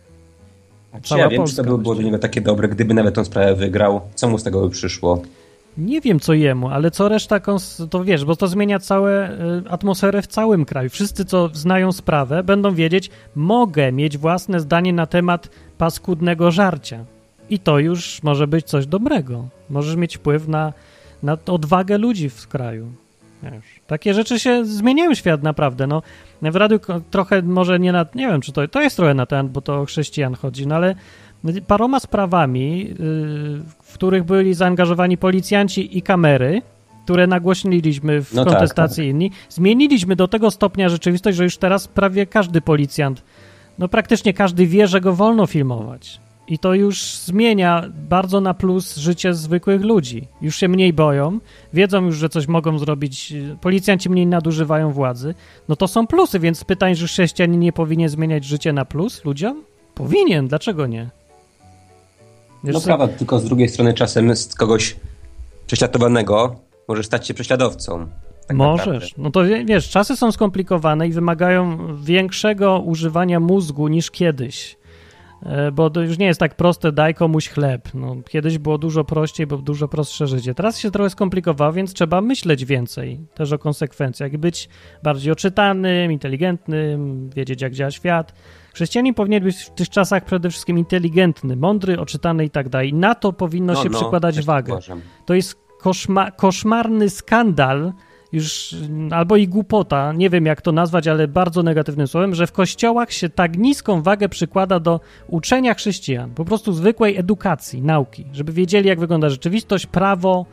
Czy ja wiem, czy to było dla niego takie dobre, gdyby nawet tą sprawę wygrał? Co mu z tego by przyszło? Nie wiem, co jemu, ale co reszta, to wiesz, bo to zmienia całą atmosferę w całym kraju. Wszyscy, co znają sprawę, będą wiedzieć, mogę mieć własne zdanie na temat paskudnego żarcia. I to już może być coś dobrego. Możesz mieć wpływ na odwagę ludzi w kraju. Wiesz, takie rzeczy się zmieniają świat naprawdę. No, w radiu trochę może nie wiem, czy to jest trochę na ten, bo to o chrześcijan chodzi, no ale paroma sprawami, w których byli zaangażowani policjanci i kamery, które nagłośniliśmy w kontestacji inni, zmieniliśmy do tego stopnia rzeczywistość, że już teraz prawie każdy policjant, no praktycznie każdy wie, że go wolno filmować. I to już zmienia bardzo na plus życie zwykłych ludzi. Już się mniej boją, wiedzą już, że coś mogą zrobić, policjanci mniej nadużywają władzy. No to są plusy, więc pytań, że chrześcijanin nie powinien zmieniać życie na plus ludziom? Powinien, dlaczego nie? Wiesz, no prawda, tylko z drugiej strony czasem z kogoś prześladowanego możesz stać się prześladowcą. Tak możesz. Naprawdę. No to wiesz, czasy są skomplikowane i wymagają większego używania mózgu niż kiedyś. Bo to już nie jest tak proste, daj komuś chleb. No, kiedyś było dużo prościej, bo dużo prostsze życie. Teraz się trochę skomplikowało, więc trzeba myśleć więcej też o konsekwencjach. Być bardziej oczytanym, inteligentnym, wiedzieć, jak działa świat. Chrześcijanin powinien być w tych czasach przede wszystkim inteligentny, mądry, oczytany i tak dalej. Na to powinno się przykładać wagę. Uważam. To jest koszmarny skandal, już albo i głupota, nie wiem jak to nazwać, ale bardzo negatywnym słowem, że w kościołach się tak niską wagę przykłada do uczenia chrześcijan, po prostu zwykłej edukacji, nauki, żeby wiedzieli jak wygląda rzeczywistość, prawo,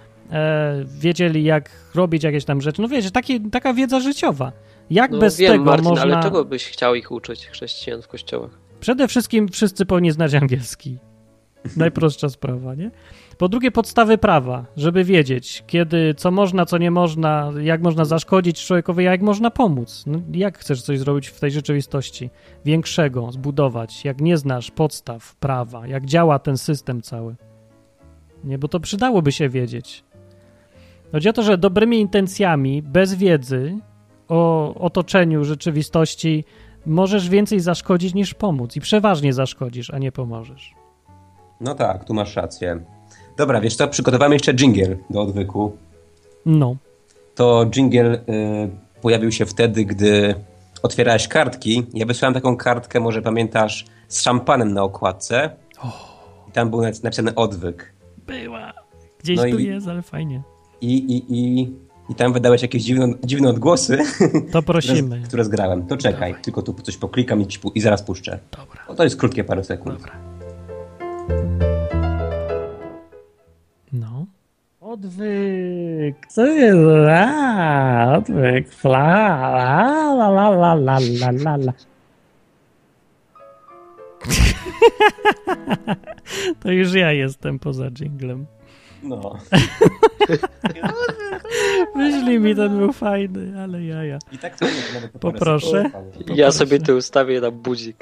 wiedzieli jak robić jakieś tam rzeczy, no wiecie, taka wiedza życiowa. Jak bez tego Martin, można... ale czego byś chciał ich uczyć, chrześcijan w kościołach? Przede wszystkim wszyscy powinni znać angielski. Najprostsza sprawa, nie? Po drugie podstawy prawa, żeby wiedzieć, kiedy, co można, co nie można, jak można zaszkodzić człowiekowi, a jak można pomóc. No, jak chcesz coś zrobić w tej rzeczywistości większego, zbudować, jak nie znasz podstaw prawa, jak działa ten system cały. Nie, bo to przydałoby się wiedzieć. Chodzi o to, że dobrymi intencjami, bez wiedzy o otoczeniu rzeczywistości możesz więcej zaszkodzić niż pomóc i przeważnie zaszkodzisz, a nie pomożesz. No tak, tu masz rację. Dobra, wiesz co, przygotowałem jeszcze dżingiel do odwyku. No. To dżingiel pojawił się wtedy, gdy otwierałeś kartki. Ja wysłałem taką kartkę, może pamiętasz, z szampanem na okładce. I tam był napisany odwyk. Była. Gdzieś tu jest, ale fajnie. I tam wydałeś jakieś dziwne odgłosy. To prosimy. które zgrałem. To czekaj, Dawaj. tylko tu coś poklikam i zaraz puszczę. Dobra. No to jest krótkie parę sekund. Dobra. No. Odwyk. Co jest? Odwyk. La. To już ja jestem poza dżinglem. No. Myśli mi, ten był fajny, ale jaja. I tak to nawet Poproszę. Ja sobie tu ustawię na budzik.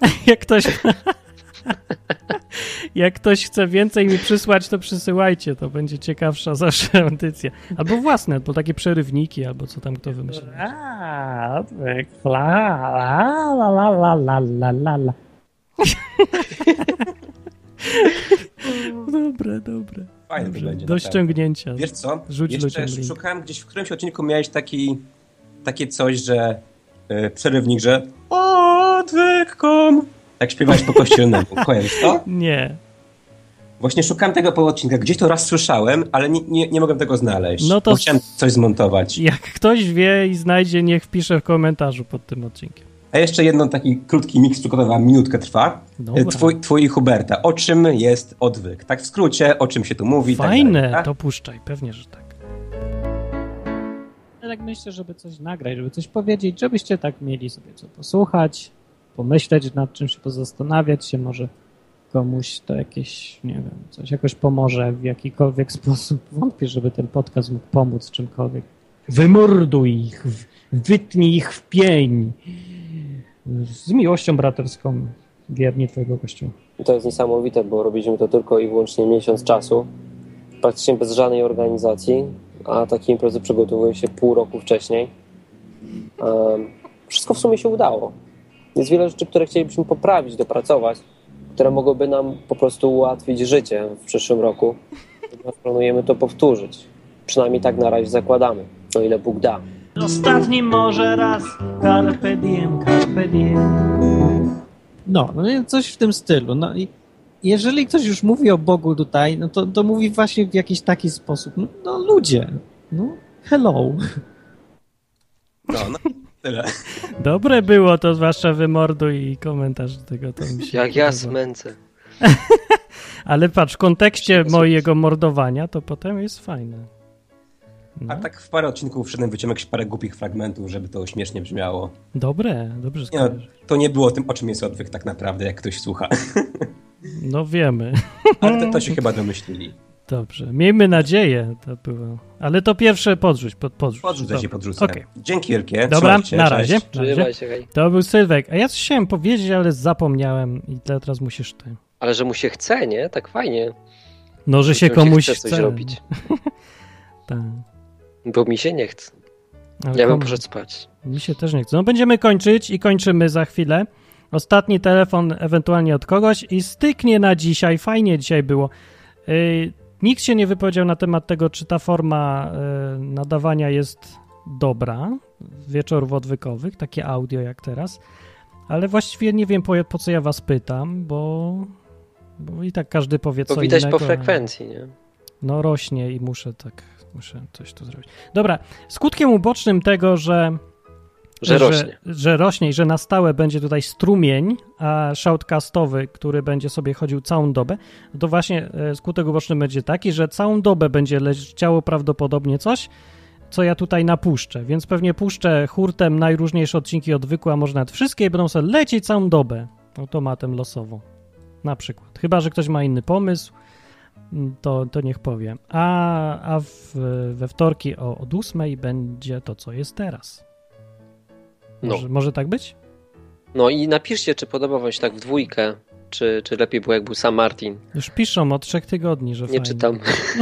Jak ktoś chce więcej mi przysłać, to przysyłajcie, to będzie ciekawsza zawsze audycja. Albo własne, bo takie przerywniki, albo co tam kto wymyślił. Odwyk, la. Dobre. Fajne to będzie. Do ściągnięcia. Wiesz co? Rzuć jeszcze szukałem gdzieś, w którymś odcinku miałeś takie coś, że przerywnik, że odwyk.com. Tak śpiewałeś po kościelnemu. Kojarzysz to? Nie. Właśnie szukałem tego po odcinku. Gdzieś to raz słyszałem, ale nie mogłem tego znaleźć. No to bo chciałem coś zmontować. Jak ktoś wie i znajdzie, niech wpisze w komentarzu pod tym odcinkiem. A jeszcze jeden taki krótki miks, przygotowałem, minutkę trwa. Twój i Huberta. O czym jest odwyk? Tak w skrócie, o czym się tu mówi. Fajne, tak dalej, to puszczaj, pewnie, że tak. Ja tak myślę, żeby coś nagrać, żeby coś powiedzieć, żebyście tak mieli sobie co posłuchać, pomyśleć nad czymś, pozastanawiać się, może komuś to jakieś, nie wiem, coś jakoś pomoże w jakikolwiek sposób. Wątpię, żeby ten podcast mógł pomóc czymkolwiek. Wymorduj ich, wytnij ich w pień. Z miłością braterską, wierni twojego kościoła. To jest niesamowite, bo robiliśmy to tylko i wyłącznie miesiąc czasu, praktycznie bez żadnej organizacji, a takie imprezy przygotowują się pół roku wcześniej. Wszystko w sumie się udało. Jest wiele rzeczy, które chcielibyśmy poprawić, dopracować, które mogłyby nam po prostu ułatwić życie w przyszłym roku. Planujemy to powtórzyć. Przynajmniej tak na razie zakładamy, o ile Bóg da. Ostatni może raz, carpe diem, carpe diem. No coś w tym stylu. No i jeżeli ktoś już mówi o Bogu tutaj, no to mówi właśnie w jakiś taki sposób. No ludzie, hello. No tyle. Dobre było to, zwłaszcza wymorduj i komentarz do tego. To mi się jak ja smęcę. Ale patrz, w kontekście mojego mordowania to potem jest fajne. No. A tak w parę odcinków wszedłem, wyciągnąć jakieś parę głupich fragmentów, żeby to śmiesznie brzmiało. Dobrze to nie było tym, o czym jest odwyk tak naprawdę, jak ktoś słucha. No wiemy. Ale to się chyba domyślili. Dobrze, miejmy nadzieję, to było. Ale to pierwsze podrzuć. Podrzucę. Okay. Dzięki wielkie. Dobra, na razie. Hej. To był Sylwek. A ja coś chciałem powiedzieć, ale zapomniałem i teraz musisz ty. Ale że mu się chce, nie? Tak fajnie. No, że się komuś chce coś robić. Tak. Bo mi się nie chce. Ja bym poszedł spać. Mi się też nie chce. No będziemy kończyć i kończymy za chwilę. Ostatni telefon ewentualnie od kogoś i styknie na dzisiaj. Fajnie dzisiaj było. Nikt się nie wypowiedział na temat tego, czy ta forma nadawania jest dobra, wieczorów odwykowych, takie audio jak teraz, ale właściwie nie wiem po co ja was pytam, bo i tak każdy powie co innego. Bo widać po frekwencji, nie? No rośnie i muszę coś tu zrobić. Dobra, skutkiem ubocznym tego, że rośnie i że na stałe będzie tutaj strumień shoutcastowy, który będzie sobie chodził całą dobę, to właśnie skutek uboczny będzie taki, że całą dobę będzie leciało prawdopodobnie coś, co ja tutaj napuszczę, więc pewnie puszczę hurtem najróżniejsze odcinki odwyku, a może nawet wszystkie i będą sobie lecieć całą dobę automatem losowo. Na przykład. Chyba że ktoś ma inny pomysł, to niech powie. A we wtorki od 8 będzie to, co jest teraz. Może tak być? No i napiszcie, czy podoba wam się tak w dwójkę, czy lepiej było, jak był Sam Martin. Już piszą od 3 tygodni, że nie fajnie. Czytam.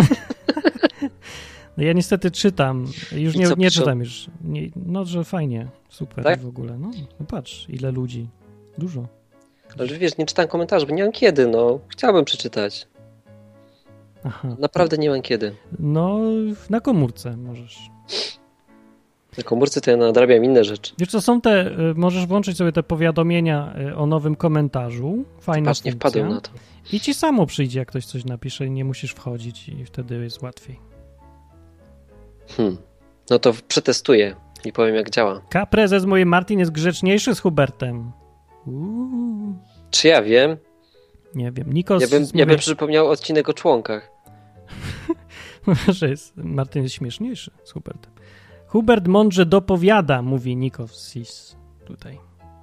No ja niestety czytam. Już nie czytam już. Że fajnie. Super tak? W ogóle. No patrz, ile ludzi. Dużo. Ale wiesz, nie czytam komentarzy, bo nie mam kiedy, Chciałbym przeczytać. Aha. Naprawdę nie mam kiedy. No, na komórce możesz. Na komórce to ja nadrabiam inne rzeczy. Wiesz co, możesz włączyć sobie te powiadomienia o nowym komentarzu. Fajna funkcja. Nie wpadłem na to. I ci samo przyjdzie, jak ktoś coś napisze i nie musisz wchodzić i wtedy jest łatwiej. No to przetestuję i powiem, jak działa. Prezes mój Martin jest grzeczniejszy z Hubertem. Czy ja wiem? Nie wiem. Nikos ja bym przypomniał odcinek o członkach. Że Martin jest śmieszniejszy z Hubertem. Hubert mądrze dopowiada, mówi Nikosis tutaj.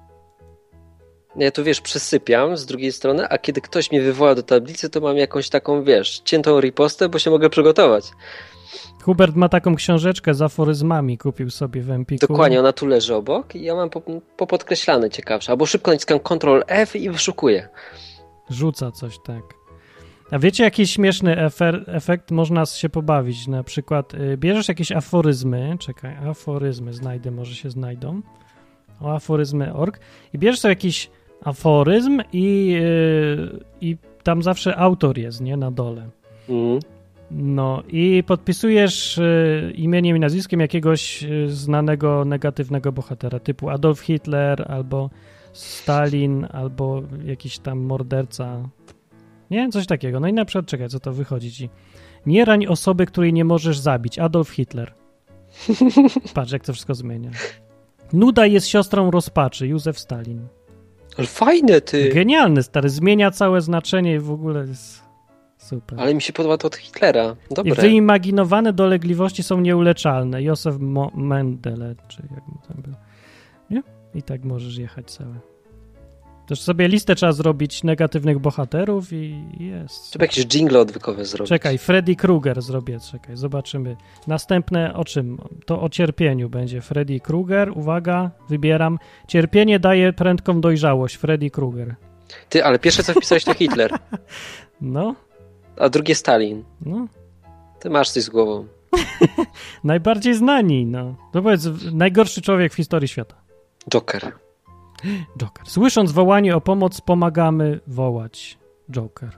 Ja tu, przysypiam z drugiej strony, a kiedy ktoś mnie wywoła do tablicy, to mam jakąś taką, ciętą ripostę, bo się mogę przygotować. Hubert ma taką książeczkę z aforyzmami, kupił sobie w Empiku. Dokładnie, ona tu leży obok i ja mam popodkreślane ciekawsze. Albo szybko naciskam Ctrl F i wyszukuję. Rzuca coś, tak. A wiecie, jaki śmieszny efekt można się pobawić? Na przykład bierzesz jakieś aforyzmy, aforyzmy znajdę, może się znajdą, aforyzmy.org i bierzesz sobie jakiś aforyzm i tam zawsze autor jest, nie? Na dole. No i podpisujesz imieniem i nazwiskiem jakiegoś znanego negatywnego bohatera, typu Adolf Hitler, albo Stalin, albo jakiś tam morderca Nie? Coś takiego. No i na przykład, czekaj, co to wychodzi ci. Nie rań osoby, której nie możesz zabić. Adolf Hitler. Patrz, jak to wszystko zmienia. Nuda jest siostrą rozpaczy. Józef Stalin. Ale fajne, ty. Genialny, stary. Zmienia całe znaczenie i w ogóle jest super. Ale mi się podoba to od Hitlera. Dobre. I wyimaginowane dolegliwości są nieuleczalne. Józef Mengele, czy jak mu tam był. Nie? I tak możesz jechać całe. Też sobie listę trzeba zrobić negatywnych bohaterów i jest. Trzeba jakieś jingle odwykowe zrobić. Czekaj, Freddy Krueger zrobię, czekaj, zobaczymy. Następne o czym? To o cierpieniu będzie. Freddy Krueger, uwaga, wybieram. Cierpienie daje prędką dojrzałość. Freddy Krueger. Ty, ale pierwsze co wpisałeś to Hitler. No. A drugie Stalin. No. Ty masz coś z głową. Najbardziej znani, no. To powiedz, najgorszy człowiek w historii świata. Joker. Joker. Słysząc wołanie o pomoc, pomagamy wołać. Joker.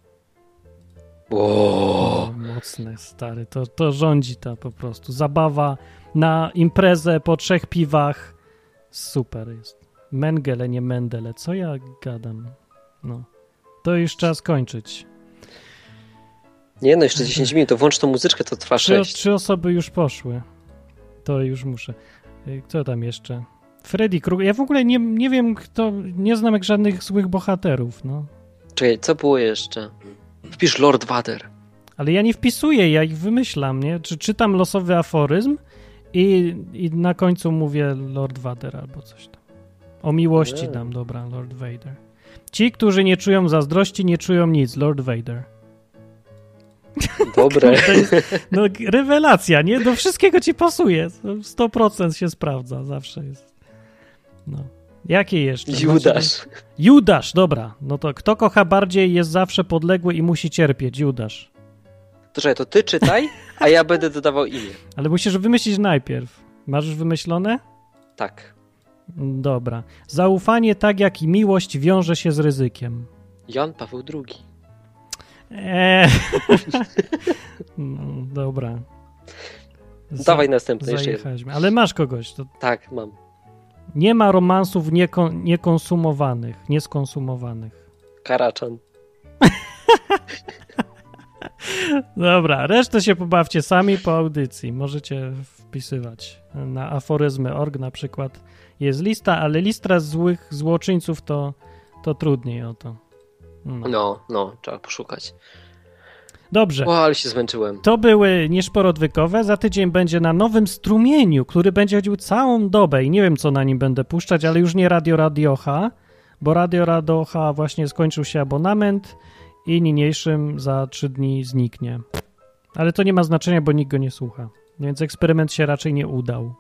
O, mocne, stary. To rządzi ta po prostu. Zabawa na imprezę po 3 piwach. Super jest. Mengele, nie Mendele. Co ja gadam? No. To już trzeba skończyć. Nie no, jeszcze 10 minut. To włącz tą muzyczkę, to trwa 6. 3 osoby już poszły. To już muszę. Kto tam jeszcze? Freddy Krueger. Ja w ogóle nie wiem, kto. Nie znam jak żadnych złych bohaterów, no. Czekaj, co było jeszcze? Wpisz Lord Vader. Ale ja nie wpisuję, ja ich wymyślam, nie? Czy czytam losowy aforyzm i na końcu mówię Lord Vader albo coś tam. O miłości dam, dobra, Lord Vader. Ci, którzy nie czują zazdrości, nie czują nic, Lord Vader. Dobre. No rewelacja, nie? Do wszystkiego ci pasuje. 100% się sprawdza, zawsze jest. No. Jakie jeszcze? Judasz. Judasz, dobra. No to kto kocha bardziej, jest zawsze podległy i musi cierpieć. Judasz. To czekaj, to ty czytaj, a ja będę dodawał imię. Ale musisz wymyślić najpierw. Masz już wymyślone? Tak. Dobra. Zaufanie, tak jak i miłość, wiąże się z ryzykiem. Jan Paweł II. No, dobra. Dawaj następny jeszcze. Ale masz kogoś. To... Tak, mam. Nie ma romansów nieskonsumowanych. Karaczan. Dobra, resztę się pobawcie sami po audycji. Możecie wpisywać na aforyzmy.org na przykład. Jest lista, ale lista złych złoczyńców to trudniej o to. No, trzeba poszukać. Dobrze. O, ale się zmęczyłem. To były nieszporo odwykowe. Za tydzień będzie na nowym strumieniu, który będzie chodził całą dobę i nie wiem, co na nim będę puszczać, ale już nie Radio H, bo Radio H właśnie skończył się abonament i niniejszym za 3 dni zniknie. Ale to nie ma znaczenia, bo nikt go nie słucha. Więc eksperyment się raczej nie udał.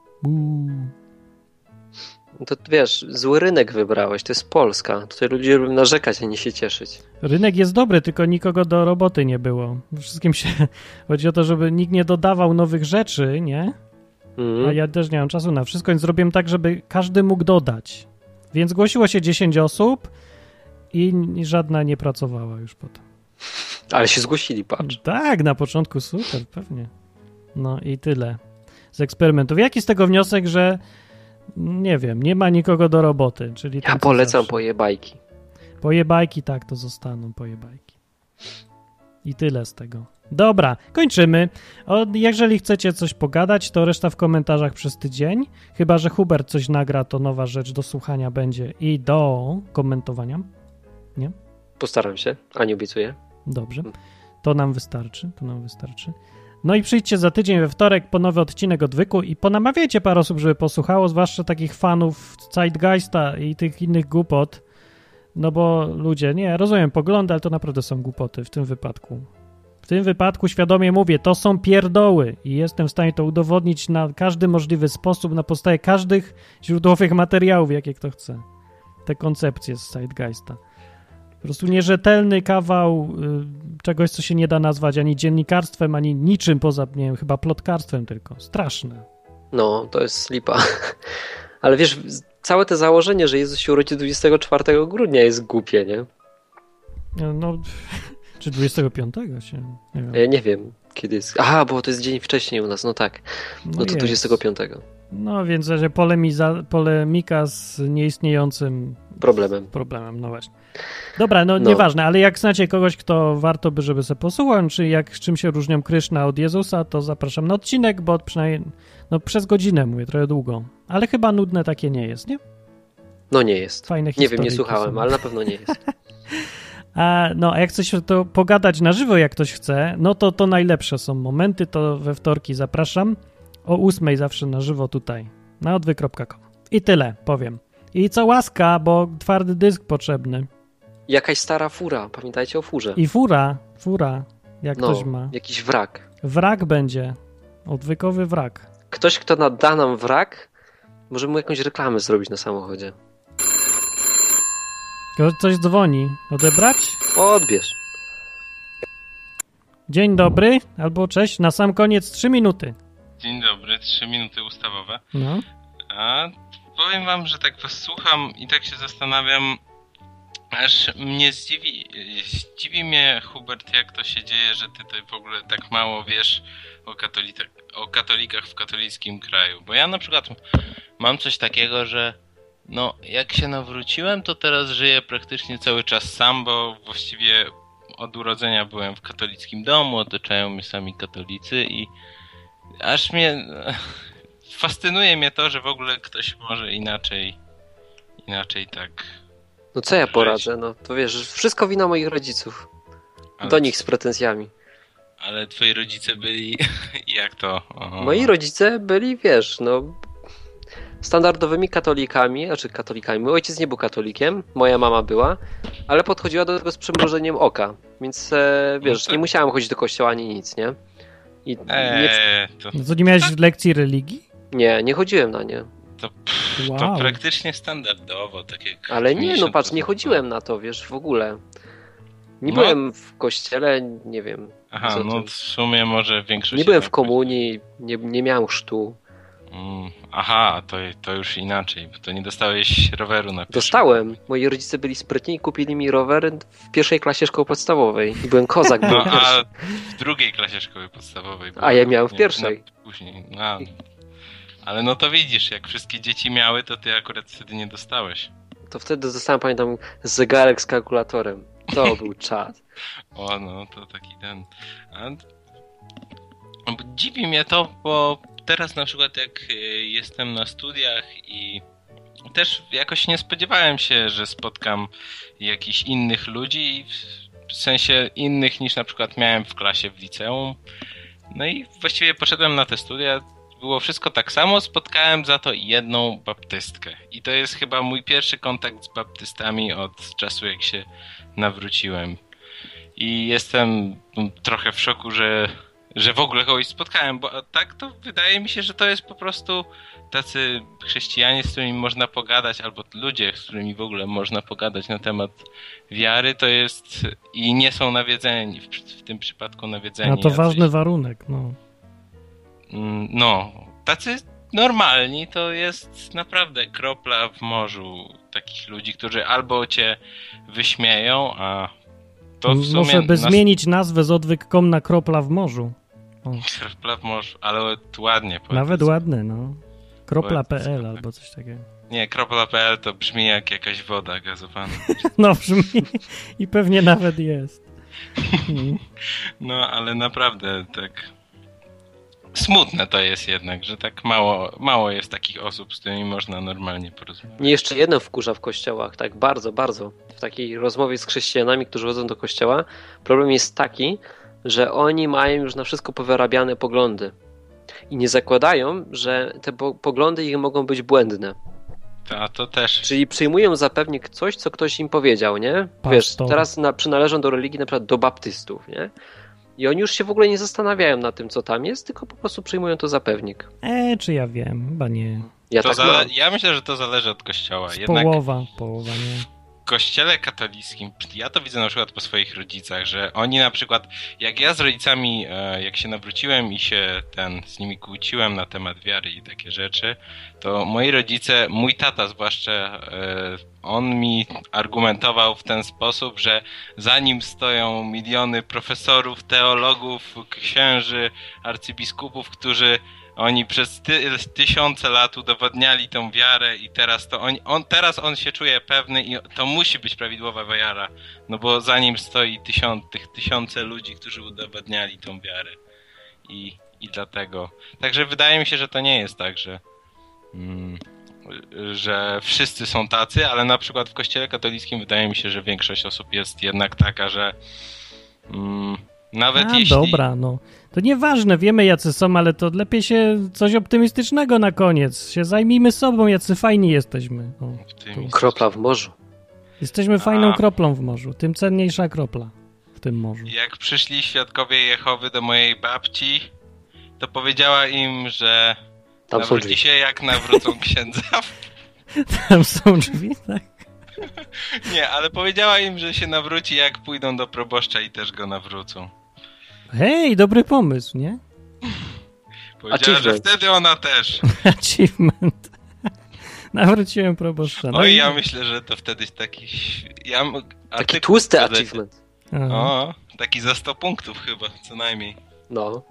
To wiesz, zły rynek wybrałeś, to jest Polska. Tutaj ludzie lubią narzekać, a nie się cieszyć. Rynek jest dobry, tylko nikogo do roboty nie było. Wszystkim się chodzi o to, żeby nikt nie dodawał nowych rzeczy, nie? A ja też nie mam czasu na wszystko, więc zrobiłem tak, żeby każdy mógł dodać. Więc głosiło się 10 osób i żadna nie pracowała już potem. Ale się zgłosili, patrz. Tak, na początku super, pewnie. No i tyle z eksperymentów. Jaki z tego wniosek, że nie wiem, nie ma nikogo do roboty, czyli ja polecam pojebajki. Pojebajki, tak, to zostaną pojebajki. I tyle z tego. Dobra, kończymy. Jeżeli chcecie coś pogadać, to reszta w komentarzach przez tydzień. Chyba że Hubert coś nagra, to nowa rzecz do słuchania będzie i do komentowania. Nie? Postaram się, a nie obiecuję. Dobrze. To nam wystarczy. No i przyjdźcie za tydzień we wtorek po nowy odcinek Odwyku i ponamawiajcie parę osób, żeby posłuchało, zwłaszcza takich fanów Zeitgeista i tych innych głupot. No bo ludzie, nie, rozumiem poglądy, ale to naprawdę są głupoty w tym wypadku. W tym wypadku świadomie mówię, to są pierdoły i jestem w stanie to udowodnić na każdy możliwy sposób, na podstawie każdych źródłowych materiałów, jakie kto chce. Te koncepcje z Zeitgeista. Po prostu nierzetelny kawał czegoś, co się nie da nazwać ani dziennikarstwem, ani niczym poza, nie wiem, chyba plotkarstwem tylko. Straszne. No, to jest lipa. Ale wiesz, całe to założenie, że Jezus się urodzi 24 grudnia jest głupie, nie? No, czy 25 się? Nie wiem. Ja nie wiem, kiedy jest. Aha, bo to jest dzień wcześniej u nas, no tak. No to 25. No więc, że polemika z nieistniejącym problemem. No właśnie. Dobra, no nieważne, ale jak znacie kogoś, kto warto by, żeby sobie posłuchał, czy czym się różnią Kryszna od Jezusa, to zapraszam na odcinek, bo przynajmniej przez godzinę mówię, trochę długo. Ale chyba nudne takie nie jest, nie? No nie jest. Fajne nie wiem, nie słuchałem, ale na pewno nie jest. A jak chcesz to pogadać na żywo, jak ktoś chce, no to najlepsze są momenty, to we wtorki zapraszam. O 8:00 zawsze na żywo tutaj, na odwyk.com. I tyle, powiem. I co łaska, bo twardy dysk potrzebny. Jakaś stara fura, pamiętajcie o furze. I fura, jak ktoś ma. Jakiś wrak. Wrak będzie, odwykowy wrak. Ktoś, kto nada nam wrak, może mu jakąś reklamę zrobić na samochodzie. Coś dzwoni. Odebrać? Odbierz. Dzień dobry, albo cześć, na sam koniec 3 minuty. Dzień dobry, 3 minuty ustawowe. No. A powiem wam, że tak was słucham i tak się zastanawiam, aż mnie zdziwi mnie, Hubert, jak to się dzieje, że ty tutaj w ogóle tak mało wiesz o katolikach w katolickim kraju. Bo ja na przykład mam coś takiego, że jak się nawróciłem, to teraz żyję praktycznie cały czas sam, bo właściwie od urodzenia byłem w katolickim domu, otaczają mnie sami katolicy i aż fascynuje mnie to, że w ogóle ktoś może inaczej tak... No co ja poradzę, to wiesz, wszystko wina moich rodziców. Do nich z pretensjami. Ale twoi rodzice byli... jak to? Moi rodzice byli, wiesz, standardowymi katolikami, Mój ojciec nie był katolikiem, moja mama była, ale podchodziła do tego z przymrużeniem oka, więc wiesz, nie musiałem chodzić do kościoła ani nic, nie? To nie miałeś lekcji religii? Nie chodziłem na nie. To praktycznie standardowo, tak jak... Ale nie, patrz, nie chodziłem na to, wiesz, w ogóle. Nie byłem w kościele, nie wiem. Aha, w sumie może większość... Nie byłem w komunii, nie miałem chrztu. Aha, to już inaczej, bo to nie dostałeś roweru na pierwszym. Dostałem. Moi rodzice byli sprytni i kupili mi rower w 1. klasie szkoły podstawowej. I byłem kozak. A w 2. klasie szkoły podstawowej. A ja miałem w 1. Później. Ale to widzisz, jak wszystkie dzieci miały, to ty akurat wtedy nie dostałeś. To wtedy dostałem, pamiętam, zegarek z kalkulatorem. To był czad. To taki ten... Dziwi mnie to, bo teraz na przykład jak jestem na studiach i też jakoś nie spodziewałem się, że spotkam jakichś innych ludzi, w sensie innych niż na przykład miałem w klasie w liceum. No i właściwie poszedłem na te studia, było wszystko tak samo, spotkałem za to jedną baptystkę. I to jest chyba mój pierwszy kontakt z baptystami od czasu, jak się nawróciłem. I jestem trochę w szoku, że w ogóle kogoś spotkałem, bo tak to wydaje mi się, że to jest po prostu tacy chrześcijanie, z którymi można pogadać, albo ludzie, z którymi w ogóle można pogadać na temat wiary, to jest i nie są nawiedzeni, w tym przypadku nawiedzeni. A to ważny warunek, tacy normalni to jest naprawdę kropla w morzu takich ludzi, którzy albo cię wyśmieją, a to w sumie... Muszę zmienić nazwę z odwyk.com na kropla w morzu. Kropla w morzu, ale ładnie. Nawet ładne, Kropla.pl albo coś takiego. Nie, kropla.pl to brzmi jak jakaś woda gazowana. Brzmi i pewnie nawet jest. Ale naprawdę tak smutne to jest jednak, że tak mało jest takich osób, z którymi można normalnie porozmawiać. Mnie jeszcze jedno wkurza w kościołach, tak bardzo, bardzo. W takiej rozmowie z chrześcijanami, którzy chodzą do kościoła, problem jest taki, że oni mają już na wszystko powyrabiane poglądy. I nie zakładają, że te poglądy ich mogą być błędne. To też. Czyli przyjmują za pewnik coś, co ktoś im powiedział, nie? Wiesz, teraz przynależą do religii na przykład do baptystów, nie? I oni już się w ogóle nie zastanawiają nad tym, co tam jest, tylko po prostu przyjmują to za pewnik. Czy ja wiem? Chyba nie. Ja myślę, że to zależy od kościoła. Połowa nie. W kościele katolickim, ja to widzę na przykład po swoich rodzicach, że oni na przykład, jak ja z rodzicami, jak się nawróciłem i się z nimi kłóciłem na temat wiary i takie rzeczy, to moi rodzice, mój tata zwłaszcza, on mi argumentował w ten sposób, że za nim stoją miliony profesorów, teologów, księży, arcybiskupów, którzy oni przez tysiące lat udowadniali tą wiarę i teraz to teraz on się czuje pewny i to musi być prawidłowa wiara, no bo za nim stoi tysiące ludzi, którzy udowadniali tą wiarę i dlatego. Także wydaje mi się, że to nie jest tak, że wszyscy są tacy, ale na przykład w Kościele katolickim wydaje mi się, że większość osób jest jednak taka, że nawet jeśli... Dobra, no. To nieważne, wiemy jacy są, ale to lepiej się coś optymistycznego na koniec. Się zajmijmy sobą, jacy fajni jesteśmy. Kropla w morzu. Jesteśmy fajną kroplą w morzu. Tym cenniejsza kropla w tym morzu. Jak przyszli świadkowie Jehowy do mojej babci, to powiedziała im, że nawróci się jak nawrócą księdza. Tam są drzwi, tak? Nie, ale powiedziała im, że się nawróci jak pójdą do proboszcza i też go nawrócą. Hej, dobry pomysł, nie? Powiedziała, że wtedy ona też. Achievement. Nawróciłem proboszcza. No i ja myślę, że to wtedy taki... Taki tłusty achievement. O, taki za 100 punktów chyba, co najmniej. No.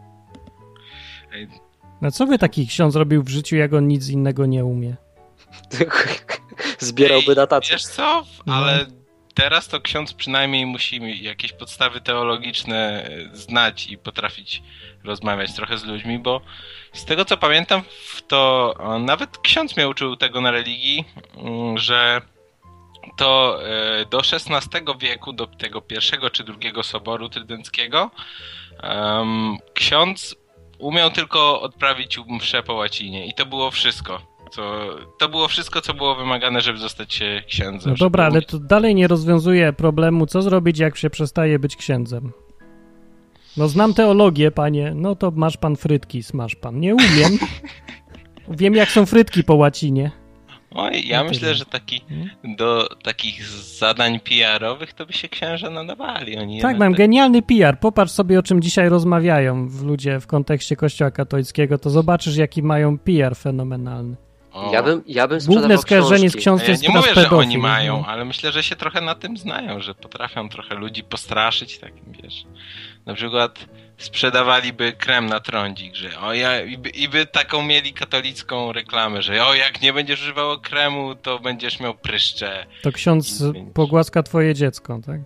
No co by taki ksiądz robił w życiu, jak on nic innego nie umie? Zbierałby datację. Wiesz co? Ale teraz to ksiądz przynajmniej musi jakieś podstawy teologiczne znać i potrafić rozmawiać trochę z ludźmi, bo z tego co pamiętam, to nawet ksiądz mnie uczył tego na religii, że to do XVI wieku, do tego pierwszego czy drugiego Soboru Trydenckiego, ksiądz umiał tylko odprawić mszę po łacinie i to było wszystko. To było wszystko, co było wymagane, żeby zostać księdzem. No dobra, ale to dalej nie rozwiązuje problemu, co zrobić, jak się przestaje być księdzem. No znam teologię, panie, no to masz pan frytki, smaż pan. Nie umiem. Wiem, jak są frytki po łacinie. Oj, ja myślę, że do takich zadań PR-owych to by się księża nadawali. Tak, mam genialny PR. Popatrz sobie, o czym dzisiaj rozmawiają ludzie w kontekście Kościoła katolickiego, to zobaczysz, jaki mają PR fenomenalny. Ja bym Główne skarżenie z książki jest nie mówię, że oni mają, ale myślę, że się trochę na tym znają, że potrafią trochę ludzi postraszyć takim, wiesz. Na przykład sprzedawaliby krem na trądzik, że i by taką mieli katolicką reklamę, że jak nie będziesz używał kremu, to będziesz miał pryszcze. To ksiądz pogłaska twoje dziecko, tak?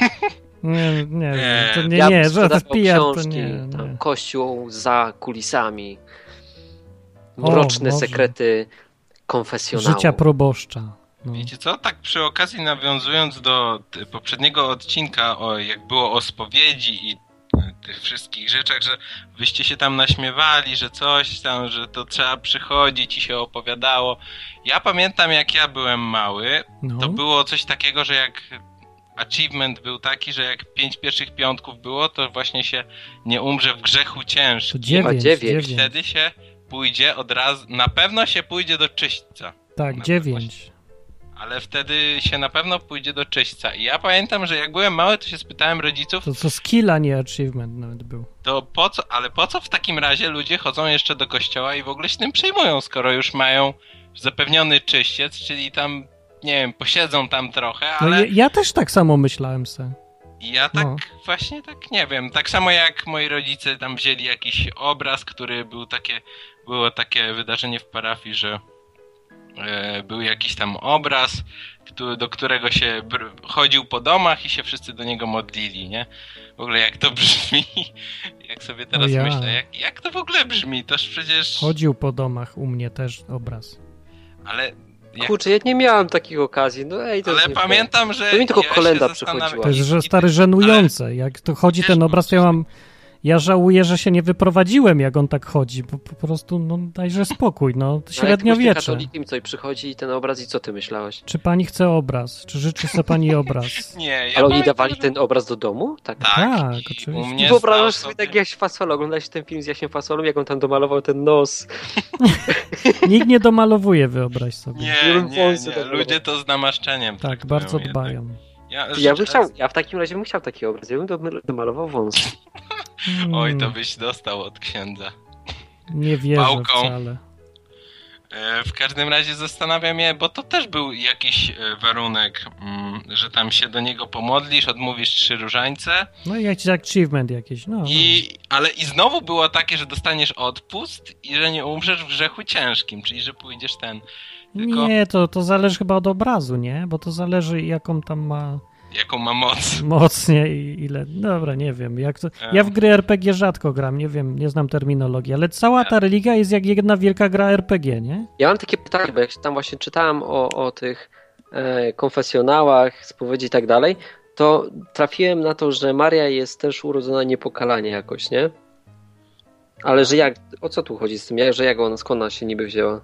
Nie, że to PR to nie. Kościół za kulisami. Mroczne sekrety konfesjonału. Życia proboszcza. No. Wiecie co? Tak przy okazji nawiązując do poprzedniego odcinka, jak było o spowiedzi i tych wszystkich rzeczach, że wyście się tam naśmiewali, że coś tam, że to trzeba przychodzić i się opowiadało. Ja pamiętam, jak ja byłem mały, to było coś takiego, że jak achievement był taki, że jak 5 pierwszych piątków było, to właśnie się nie umrze w grzechu ciężkim. 9. Wtedy się pójdzie od razu, na pewno się pójdzie do czyśćca. Tak, 9. Ale wtedy się na pewno pójdzie do czyśćca. I ja pamiętam, że jak byłem mały, to się spytałem rodziców... To skill, a nie achievement nawet był. To po co w takim razie ludzie chodzą jeszcze do kościoła i w ogóle się tym przejmują, skoro już mają zapewniony czyściec, czyli tam, nie wiem, posiedzą tam trochę, ale... No ja też tak samo myślałem se. I ja tak właśnie tak nie wiem. Tak samo jak moi rodzice tam wzięli jakiś obraz, który było takie wydarzenie w parafii, że był jakiś tam obraz, do którego się chodził po domach i się wszyscy do niego modlili, nie? W ogóle jak to brzmi, jak sobie teraz myślę, jak to w ogóle brzmi, toż przecież... Chodził po domach, u mnie też obraz. Ale... Kurczę, ja nie miałem takich okazji, ale pamiętam, że... To mi tylko kolenda przychodziła. To jest stary żenujące, jak to chodzi ten obraz, ja żałuję, że się nie wyprowadziłem, jak on tak chodzi, bo po prostu, dajże spokój, średniowiecze. Katolikiem, co i przychodzi ten obraz i co ty myślałeś? Czy pani chce obraz? Czy życzy sobie pani obraz? Nie. Ale oni dawali ten obraz do domu? Tak, oczywiście. I wyobrażasz sobie tak Jaś Fasola, oglądałeś ten film z Jasiem Fasolą, jak on tam domalował ten nos. Nikt nie domalowuje, wyobraź sobie. Nie. Ludzie to z namaszczeniem. Tak, bardzo dbają. Ja w takim razie bym chciał taki obraz, ja bym domalował wąs. Oj, to byś dostał od księdza. Nie wierzę wcale. W każdym razie zastanawiam się, bo to też był jakiś warunek, że tam się do niego pomodlisz, odmówisz 3 różańce. No i jakiś achievement jakiś, no. Ale i znowu było takie, że dostaniesz odpust i że nie umrzesz w grzechu ciężkim, czyli że pójdziesz tylko... Nie, to zależy chyba od obrazu, nie? Bo to zależy jaką tam ma... Jaką ma moc. Mocnie i ile... Dobra, nie wiem. Jak to... Ja w gry RPG rzadko gram, nie wiem, nie znam terminologii, ale cała ta religia jest jak jedna wielka gra RPG, nie? Ja mam takie pytanie, bo jak tam właśnie czytałem o tych konfesjonałach, spowiedzi i tak dalej, to trafiłem na to, że Maria jest też urodzona niepokalanie jakoś, nie? Ale że jak... O co tu chodzi z tym? Skąd ona się niby wzięła?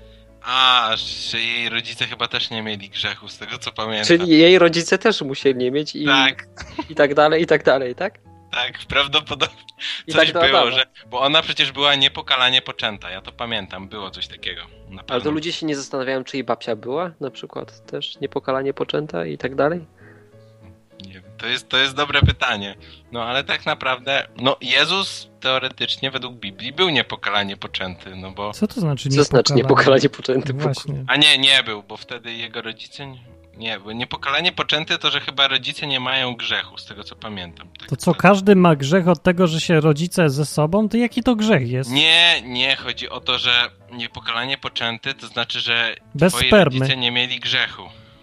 Że jej rodzice chyba też nie mieli grzechu, z tego co pamiętam. Czyli jej rodzice też musieli nie mieć i tak dalej, tak? Tak, prawdopodobnie coś tak było, bo ona przecież była niepokalanie poczęta, ja to pamiętam, było coś takiego. Ale to ludzie się nie zastanawiają, czy jej babcia była na przykład też niepokalanie poczęta i tak dalej? Nie wiem, to jest dobre pytanie. No ale tak naprawdę, Jezus teoretycznie według Biblii był niepokalanie poczęty, no bo... Co to znaczy niepokalanie? Co znaczy niepokalanie poczęty? Właśnie. A nie był, bo wtedy jego rodzice... Nie, bo niepokalanie poczęty to, że chyba rodzice nie mają grzechu, z tego co pamiętam. Tak to co, każdy ma grzech od tego, że się rodzice ze sobą? To jaki to grzech jest? Nie, chodzi o to, że niepokalanie poczęty to znaczy, że twoi rodzice nie mieli grzechu.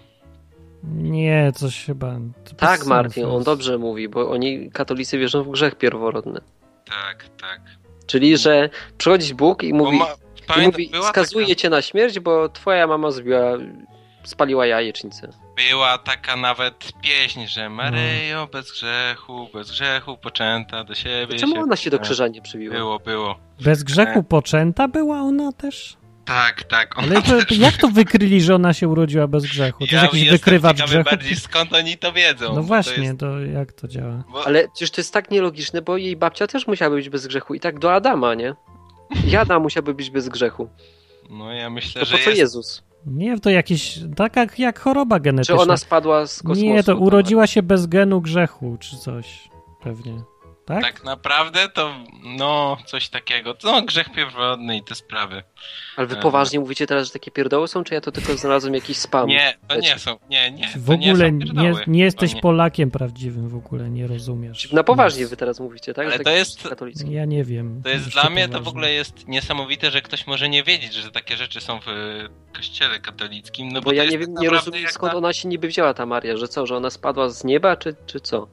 Nie, coś chyba... Tak, Martin, on dobrze mówi, bo oni, katolicy, wierzą w grzech pierworodny. Tak. Czyli, że przychodzi Bóg i mówi, skazuje cię na śmierć, bo twoja mama spaliła jajecznicę. Była taka nawet pieśń, że Maryjo, bez grzechu poczęta do siebie. Czemu ona się do krzyża nie przybiła? Było. Bez grzechu poczęta była ona też? Tak. Ale jak to wykryli, że ona się urodziła bez grzechu? To jest jakiś wykrywacz grzechu? Bardziej skąd oni to wiedzą. No właśnie, to jak to działa? Ale przecież to jest tak nielogiczne, bo jej babcia też musiała być bez grzechu i tak do Adama, nie? I Adam musiałby być bez grzechu. No ja myślę, że po co Jezus? Nie, to jakieś, tak jak choroba genetyczna. Czy ona spadła z kosmosu? Nie, to urodziła się bez genu grzechu, czy coś, pewnie. Tak? Tak naprawdę to, coś takiego. No, grzech pierworodny i te sprawy. Ale wy poważnie mówicie teraz, że takie pierdoły są, czy ja to tylko znalazłem jakiś spam? Nie, to nie są, nie. W ogóle nie jesteś Polakiem prawdziwym, w ogóle nie rozumiesz. Na poważnie wy teraz mówicie, tak? Ale to jest... Katolicki. Ja nie wiem. To jest dla mnie, to w ogóle jest niesamowite, że ktoś może nie wiedzieć, że takie rzeczy są w kościele katolickim. No bo ja nie wiem, nie rozumiem, skąd ona się niby wzięła, ta Maria, że co, że ona spadła z nieba, czy co?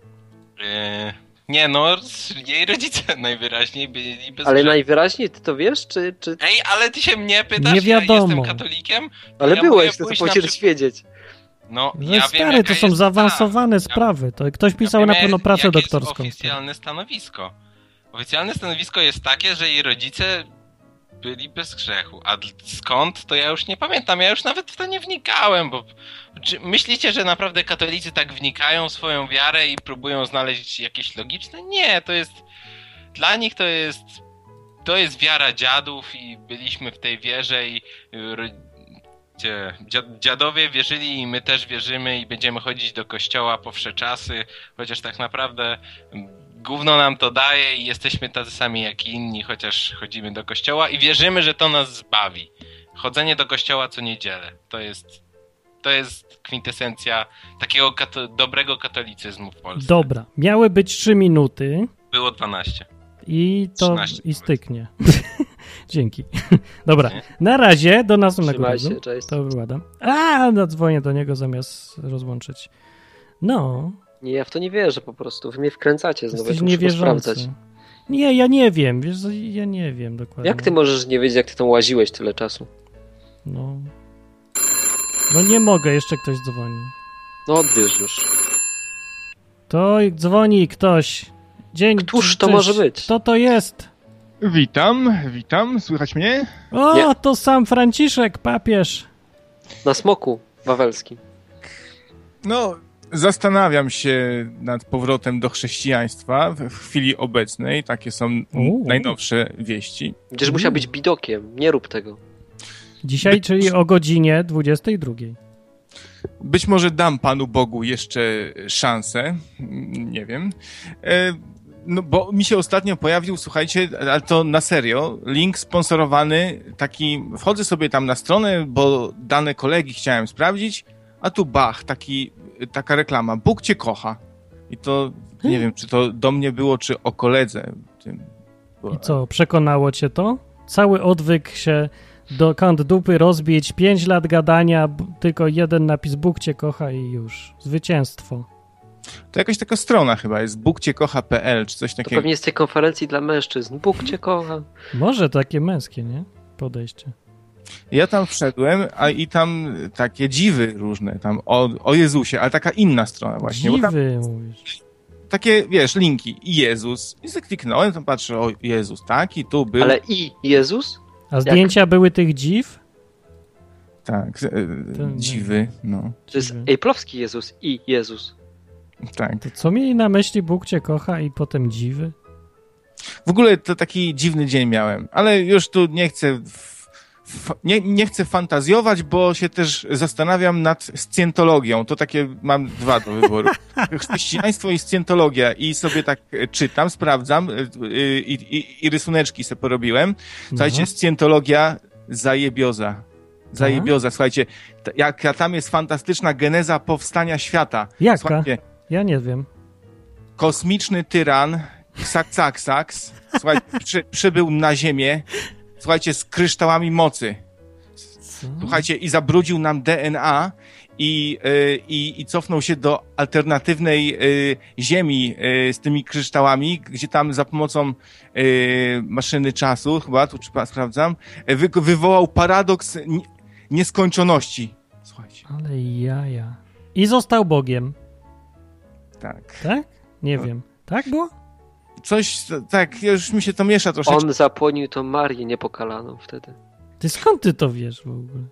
Nie, jej rodzice najwyraźniej byli bez Ale grzechu. najwyraźniej, ty to wiesz, czy... Ej, ale ty się mnie pytasz, nie wiadomo. Ja jestem katolikiem? Ale byłeś, to powinieneś wiedzieć. No ja stary, wiem, to są zaawansowane sprawy. To ktoś pisał na pewno pracę doktorską. Jest oficjalne stanowisko. Oficjalne stanowisko jest takie, że jej rodzice byli bez grzechu. A skąd, to ja już nie pamiętam. Ja już nawet w to nie wnikałem, bo... Czy myślicie, że naprawdę katolicy tak wnikają w swoją wiarę i próbują znaleźć jakieś logiczne? Nie, to jest... Dla nich to jest wiara dziadów i byliśmy w tej wierze i... Dziadowie wierzyli i my też wierzymy i będziemy chodzić do kościoła po wsze czasy, chociaż tak naprawdę gówno nam to daje i jesteśmy tacy sami jak inni, chociaż chodzimy do kościoła i wierzymy, że to nas zbawi. Chodzenie do kościoła co niedzielę. To jest kwintesencja takiego dobrego katolicyzmu w Polsce. Dobra, miały być 3 minuty. Było 12. I to styknie. Dzięki. Dobra, na razie, do następnego razu. To wyładam. Zadzwonię do niego zamiast rozłączyć. Nie, ja w to nie wierzę po prostu. Wy mnie wkręcacie znowu, jesteś niewierzący. Nie, ja nie wiem. Wiesz, ja nie wiem dokładnie. Jak ty możesz nie wiedzieć, jak ty tam łaziłeś tyle czasu? No nie mogę, jeszcze ktoś dzwoni. No odbierz już. To dzwoni ktoś. Któż to może być? Kto to jest? Witam, słychać mnie? O, to sam Franciszek, papież. Na smoku wawelskim. Zastanawiam się nad powrotem do chrześcijaństwa w chwili obecnej. Takie są najnowsze wieści. Będziesz musiał być bidokiem, nie rób tego. Dzisiaj, czyli o godzinie 22. Być może dam Panu Bogu jeszcze szansę. Nie wiem. No bo mi się ostatnio pojawił, słuchajcie, ale to na serio, link sponsorowany, taki, wchodzę sobie tam na stronę, bo dane kolegi chciałem sprawdzić, a tu bach, taka reklama, Bóg cię kocha. I to, nie wiem, czy to do mnie było, czy o koledze. I co, przekonało cię to? Cały odwyk się do kąt dupy rozbić, 5 lat gadania, tylko jeden napis Bóg cię kocha i już. Zwycięstwo. To jakaś taka strona chyba jest, bógciekocha.pl czy coś takiego. To pewnie z tej konferencji dla mężczyzn. Bóg cię kocha. Może takie męskie, nie? Podejście. Ja tam wszedłem, i tam takie dziwy różne, tam o Jezusie, ale taka inna strona właśnie. Dziwy mówisz. Takie, wiesz, linki. I Jezus. I zakliknąłem, tam patrzę, o Jezus, tak? I tu był. Ale i Jezus? A zdjęcia były tych dziw? Tak, dziwy, no. To jest ejplowski Jezus i Jezus. Tak. To co mieli na myśli Bóg cię kocha i potem dziwy? W ogóle to taki dziwny dzień miałem, ale już tu nie chcę nie chcę fantazjować, bo się też zastanawiam nad scjentologią. To takie mam 2 do wyboru. Chrześcijaństwo i scjentologia. I sobie tak czytam, sprawdzam i rysuneczki sobie porobiłem. Słuchajcie, scjentologia zajebioza. Zajebioza, słuchajcie. Jaka tam jest fantastyczna geneza powstania świata. Jaka? Słuchajcie, ja nie wiem. Kosmiczny tyran, Sax, słuchajcie, przybył na Ziemię, słuchajcie, z kryształami mocy. Słuchajcie, i zabrudził nam DNA i cofnął się do alternatywnej Ziemi z tymi kryształami, gdzie tam za pomocą maszyny czasu, chyba, tu sprawdzam, wywołał paradoks nieskończoności. Słuchajcie. Ale jaja. I został Bogiem. Tak. Tak? Nie wiem. Tak było? Coś, tak, już mi się to miesza troszeczkę. On zapłonił tą Marię niepokalaną wtedy. Ty skąd ty to wiesz w ogóle?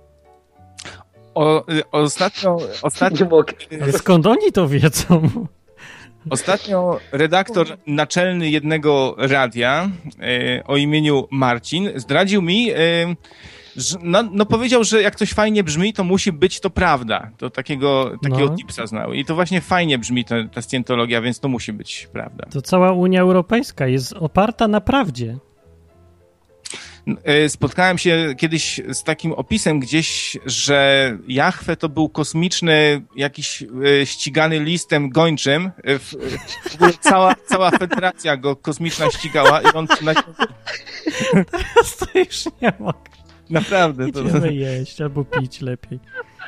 Ostatnio... Nie mogę. Ale skąd oni to wiedzą? Ostatnio redaktor naczelny jednego radia o imieniu Marcin zdradził mi, że, powiedział, że jak coś fajnie brzmi, to musi być to prawda. To takiego tipsa znał. I to właśnie fajnie brzmi ta scjentologia, więc to musi być prawda. To cała Unia Europejska jest oparta na prawdzie. Spotkałem się kiedyś z takim opisem gdzieś, że Jahwe to był kosmiczny, jakiś ścigany listem gończym. W ogóle cała federacja go kosmiczna ścigała i on... Teraz to już nie mogę. Naprawdę. Idziemy jeść albo pić lepiej.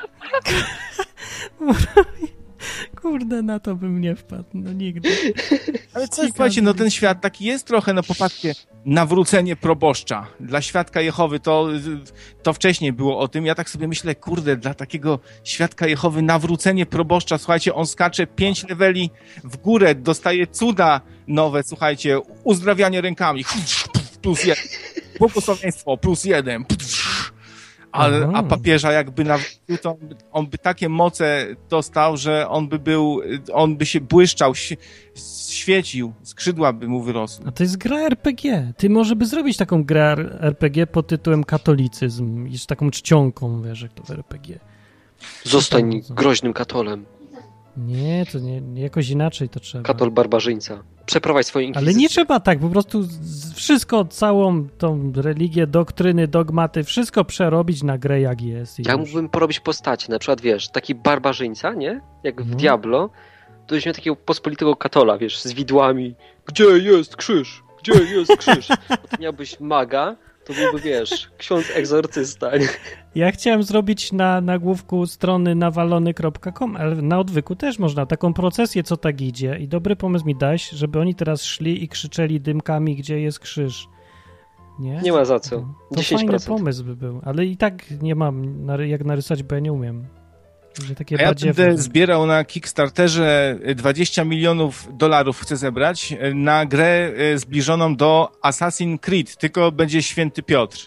Kurde, na to bym nie wpadł, no nigdy. Ale co, słuchajcie, ten świat taki jest trochę, popatrzcie, nawrócenie proboszcza. Dla Świadka Jehowy to wcześniej było o tym. Ja tak sobie myślę, kurde, dla takiego Świadka Jehowy nawrócenie proboszcza, słuchajcie, on skacze 5 leveli w górę, dostaje cuda nowe, słuchajcie, uzdrawianie rękami, +1, błogosławieństwo, +1, a papieża jakby nawrócił, to on by takie moce dostał, że on by się błyszczał, świecił, skrzydła by mu wyrosły. A to jest gra RPG. Ty może by zrobić taką grę RPG pod tytułem katolicyzm i z taką czcionką, wiesz, jak to w RPG. Zostań groźnym katolem. Nie, to nie, jakoś inaczej to trzeba. Katol barbarzyńca. Przeprowadź swoją inkwizycję. Ale nie trzeba tak, po prostu wszystko, całą tą religię, doktryny, dogmaty, wszystko przerobić na grę jak jest. Ja mógłbym porobić postacie, na przykład, wiesz, taki barbarzyńca, nie? Jak w Diablo, to byś miał takiego pospolitego katola, wiesz, z widłami. Gdzie jest krzyż? Gdzie jest krzyż? To miałbyś maga, to byłby, wiesz, ksiądz egzorcysta. Nie? Ja chciałem zrobić na nagłówku strony nawalony.com, ale na odwyku też można taką procesję, co tak idzie. I dobry pomysł mi dać, żeby oni teraz szli i krzyczeli dymkami, gdzie jest krzyż. Nie ma za co. 10%. To fajny pomysł by był, ale i tak nie mam jak narysować, bo ja nie umiem. A ja będę zbierał na Kickstarterze $20 milionów chcę zebrać na grę zbliżoną do Assassin's Creed, tylko będzie Święty Piotr.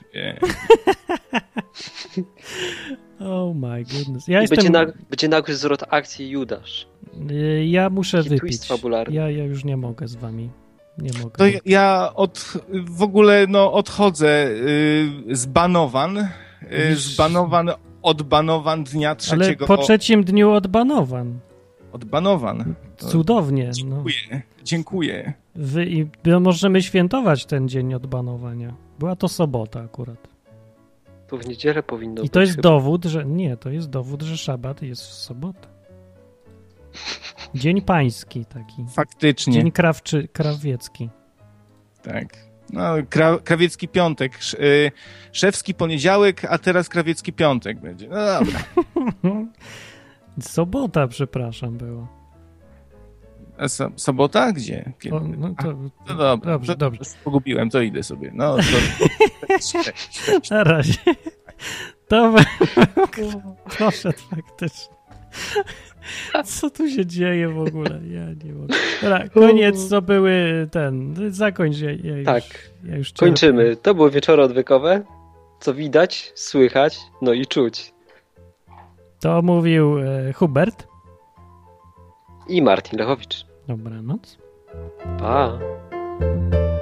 Oh my goodness. Będzie nagły zwrot akcji Judasz. Ja muszę wypić. Ja już nie mogę z wami. Nie mogę. To ja w ogóle odchodzę zbanowan odbanowan dnia 3. Ale po 3. dniu odbanowan. Odbanowan. Cudownie. Dziękuję. I możemy świętować ten dzień od banowania. Była to sobota akurat. To w niedzielę powinno być. I to jest dowód, że... Nie, to jest dowód, że szabat jest w sobotę. Dzień pański taki. Faktycznie. Dzień krawiecki. Tak. No, krawiecki piątek. Szewski poniedziałek, a teraz krawiecki piątek będzie. No dobra. Sobota, przepraszam, była. A sobota? Gdzie? No no dobra. Dobrze. Pogubiłem, to idę sobie. No, Na razie. To poszedł faktycznie. Co tu się dzieje w ogóle? Ja nie mogę. Dobra, koniec, to były zakończ. Ja już kończymy. To były wieczory odwykowe. Co widać, słychać, no i czuć. To mówił Hubert. I Martin Lechowicz. Dobranoc. Pa.